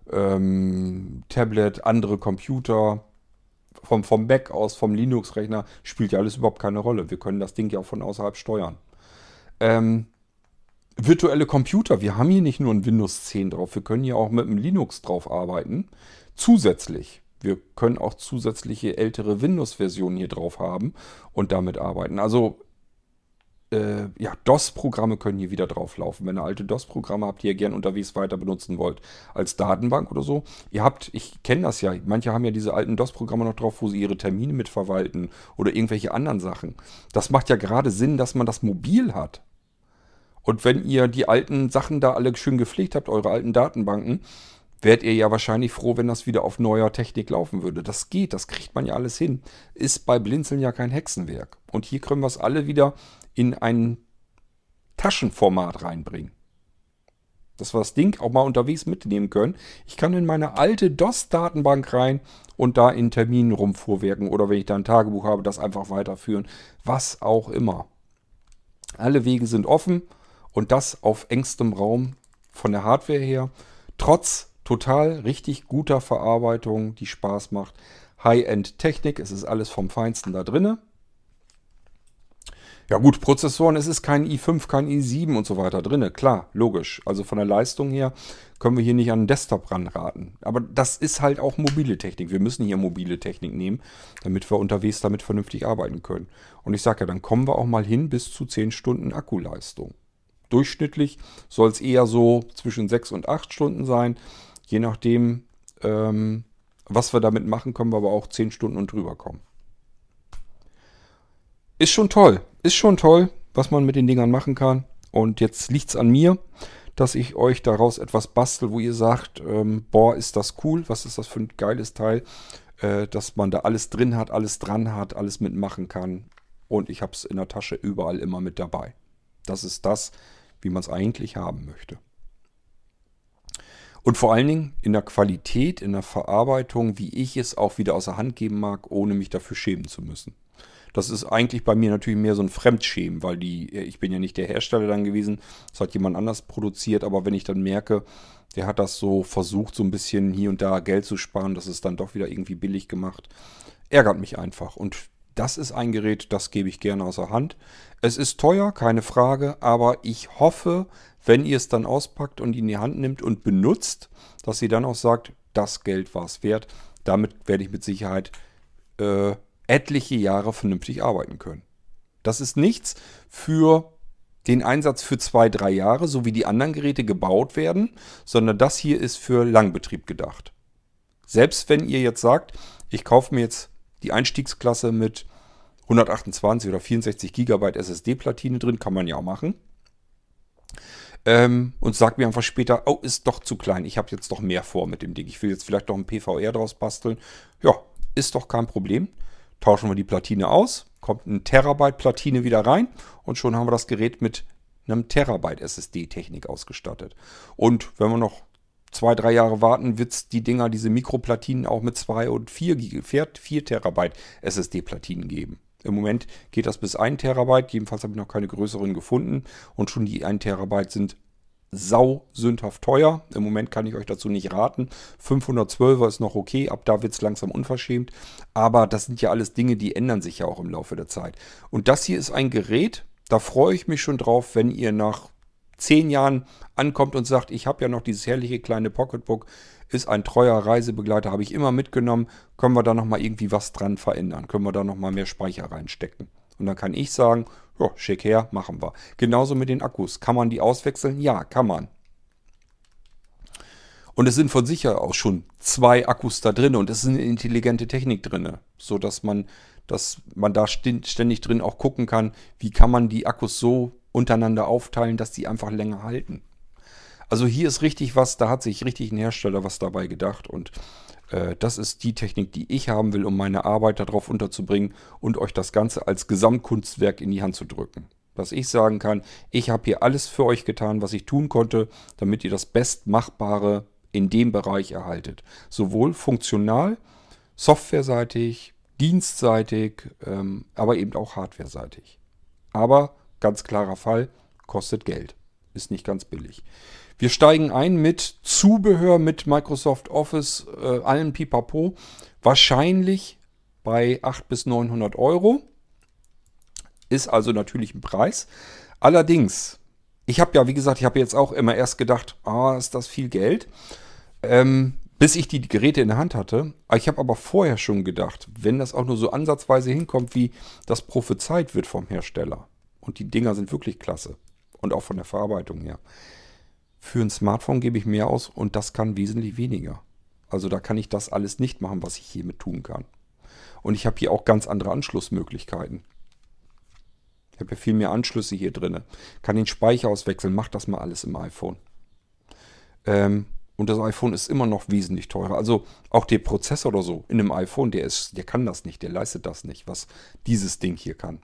ähm, Tablet, andere Computer, vom, vom Mac aus, vom Linux-Rechner, spielt ja alles überhaupt keine Rolle. Wir können das Ding ja auch von außerhalb steuern. Ähm, virtuelle Computer, wir haben hier nicht nur ein Windows zehn drauf, wir können hier auch mit einem Linux drauf arbeiten. Zusätzlich, wir können auch zusätzliche ältere Windows-Versionen hier drauf haben und damit arbeiten. Also äh, ja, DOS-Programme können hier wieder drauf laufen. Wenn ihr alte DOS-Programme habt, die ihr gern unterwegs weiter benutzen wollt, als Datenbank oder so. Ihr habt, ich kenne das ja, manche haben ja diese alten DOS-Programme noch drauf, wo sie ihre Termine mitverwalten oder irgendwelche anderen Sachen. Das macht ja gerade Sinn, dass man das mobil hat. Und wenn ihr die alten Sachen da alle schön gepflegt habt, eure alten Datenbanken, wärt ihr ja wahrscheinlich froh, wenn das wieder auf neuer Technik laufen würde. Das geht, das kriegt man ja alles hin. Ist bei Blinzeln ja kein Hexenwerk. Und hier können wir es alle wieder in ein Taschenformat reinbringen. Dass wir das Ding auch mal unterwegs mitnehmen können. Ich kann in meine alte DOS-Datenbank rein und da in Terminen rumfuhrwerken. Oder wenn ich da ein Tagebuch habe, das einfach weiterführen. Was auch immer. Alle Wege sind offen. Und das auf engstem Raum von der Hardware her. Trotz total richtig guter Verarbeitung, die Spaß macht. High-End-Technik, es ist alles vom Feinsten da drinne. Ja gut, Prozessoren, es ist kein i fünf, kein i sieben und so weiter drinne. Klar, logisch. Also von der Leistung her können wir hier nicht an den Desktop ranraten. Aber das ist halt auch mobile Technik. Wir müssen hier mobile Technik nehmen, damit wir unterwegs damit vernünftig arbeiten können. Und ich sage ja, dann kommen wir auch mal hin bis zu zehn Stunden Akkuleistung. Durchschnittlich soll es eher so zwischen sechs und acht Stunden sein. Je nachdem, ähm, was wir damit machen, können wir aber auch zehn Stunden und drüber kommen. Ist schon toll. Ist schon toll, was man mit den Dingern machen kann. Und jetzt liegt es an mir, dass ich euch daraus etwas bastel, wo ihr sagt, ähm, boah, ist das cool, was ist das für ein geiles Teil, äh, dass man da alles drin hat, alles dran hat, alles mitmachen kann. Und ich habe es in der Tasche überall immer mit dabei. Das ist das, wie man es eigentlich haben möchte. Und vor allen Dingen in der Qualität, in der Verarbeitung, wie ich es auch wieder aus der Hand geben mag, ohne mich dafür schämen zu müssen. Das ist eigentlich bei mir natürlich mehr so ein Fremdschämen, weil die, ich bin ja nicht der Hersteller dann gewesen, das hat jemand anders produziert, aber wenn ich dann merke, der hat das so versucht, so ein bisschen hier und da Geld zu sparen, das ist dann doch wieder irgendwie billig gemacht, ärgert mich einfach. Und das ist ein Gerät, das gebe ich gerne außer Hand. Es ist teuer, keine Frage, aber ich hoffe, wenn ihr es dann auspackt und in die Hand nimmt und benutzt, dass ihr dann auch sagt, das Geld war es wert. Damit werde ich mit Sicherheit äh, etliche Jahre vernünftig arbeiten können. Das ist nichts für den Einsatz für zwei, drei Jahre, so wie die anderen Geräte gebaut werden, sondern das hier ist für Langbetrieb gedacht. Selbst wenn ihr jetzt sagt, ich kaufe mir jetzt die Einstiegsklasse mit hundertachtundzwanzig oder vierundsechzig Gigabyte S S D-Platine drin, kann man ja auch machen. Ähm, und sagt mir einfach später, oh, ist doch zu klein, ich habe jetzt doch mehr vor mit dem Ding. Ich will jetzt vielleicht doch ein P V R draus basteln. Ja, ist doch kein Problem. Tauschen wir die Platine aus, kommt ein Terabyte Platine wieder rein und schon haben wir das Gerät mit einem Terabyte S S D-Technik ausgestattet. Und wenn wir noch zwei, drei Jahre warten, wird es die Dinger, diese Mikroplatinen auch mit zwei und vier Terabyte S S D-Platinen geben. Im Moment geht das bis ein Terabyte, jedenfalls habe ich noch keine größeren gefunden und schon die ein Terabyte sind sau sündhaft teuer. Im Moment kann ich euch dazu nicht raten. fünfhundertzwölfer ist noch okay, ab da wird es langsam unverschämt. Aber das sind ja alles Dinge, die ändern sich ja auch im Laufe der Zeit. Und das hier ist ein Gerät, da freue ich mich schon drauf, wenn ihr nach zehn Jahren ankommt und sagt, ich habe ja noch dieses herrliche kleine Pocketbook, ist ein treuer Reisebegleiter, habe ich immer mitgenommen, können wir da nochmal irgendwie was dran verändern, können wir da nochmal mehr Speicher reinstecken. Und dann kann ich sagen, ja, schick her, machen wir. Genauso mit den Akkus. Kann man die auswechseln? Ja, kann man. Und es sind von sich ja auch schon zwei Akkus da drin und es ist eine intelligente Technik drin, sodass man, dass man da ständig drin auch gucken kann, wie kann man die Akkus so untereinander aufteilen, dass die einfach länger halten. Also hier ist richtig was, da hat sich richtig ein Hersteller was dabei gedacht und äh, das ist die Technik, die ich haben will, um meine Arbeit darauf unterzubringen und euch das Ganze als Gesamtkunstwerk in die Hand zu drücken. Dass ich sagen kann, ich habe hier alles für euch getan, was ich tun konnte, damit ihr das Bestmachbare in dem Bereich erhaltet. Sowohl funktional, softwareseitig, dienstseitig, ähm, aber eben auch hardwareseitig. Aber ganz klarer Fall, kostet Geld. Ist nicht ganz billig. Wir steigen ein mit Zubehör, mit Microsoft Office, äh, allen Pipapo. Wahrscheinlich bei achthundert bis neunhundert Euro. Ist also natürlich ein Preis. Allerdings, ich habe ja, wie gesagt, ich habe jetzt auch immer erst gedacht, ah, ist das viel Geld, ähm, bis ich die Geräte in der Hand hatte. Ich habe aber vorher schon gedacht, wenn das auch nur so ansatzweise hinkommt, wie das prophezeit wird vom Hersteller. Und die Dinger sind wirklich klasse. Und auch von der Verarbeitung her. Für ein Smartphone gebe ich mehr aus und das kann wesentlich weniger. Also da kann ich das alles nicht machen, was ich hiermit tun kann. Und ich habe hier auch ganz andere Anschlussmöglichkeiten. Ich habe ja viel mehr Anschlüsse hier drin. Kann den Speicher auswechseln, macht das mal alles im iPhone. Ähm, und das iPhone ist immer noch wesentlich teurer. Also auch der Prozessor oder so in einem iPhone, der ist, der kann das nicht, der leistet das nicht, was dieses Ding hier kann.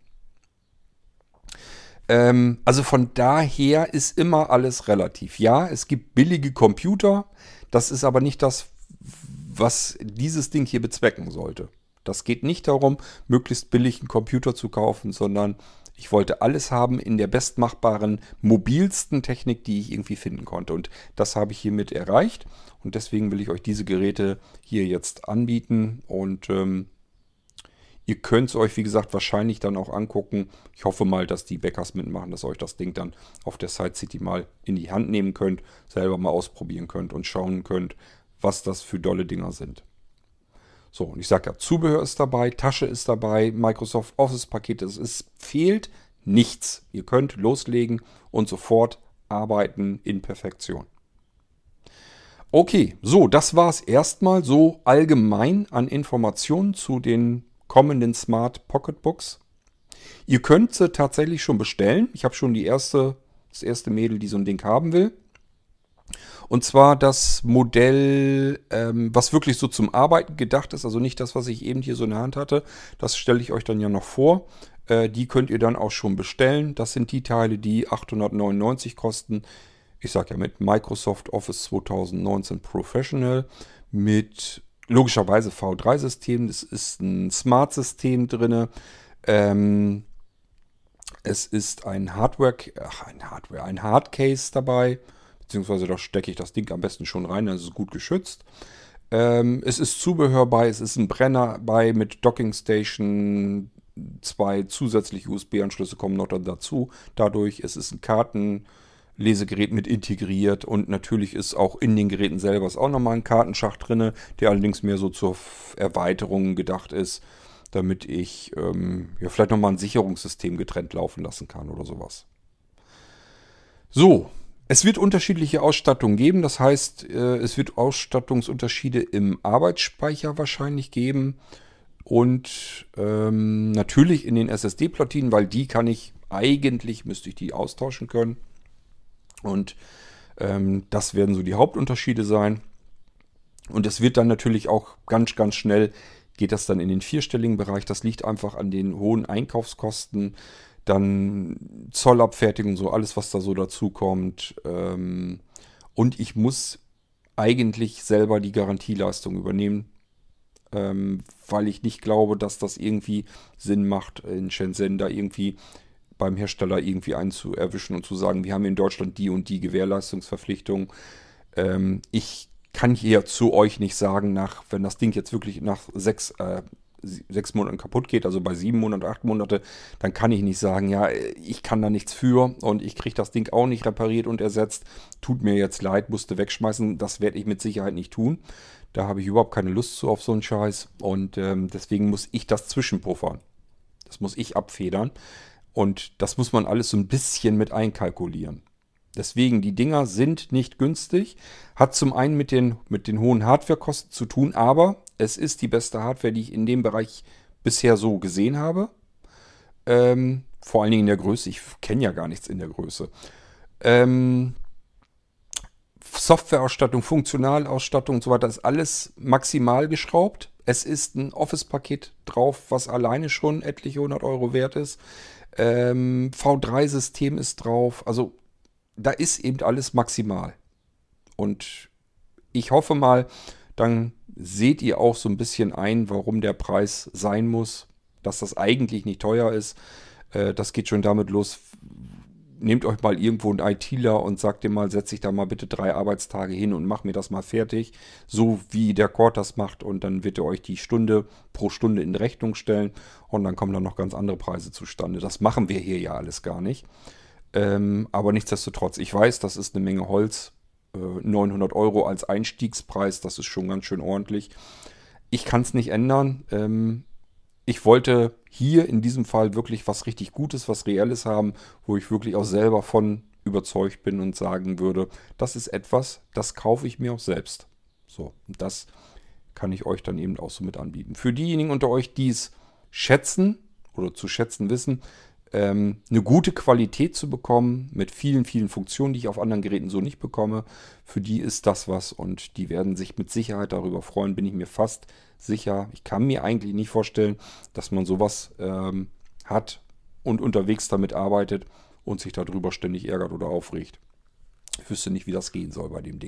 Ähm, also von daher ist immer alles relativ. Ja, es gibt billige Computer, das ist aber nicht das, was dieses Ding hier bezwecken sollte. Das geht nicht darum, möglichst billig einen Computer zu kaufen, sondern ich wollte alles haben in der bestmachbaren, mobilsten Technik, die ich irgendwie finden konnte. Und das habe ich hiermit erreicht. Und deswegen will ich euch diese Geräte hier jetzt anbieten. Und ähm, ihr könnt es euch, wie gesagt, wahrscheinlich dann auch angucken. Ich hoffe mal, dass die Bäckers mitmachen, dass ihr euch das Ding dann auf der Side City mal in die Hand nehmen könnt, selber mal ausprobieren könnt und schauen könnt, was das für dolle Dinger sind. So, und ich sage ja, Zubehör ist dabei, Tasche ist dabei, Microsoft Office-Paket, es ist, fehlt nichts. Ihr könnt loslegen und sofort arbeiten in Perfektion. Okay, so, das war es erstmal so allgemein an Informationen zu den kommenden Smart Pocketbooks. Ihr könnt sie tatsächlich schon bestellen. Ich habe schon die erste, das erste Mädel, die so ein Ding haben will. Und zwar das Modell, ähm, was wirklich so zum Arbeiten gedacht ist, also nicht das, was ich eben hier so in der Hand hatte. Das stelle ich euch dann ja noch vor. Äh, die könnt ihr dann auch schon bestellen. Das sind die Teile, die achthundertneunundneunzig kosten. Ich sage ja mit Microsoft Office zweitausendneunzehn Professional, mit logischerweise V drei System. Es ist ein Smart-System drin. Ähm, es ist ein Hardware, ach, ein Hardware, ein Hardcase dabei. Beziehungsweise da stecke ich das Ding am besten schon rein, dann ist es gut geschützt. Ähm, es ist Zubehör bei, es ist ein Brenner bei mit Docking Station, zwei zusätzliche U S B-Anschlüsse kommen noch dazu. Dadurch es ist ein Kartenlesegerät mit integriert und natürlich ist auch in den Geräten selber ist auch nochmal ein Kartenschacht drin, der allerdings mehr so zur Erweiterung gedacht ist, damit ich ähm, ja, vielleicht nochmal ein Sicherungssystem getrennt laufen lassen kann oder sowas. So. Es wird unterschiedliche Ausstattungen geben, das heißt, es wird Ausstattungsunterschiede im Arbeitsspeicher wahrscheinlich geben und ähm, natürlich in den S S D-Platinen, weil die kann ich, eigentlich müsste ich die austauschen können und ähm, das werden so die Hauptunterschiede sein. Und es wird dann natürlich auch ganz, ganz schnell, geht das dann in den vierstelligen Bereich, das liegt einfach an den hohen Einkaufskosten. Dann Zollabfertigung, so alles, was da so dazu kommt. Ähm, und ich muss eigentlich selber die Garantieleistung übernehmen, ähm, weil ich nicht glaube, dass das irgendwie Sinn macht, in Shenzhen da irgendwie beim Hersteller irgendwie einzuerwischen und zu sagen, wir haben in Deutschland die und die Gewährleistungsverpflichtung. Ähm, ich kann hier zu euch nicht sagen, nach, wenn das Ding jetzt wirklich nach sechs, äh, sechs Monaten kaputt geht, also bei sieben Monaten, acht Monate, dann kann ich nicht sagen, ja, ich kann da nichts für und ich kriege das Ding auch nicht repariert und ersetzt. Tut mir jetzt leid, musste wegschmeißen. Das werde ich mit Sicherheit nicht tun. Da habe ich überhaupt keine Lust zu auf so einen Scheiß und ähm, deswegen muss ich das zwischenpuffern. Das muss ich abfedern und das muss man alles so ein bisschen mit einkalkulieren. Deswegen, die Dinger sind nicht günstig, hat zum einen mit den, mit den hohen Hardwarekosten zu tun, aber es ist die beste Hardware, die ich in dem Bereich bisher so gesehen habe. Ähm, vor allen Dingen in der Größe, ich kenne ja gar nichts in der Größe. Ähm, Softwareausstattung, Funktionalausstattung und so weiter ist alles maximal geschraubt. Es ist ein Office-Paket drauf, was alleine schon etliche hundert Euro wert ist. Ähm, V drei System ist drauf, also da ist eben alles maximal. Und ich hoffe mal, dann seht ihr auch so ein bisschen ein, warum der Preis sein muss, dass das eigentlich nicht teuer ist. Äh, das geht schon damit los. Nehmt euch mal irgendwo einen ITler und sagt dem mal, setz dich da mal bitte drei Arbeitstage hin und mach mir das mal fertig. So wie der Cord das macht und dann wird er euch die Stunde pro Stunde in Rechnung stellen und dann kommen dann noch ganz andere Preise zustande. Das machen wir hier ja alles gar nicht. Ähm, aber nichtsdestotrotz, ich weiß, das ist eine Menge Holz. Äh, neunhundert Euro als Einstiegspreis, das ist schon ganz schön ordentlich. Ich kann es nicht ändern. Ähm, ich wollte hier in diesem Fall wirklich was richtig Gutes, was Reelles haben, wo ich wirklich auch selber von überzeugt bin und sagen würde, das ist etwas, das kaufe ich mir auch selbst. So, und das kann ich euch dann eben auch so mit anbieten. Für diejenigen unter euch, die es schätzen oder zu schätzen wissen, ähm, eine gute Qualität zu bekommen mit vielen, vielen Funktionen, die ich auf anderen Geräten so nicht bekomme, für die ist das was und die werden sich mit Sicherheit darüber freuen, bin ich mir fast sicher. Ich kann mir eigentlich nicht vorstellen, dass man sowas ähm, hat und unterwegs damit arbeitet und sich darüber ständig ärgert oder aufregt. Ich wüsste nicht, wie das gehen soll bei dem Ding.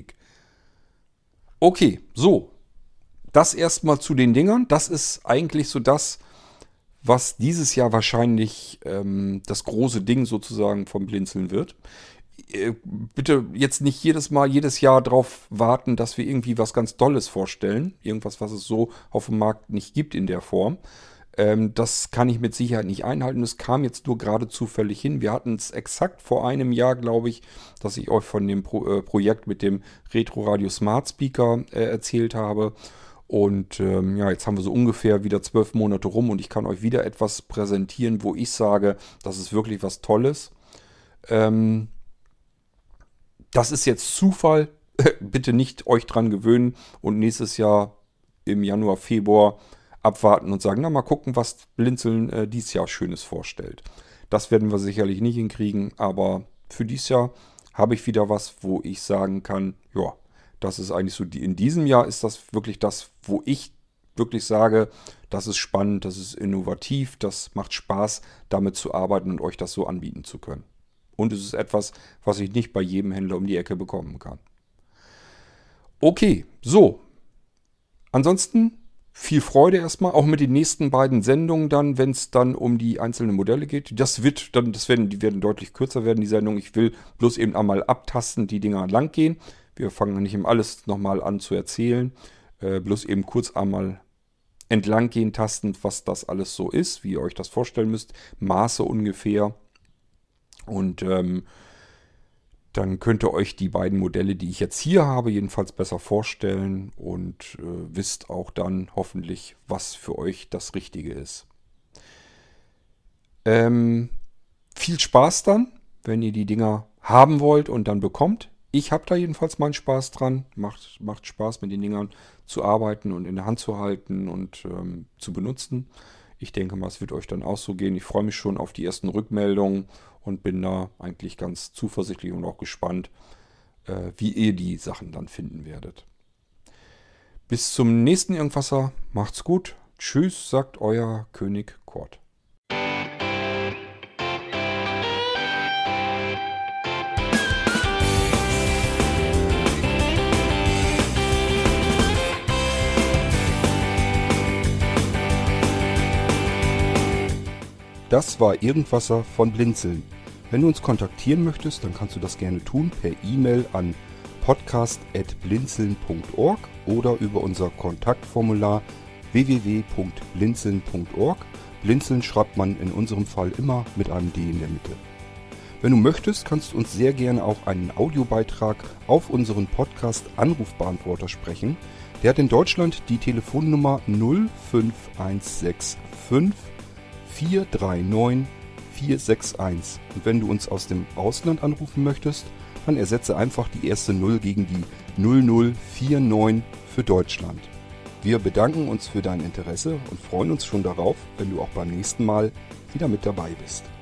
Okay, so. Das erstmal zu den Dingern. Das ist eigentlich so das, was dieses Jahr wahrscheinlich ähm, das große Ding sozusagen vom Blinzeln wird. Äh, bitte jetzt nicht jedes Mal, jedes Jahr darauf warten, dass wir irgendwie was ganz Tolles vorstellen. Irgendwas, was es so auf dem Markt nicht gibt in der Form. Ähm, das kann ich mit Sicherheit nicht einhalten. Es kam jetzt nur gerade zufällig hin. Wir hatten es exakt vor einem Jahr, glaube ich, dass ich euch von dem Pro äh, Projekt mit dem Retro Radio Smart Speaker äh, erzählt habe. Und ähm, ja, jetzt haben wir so ungefähr wieder zwölf Monate rum und ich kann euch wieder etwas präsentieren, wo ich sage, das ist wirklich was Tolles. Ähm, das ist jetzt Zufall. Bitte nicht euch dran gewöhnen und nächstes Jahr im Januar, Februar abwarten und sagen, na mal gucken, was Blinzeln äh, dieses Jahr Schönes vorstellt. Das werden wir sicherlich nicht hinkriegen, aber für dieses Jahr habe ich wieder was, wo ich sagen kann, ja, das ist eigentlich so, die, in diesem Jahr ist das wirklich das, wo ich wirklich sage, das ist spannend, das ist innovativ, das macht Spaß, damit zu arbeiten und euch das so anbieten zu können. Und es ist etwas, was ich nicht bei jedem Händler um die Ecke bekommen kann. Okay, so. Ansonsten viel Freude erstmal, auch mit den nächsten beiden Sendungen dann, wenn es dann um die einzelnen Modelle geht. Das wird dann, das werden, die werden deutlich kürzer werden, die Sendung. Ich will bloß eben einmal abtasten, die Dinger lang gehen. Wir fangen nicht im alles nochmal an zu erzählen. Äh, bloß eben kurz einmal entlang gehen, tastend, was das alles so ist, wie ihr euch das vorstellen müsst. Maße ungefähr. Und ähm, dann könnt ihr euch die beiden Modelle, die ich jetzt hier habe, jedenfalls besser vorstellen und äh, wisst auch dann hoffentlich, was für euch das Richtige ist. Ähm, viel Spaß dann, wenn ihr die Dinger haben wollt und dann bekommt. Ich habe da jedenfalls meinen Spaß dran. Macht, macht Spaß, mit den Dingern zu arbeiten und in der Hand zu halten und ähm, zu benutzen. Ich denke mal, es wird euch dann auch so gehen. Ich freue mich schon auf die ersten Rückmeldungen und bin da eigentlich ganz zuversichtlich und auch gespannt, äh, wie ihr die Sachen dann finden werdet. Bis zum nächsten Irgendwasser. Macht's gut. Tschüss, sagt euer König Kurt. Das war Irgendwasser von Blinzeln. Wenn du uns kontaktieren möchtest, dann kannst du das gerne tun per E-Mail an podcast at blinzeln punkt org oder über unser Kontaktformular w w w punkt blinzeln punkt org. Blinzeln schreibt man in unserem Fall immer mit einem D in der Mitte. Wenn du möchtest, kannst du uns sehr gerne auch einen Audiobeitrag auf unseren Podcast-Anrufbeantworter sprechen. Der hat in Deutschland die Telefonnummer null fünf eins sechs fünf vier drei neun vier sechs eins. Und wenn du uns aus dem Ausland anrufen möchtest, dann ersetze einfach die erste null gegen die null null vier neun für Deutschland. Wir bedanken uns für dein Interesse und freuen uns schon darauf, wenn du auch beim nächsten Mal wieder mit dabei bist.